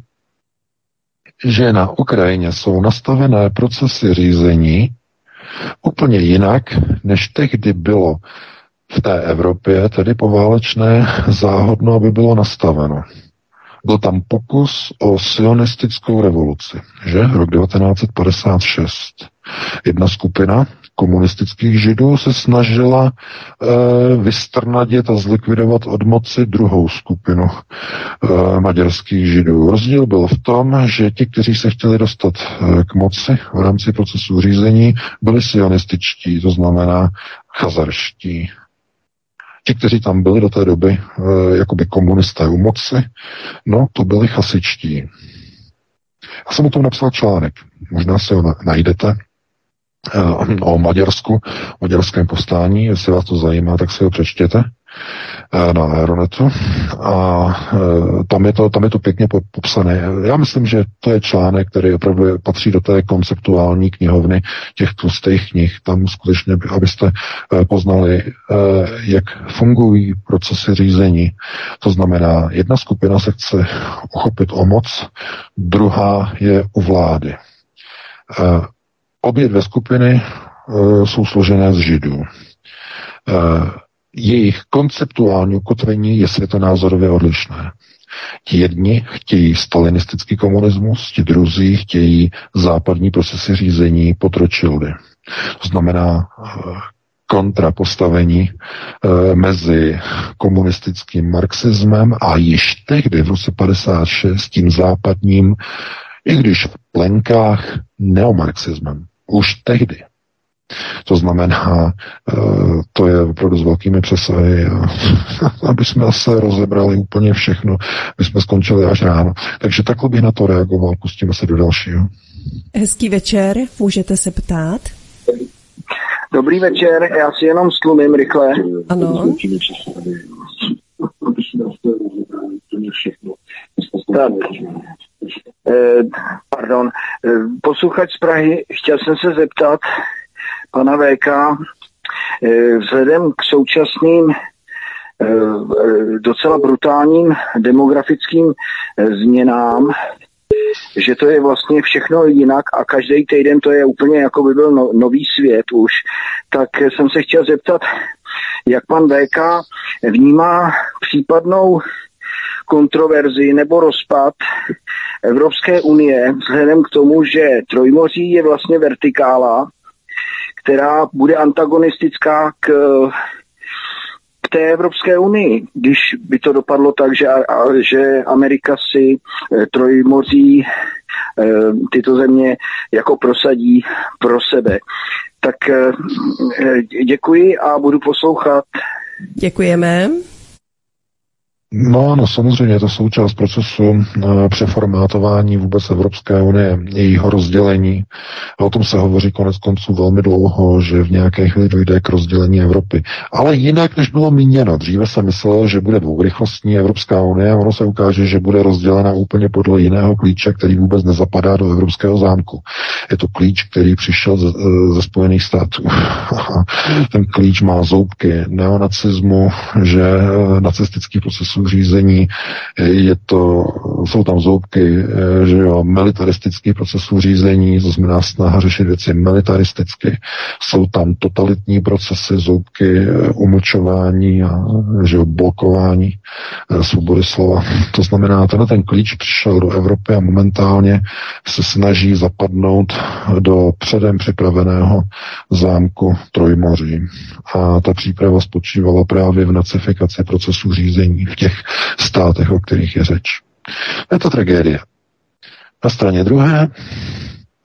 že na Ukrajině jsou nastavené procesy řízení úplně jinak, než tehdy bylo v té Evropě, tedy poválečné, záhodno, aby bylo nastaveno. Byl tam pokus o sionistickou revoluci, že? Rok devatenáct set padesát šest. Jedna skupina komunistických židů se snažila e, vystrnadit a zlikvidovat od moci druhou skupinu e, maďarských židů. Rozdíl byl v tom, že ti, kteří se chtěli dostat e, k moci v rámci procesu řízení, byli sionističtí, to znamená chazarští. Ti, kteří tam byli do té doby e, jakoby komunisté u moci, no to byli chasičtí. Já jsem o tom napsal článek, možná si ho najdete, o Maďarsku, o maďarském povstání, jestli vás to zajímá, tak si ho přečtěte na Aeronetu a tam je to, tam je to pěkně popsané. Já myslím, že to je článek, který opravdu patří do té konceptuální knihovny těch tlustých knih. Tam skutečně, abyste poznali, jak fungují procesy řízení. To znamená, jedna skupina se chce uchopit o moc, druhá je u vlády. Obě dvě skupiny uh, jsou složené z Židů. Uh, jejich konceptuální ukotvení je světonázorově odlišné. Ti jedni chtějí stalinistický komunismus, ti druzí chtějí západní procesy řízení pod Rothschildy. To znamená uh, kontrapostavení uh, mezi komunistickým marxismem a již tehdy v roce padesát šest tím západním, i když v plenkách, neomarxismem. Už tehdy. To znamená, to je opravdu s velkými přesahy, aby jsme se rozebrali úplně všechno, my jsme skončili až ráno. Takže takhle bych na to reagoval, pustíme se do dalšího. Hezký večer, můžete se ptát? Dobrý večer, já si jenom stlumím rychle. Ano. Tak. Eh, pardon, eh, posluchač z Prahy, chtěl jsem se zeptat pana V K, eh, vzhledem k současným eh, docela brutálním demografickým eh, změnám, že to je vlastně všechno jinak a každý týden to je úplně jako by byl no, nový svět už, tak jsem se chtěl zeptat, jak pan V K vnímá případnou kontroverzi nebo rozpad Evropské unie vzhledem k tomu, že Trojmoří je vlastně vertikála, která bude antagonistická k, k té Evropské unii, když by to dopadlo tak, že, a, že Amerika si Trojmoří tyto země jako prosadí pro sebe. Tak děkuji a budu poslouchat. Děkujeme. No, no samozřejmě je to součást procesu e, přeformátování vůbec Evropské unie, jejího rozdělení. O tom se hovoří konec konců velmi dlouho, že v nějaké chvíli dojde k rozdělení Evropy. Ale jinak, než bylo míněno. Dříve se myslelo, že bude dvourychlostní Evropská unie a ono se ukáže, že bude rozdělena úplně podle jiného klíče, který vůbec nezapadá do evropského zámku. Je to klíč, který přišel ze, ze Spojených států. Ten klíč má zoubky neonacismu, že nacistický procesů řízení, je to, jsou tam zoubky, že jo, militaristický procesů řízení, to znamená snaha řešit věci militaristicky, jsou tam totalitní procesy, zoubky umlčování a že jo, blokování svobody slova. To znamená, tenhle ten klíč přišel do Evropy a momentálně se snaží zapadnout do předem připraveného zámku Trojmoří. A ta příprava spočívala právě v nacifikaci procesů řízení v těch státech, o kterých je řeč. Je to tragédie. Na straně druhé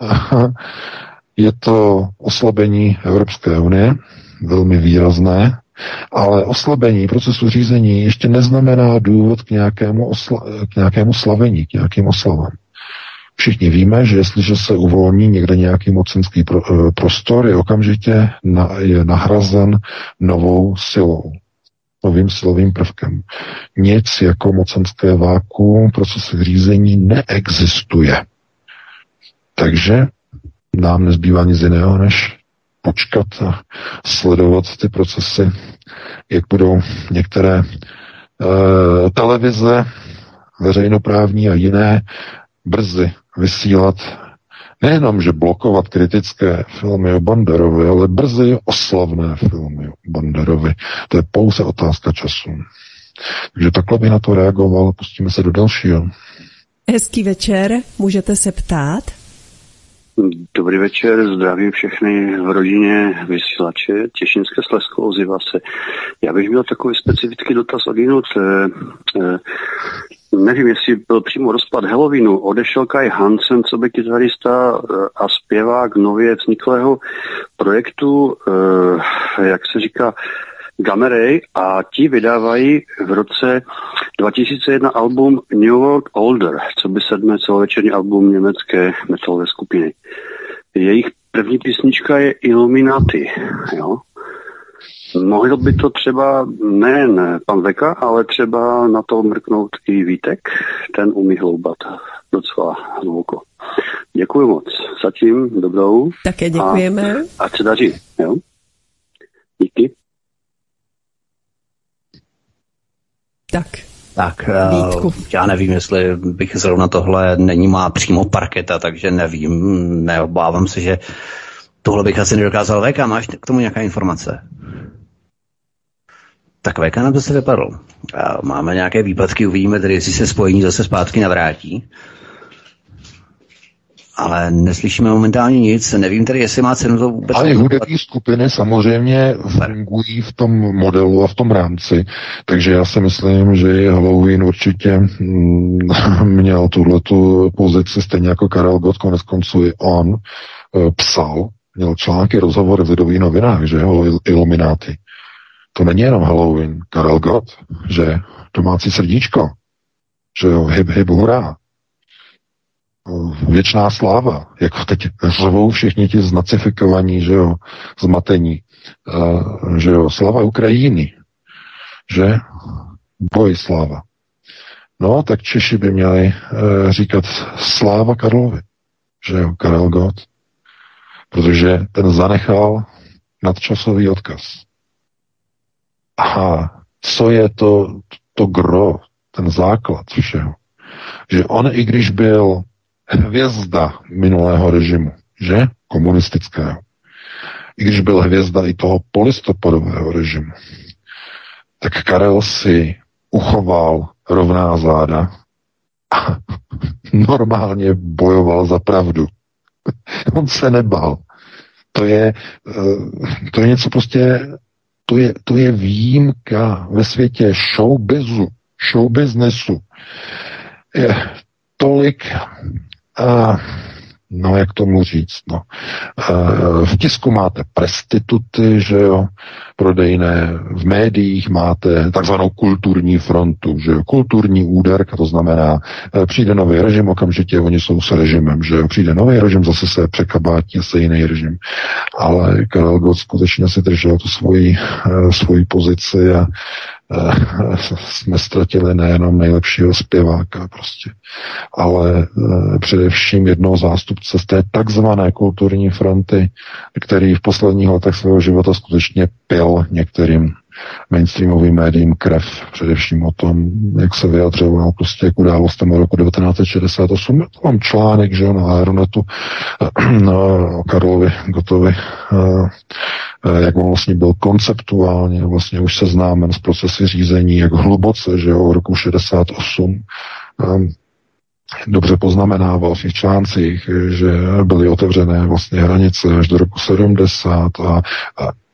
je to oslabení Evropské unie, velmi výrazné, Ale oslabení procesu řízení ještě neznamená důvod k nějakému, osla- k nějakému slavení, k nějakým oslavám. Všichni víme, že jestliže se uvolní někde nějaký mocenský pro, prostor, je okamžitě na, je nahrazen novou silou, novým silovým prvkem. Nic jako mocenské vákuum, proces řízení neexistuje. Takže nám nezbývá nic jiného, než počkat a sledovat ty procesy, jak budou některé e, televize, veřejnoprávní a jiné, brzy vysílat, nejenom, že blokovat kritické filmy o Banderovi, ale brzy oslavné filmy o Banderovi. To je pouze otázka času. Takže takhle by na to reagoval. Pustíme se do dalšího. Hezký večer, můžete se ptát? Dobrý večer, zdravím všechny v rodině vysílače Těšínské Slezsko, ozývá se. Já bych měl takový specifický dotaz odjinud. Eh, eh, nevím, jestli byl přímo rozpad Halloweenu. Odešel Kai Hansen, co by kytarista a zpěvák nově vzniklého projektu, eh, jak se říká, Gamma Ray, a ti vydávají v roce dva tisíce jedna album New World Order, co by sedmé celovečerní album německé metalové skupiny. Jejich první písnička je Illuminati. Jo? Mohl by to třeba nejen pan Veka, ale třeba na to mrknout i Vítek, ten umí hloubat docela hluboko. Děkuji moc. Zatím dobrou. Také děkujeme. A ať se daří. Jo? Díky. Tak. Tak, Vítku. Já nevím, jestli bych zrovna tohle není má přímo parketa, takže nevím, neobávám se, že tohle bych asi nedokázal. V K, máš k tomu nějaká informace? Tak V K nám to se vypadlo. Máme nějaké výpadky, uvidíme tedy, jestli se spojení zase zpátky navrátí. Ale neslyšíme momentálně nic, nevím tedy, jestli má cenu to vůbec... Ale hudební skupiny samozřejmě fungují v tom modelu a v tom rámci, takže já si myslím, že Halloween určitě mm, měl tuhletu pozici, stejně jako Karel Gott, konec konců i on e, psal, měl články, rozhovory v Lidových novinách, že jo, Illuminati. To není jenom Halloween, Karel Gott, že domácí srdíčko, že jo, hip hip hurá. Věčná sláva, jako teď řvou všichni ti znacifikovaní, že jo, zmatení, uh, že jo, sláva Ukrajiny, že, boj sláva. No, tak Češi by měli uh, říkat sláva Karlovi, že jo, Karel Gott, protože ten zanechal nadčasový odkaz. A co je to, to gro, ten základ všeho, že on, i když byl hvězda minulého režimu, že? Komunistického. I když byl hvězda i toho polistopadového režimu, tak Karel si uchoval rovná záda a normálně bojoval za pravdu. On se nebal. To je, to je něco prostě, to je, to je výjimka ve světě showbizu, showbiznesu. Je tolik Uh, no, jak tomu říct, no. Uh, v tisku máte prestituty, že jo, prodejné, v médiích máte takzvanou kulturní frontu, že jo, kulturní úder, to znamená, uh, přijde nový režim, okamžitě oni jsou s režimem, že jo, přijde nový režim, zase se překabátí se jiný režim. Ale Karel Gott skutečně si držel tu svoji, uh, svoji pozici a Uh, jsme ztratili nejenom nejlepšího zpěváka prostě, ale uh, především jednoho zástupce z té takzvané kulturní fronty, který v posledních letech svého života skutečně pil některým mainstreamovým médiím krev, především o tom, jak se vyjadřoval prostě k událostem roku devatenáct set šedesát osm. Mám článek, že jo, na Aeronetu o Karlovi Gottovi, jak on vlastně byl konceptuálně vlastně už seznámen s procesy řízení, jak hluboce, že jo, roku šedesát osm dobře poznamenával v těch článcích, že byly otevřené vlastně hranice až do roku sedmdesát a, a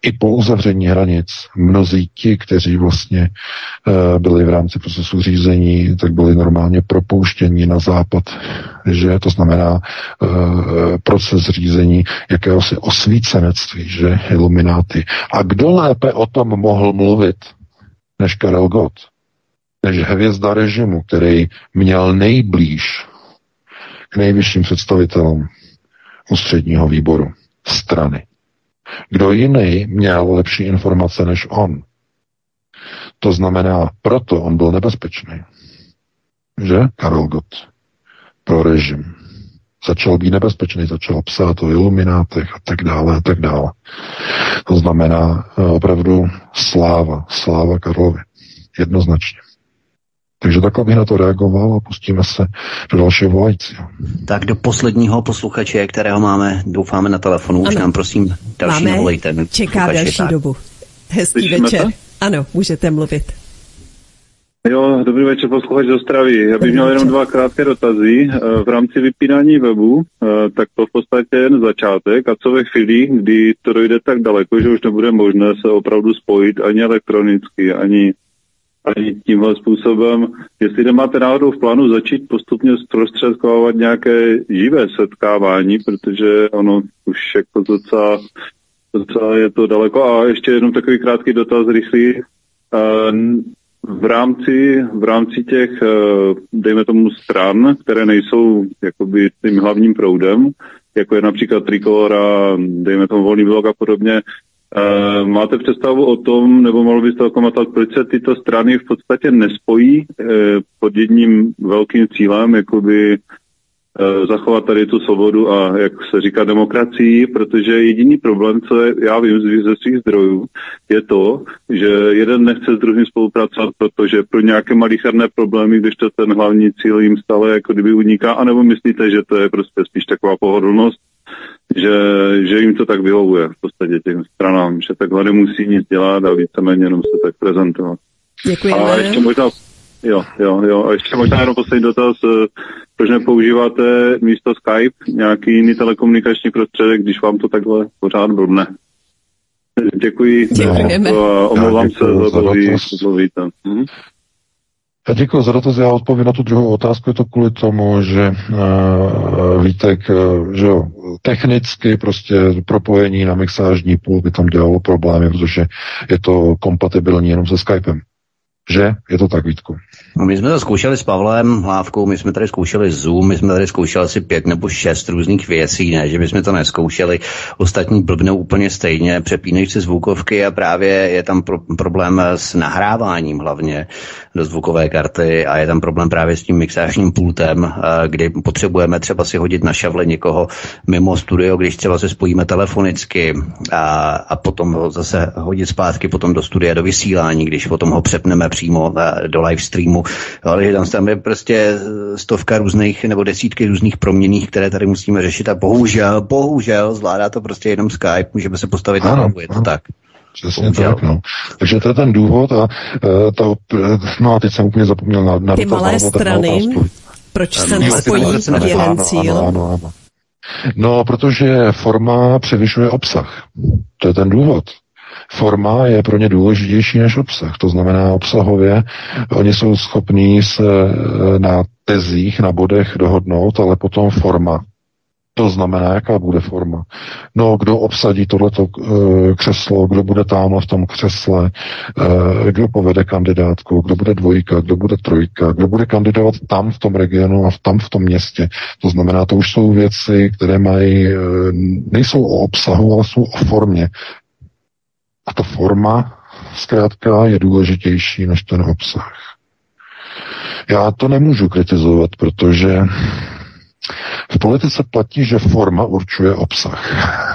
I po uzavření hranic mnozí ti, kteří vlastně uh, byli v rámci procesu řízení, tak byli normálně propouštěni na západ, že to znamená uh, proces řízení jakéhosi osvícenectví, že ilumináty. A kdo lépe o tom mohl mluvit než Karel Gott, než hvězda režimu, který měl nejblíž k nejvyšším představitelům ústředního výboru strany. Kdo jiný měl lepší informace než on? To znamená, proto on byl nebezpečný. Že? Karel Gott. Pro režim. Začal být nebezpečný, začal psát o iluminátech a tak dále a tak dále. To znamená opravdu sláva, sláva Karlovi. Jednoznačně. Takže takhle bych na to reagoval a pustíme se do dalšího volajícího. Tak do posledního posluchače, kterého máme, doufáme na telefonu. Už ano. Nám prosím další nevolejte. Čeká další tak. dobu. Hezký Slyšíme večer. To? Ano, můžete mluvit. Jo, dobrý večer, posluchač z Ostravy. Já bych měl jenom dva krátké dotazy. V rámci vypínání webu, tak to v podstatě jen začátek. A co ve chvíli, kdy to dojde tak daleko, že už nebude možné se opravdu spojit ani elektronicky, ani ani tímhle způsobem, jestli nemáte náhodou v plánu začít postupně zprostředkovávat nějaké živé setkávání, protože ono už jako docela, docela je to daleko. A ještě jenom takový krátký dotaz rychlý. V rámci, v rámci těch, dejme tomu, stran, které nejsou jakoby tím hlavním proudem, jako je například Trikolora, dejme tomu Volný blok a podobně, Uh, máte představu o tom, nebo mohl byste okomentovat, proč se tyto strany v podstatě nespojí uh, pod jedním velkým cílem, jakoby uh, zachovat tady tu svobodu a, jak se říká, demokracii, protože jediný problém, co je, já vím ze svých zdrojů, je to, že jeden nechce s druhým spolupracovat, protože pro nějaké malicherné problémy, když to ten hlavní cíl jim stále jako kdyby uniká, anebo myslíte, že to je prostě spíš taková pohodlnost, že, že jim to tak vyhovuje v podstatě těm stranám, že takhle nemusí nic dělat a víceméně jenom se tak prezentovat. Děkujeme. A ještě možná, jo, jo, jo, a ještě možná jenom poslední dotaz, proč nepoužíváte místo Skype nějaký jiný telekomunikační prostředek, když vám to takhle pořád blbne. Děkuji. Děkujeme. A omlouvám se za to, že víte. Mhm. Já děkuji za dotaz, já odpovím na tu druhou otázku, je to kvůli tomu, že uh, Vítek, uh, že jo, technicky prostě propojení na mixážní pult by tam dělalo problémy, protože je to kompatibilní jenom se Skypem. Že? Je to tak, Vítku? No, my jsme to zkoušeli s Pavlem Hlávkou, my jsme tady zkoušeli Zoom, my jsme tady zkoušeli asi pět nebo šest různých věcí, ne, že my jsme to neskoušeli. Ostatní blbnou úplně stejně, přepínají si zvukovky a právě je tam pro, problém s nahráváním hlavně do zvukové karty a je tam problém právě s tím mixážním pultem, kdy potřebujeme třeba si hodit na šavle někoho mimo studio, když třeba se spojíme telefonicky a, a potom ho zase hodit zpátky potom do studia, do vysílání, když potom ho přepneme přímo do live streamu. Ale tam, tam je prostě stovka různých nebo desítky různých proměnných, které tady musíme řešit a bohužel, bohužel zvládá to prostě jenom Skype, můžeme se postavit na hlavu, je to tak. Přesně bohužel. Tak, no. Takže to je ten důvod a to, no a teď jsem úplně zapomněl na, na ty malé strany, proč se nespojí v jeden cíl? Ano, ano, ano. No, protože forma převyšuje obsah. To je ten důvod. Forma je pro ně důležitější než obsah. To znamená obsahově, oni jsou schopní se na tezích, na bodech dohodnout, ale potom forma. To znamená, jaká bude forma. No, kdo obsadí tohleto křeslo, kdo bude tamhle v tom křesle, kdo povede kandidátku, kdo bude dvojka, kdo bude trojka, kdo bude kandidovat tam v tom regionu a tam v tom městě. To znamená, to už jsou věci, které mají, nejsou o obsahu, ale jsou o formě. A ta forma, zkrátka, je důležitější než ten obsah. Já to nemůžu kritizovat, protože v politice platí, že forma určuje obsah.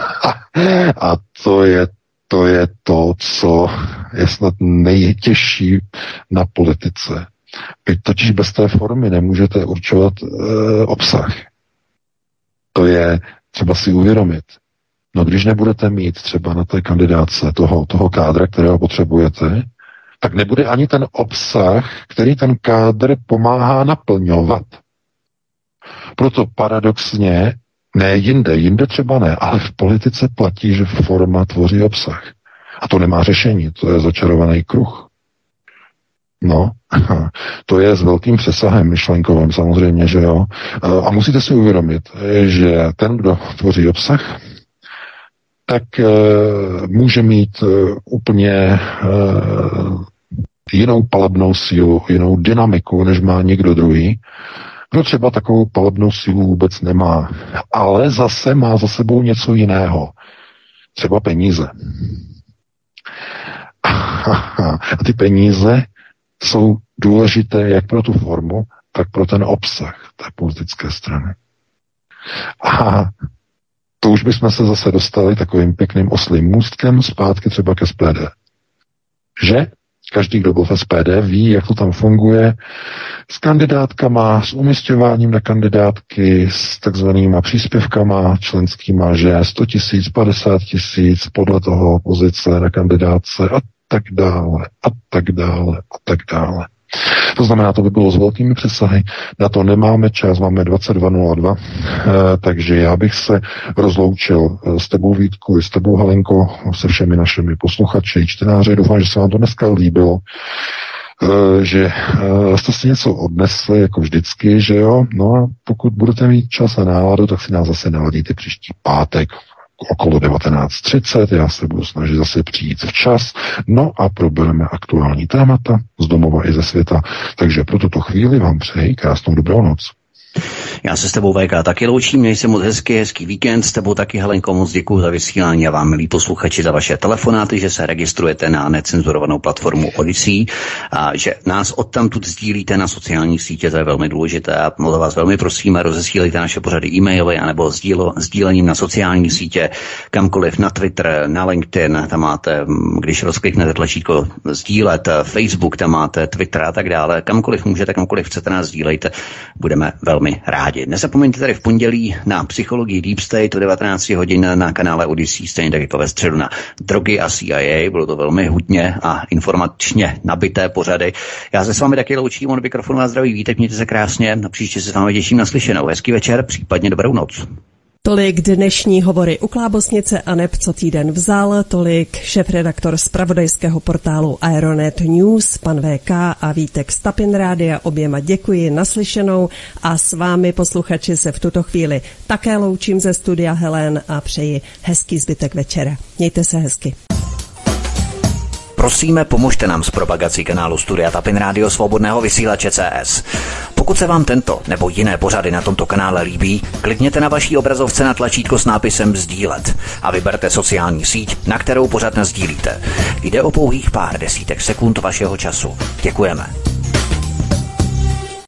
A to je, to je to, co je snad nejtěžší na politice. Vy totiž bez té formy nemůžete určovat e, obsah. To je třeba si uvědomit. No když nebudete mít třeba na té kandidáce toho, toho kádra, kterého potřebujete, tak nebude ani ten obsah, který ten kádr pomáhá naplňovat. Proto paradoxně, ne jinde, jinde třeba ne, ale v politice platí, že forma tvoří obsah. A to nemá řešení, to je začarovaný kruh. No, to je s velkým přesahem myšlenkovým samozřejmě, že jo. A musíte si uvědomit, že ten, kdo tvoří obsah, tak může mít úplně jinou palebnou sílu, jinou dynamiku, než má někdo druhý, kdo třeba takovou palebnou sílu vůbec nemá, ale zase má za sebou něco jiného. Třeba peníze. A ty peníze jsou důležité jak pro tu formu, tak pro ten obsah té politické strany. A to už bychom se zase dostali takovým pěkným oslým můstkem zpátky třeba ke S P D. Že každý, kdo byl v S P D, ví, jak to tam funguje s kandidátkama, s umisťováním na kandidátky, s takzvanýma příspěvkama členskýma, že sto tisíc, padesát tisíc, podle toho pozice na kandidátce a tak dále, a tak dále, a tak dále. To znamená, to by bylo s velkými přesahy. Na to nemáme čas, máme dvacet dva nula dva, e, takže já bych se rozloučil s tebou, Vítku, i s tebou, Halenko, se všemi našimi posluchači, čtenáři. Doufám, že se vám to dneska líbilo, e, že e, jste si něco odnesli, jako vždycky, že jo. No a pokud budete mít čas a náladu, tak si nás zase naladíte příští pátek okolo devatenáct třicet, já se budu snažit zase přijít včas, no a probereme aktuální témata z domova i ze světa, takže pro tuto chvíli vám přeji krásnou dobrou noc. Já se s tebou, V K, taky loučím, měj se moc hezky, hezký víkend, s tebou taky, Helenko, moc děkuji za vysílání a vám, milí posluchači, za vaše telefonáty, že se registrujete na necenzurovanou platformu Odyssey a že nás odtamtud sdílíte na sociální sítě, to je velmi důležité a vás velmi prosíme, rozesílejte naše pořady e-maily anebo sdílo, sdílením na sociální sítě, kamkoliv, na Twitter, na LinkedIn, tam máte, když rozkliknete tlačítko sdílet, Facebook, tam máte Twitter a tak dále, kamkoliv můžete, kamkoliv chcete, nás sdílejte, budeme velmi rádi. Nezapomeňte tady v pondělí na psychologii Deep State o devatenáct hodin na kanále Odyssey, stejně tak jako ve středu na drogy a C I A. Bylo to velmi hutně a informačně nabité pořady. Já se s vámi taky loučím, od mikrofonu vás zdraví Vítek, mějte se krásně, na příště se s vámi těším na slyšenou. Hezký večer, případně dobrou noc. Tolik dnešní hovory u Klábosnice a neb co týden vzal, tolik šéfredaktor zpravodajského portálu Aeronet News, pan V K a Vítek z Tapin Rádia, oběma děkuji, naslyšenou a s vámi posluchači se v tuto chvíli také loučím ze studia Helen a přeji hezký zbytek večera. Mějte se hezky. Prosíme, pomožte nám s propagací kanálu Studia Tapin Rádio Svobodného vysílače C S. Pokud se vám tento nebo jiné pořady na tomto kanále líbí, klikněte na vaší obrazovce na tlačítko s nápisem sdílet a vyberte sociální síť, na kterou pořad nasdílíte. Jde o pouhých pár desítek sekund vašeho času. Děkujeme.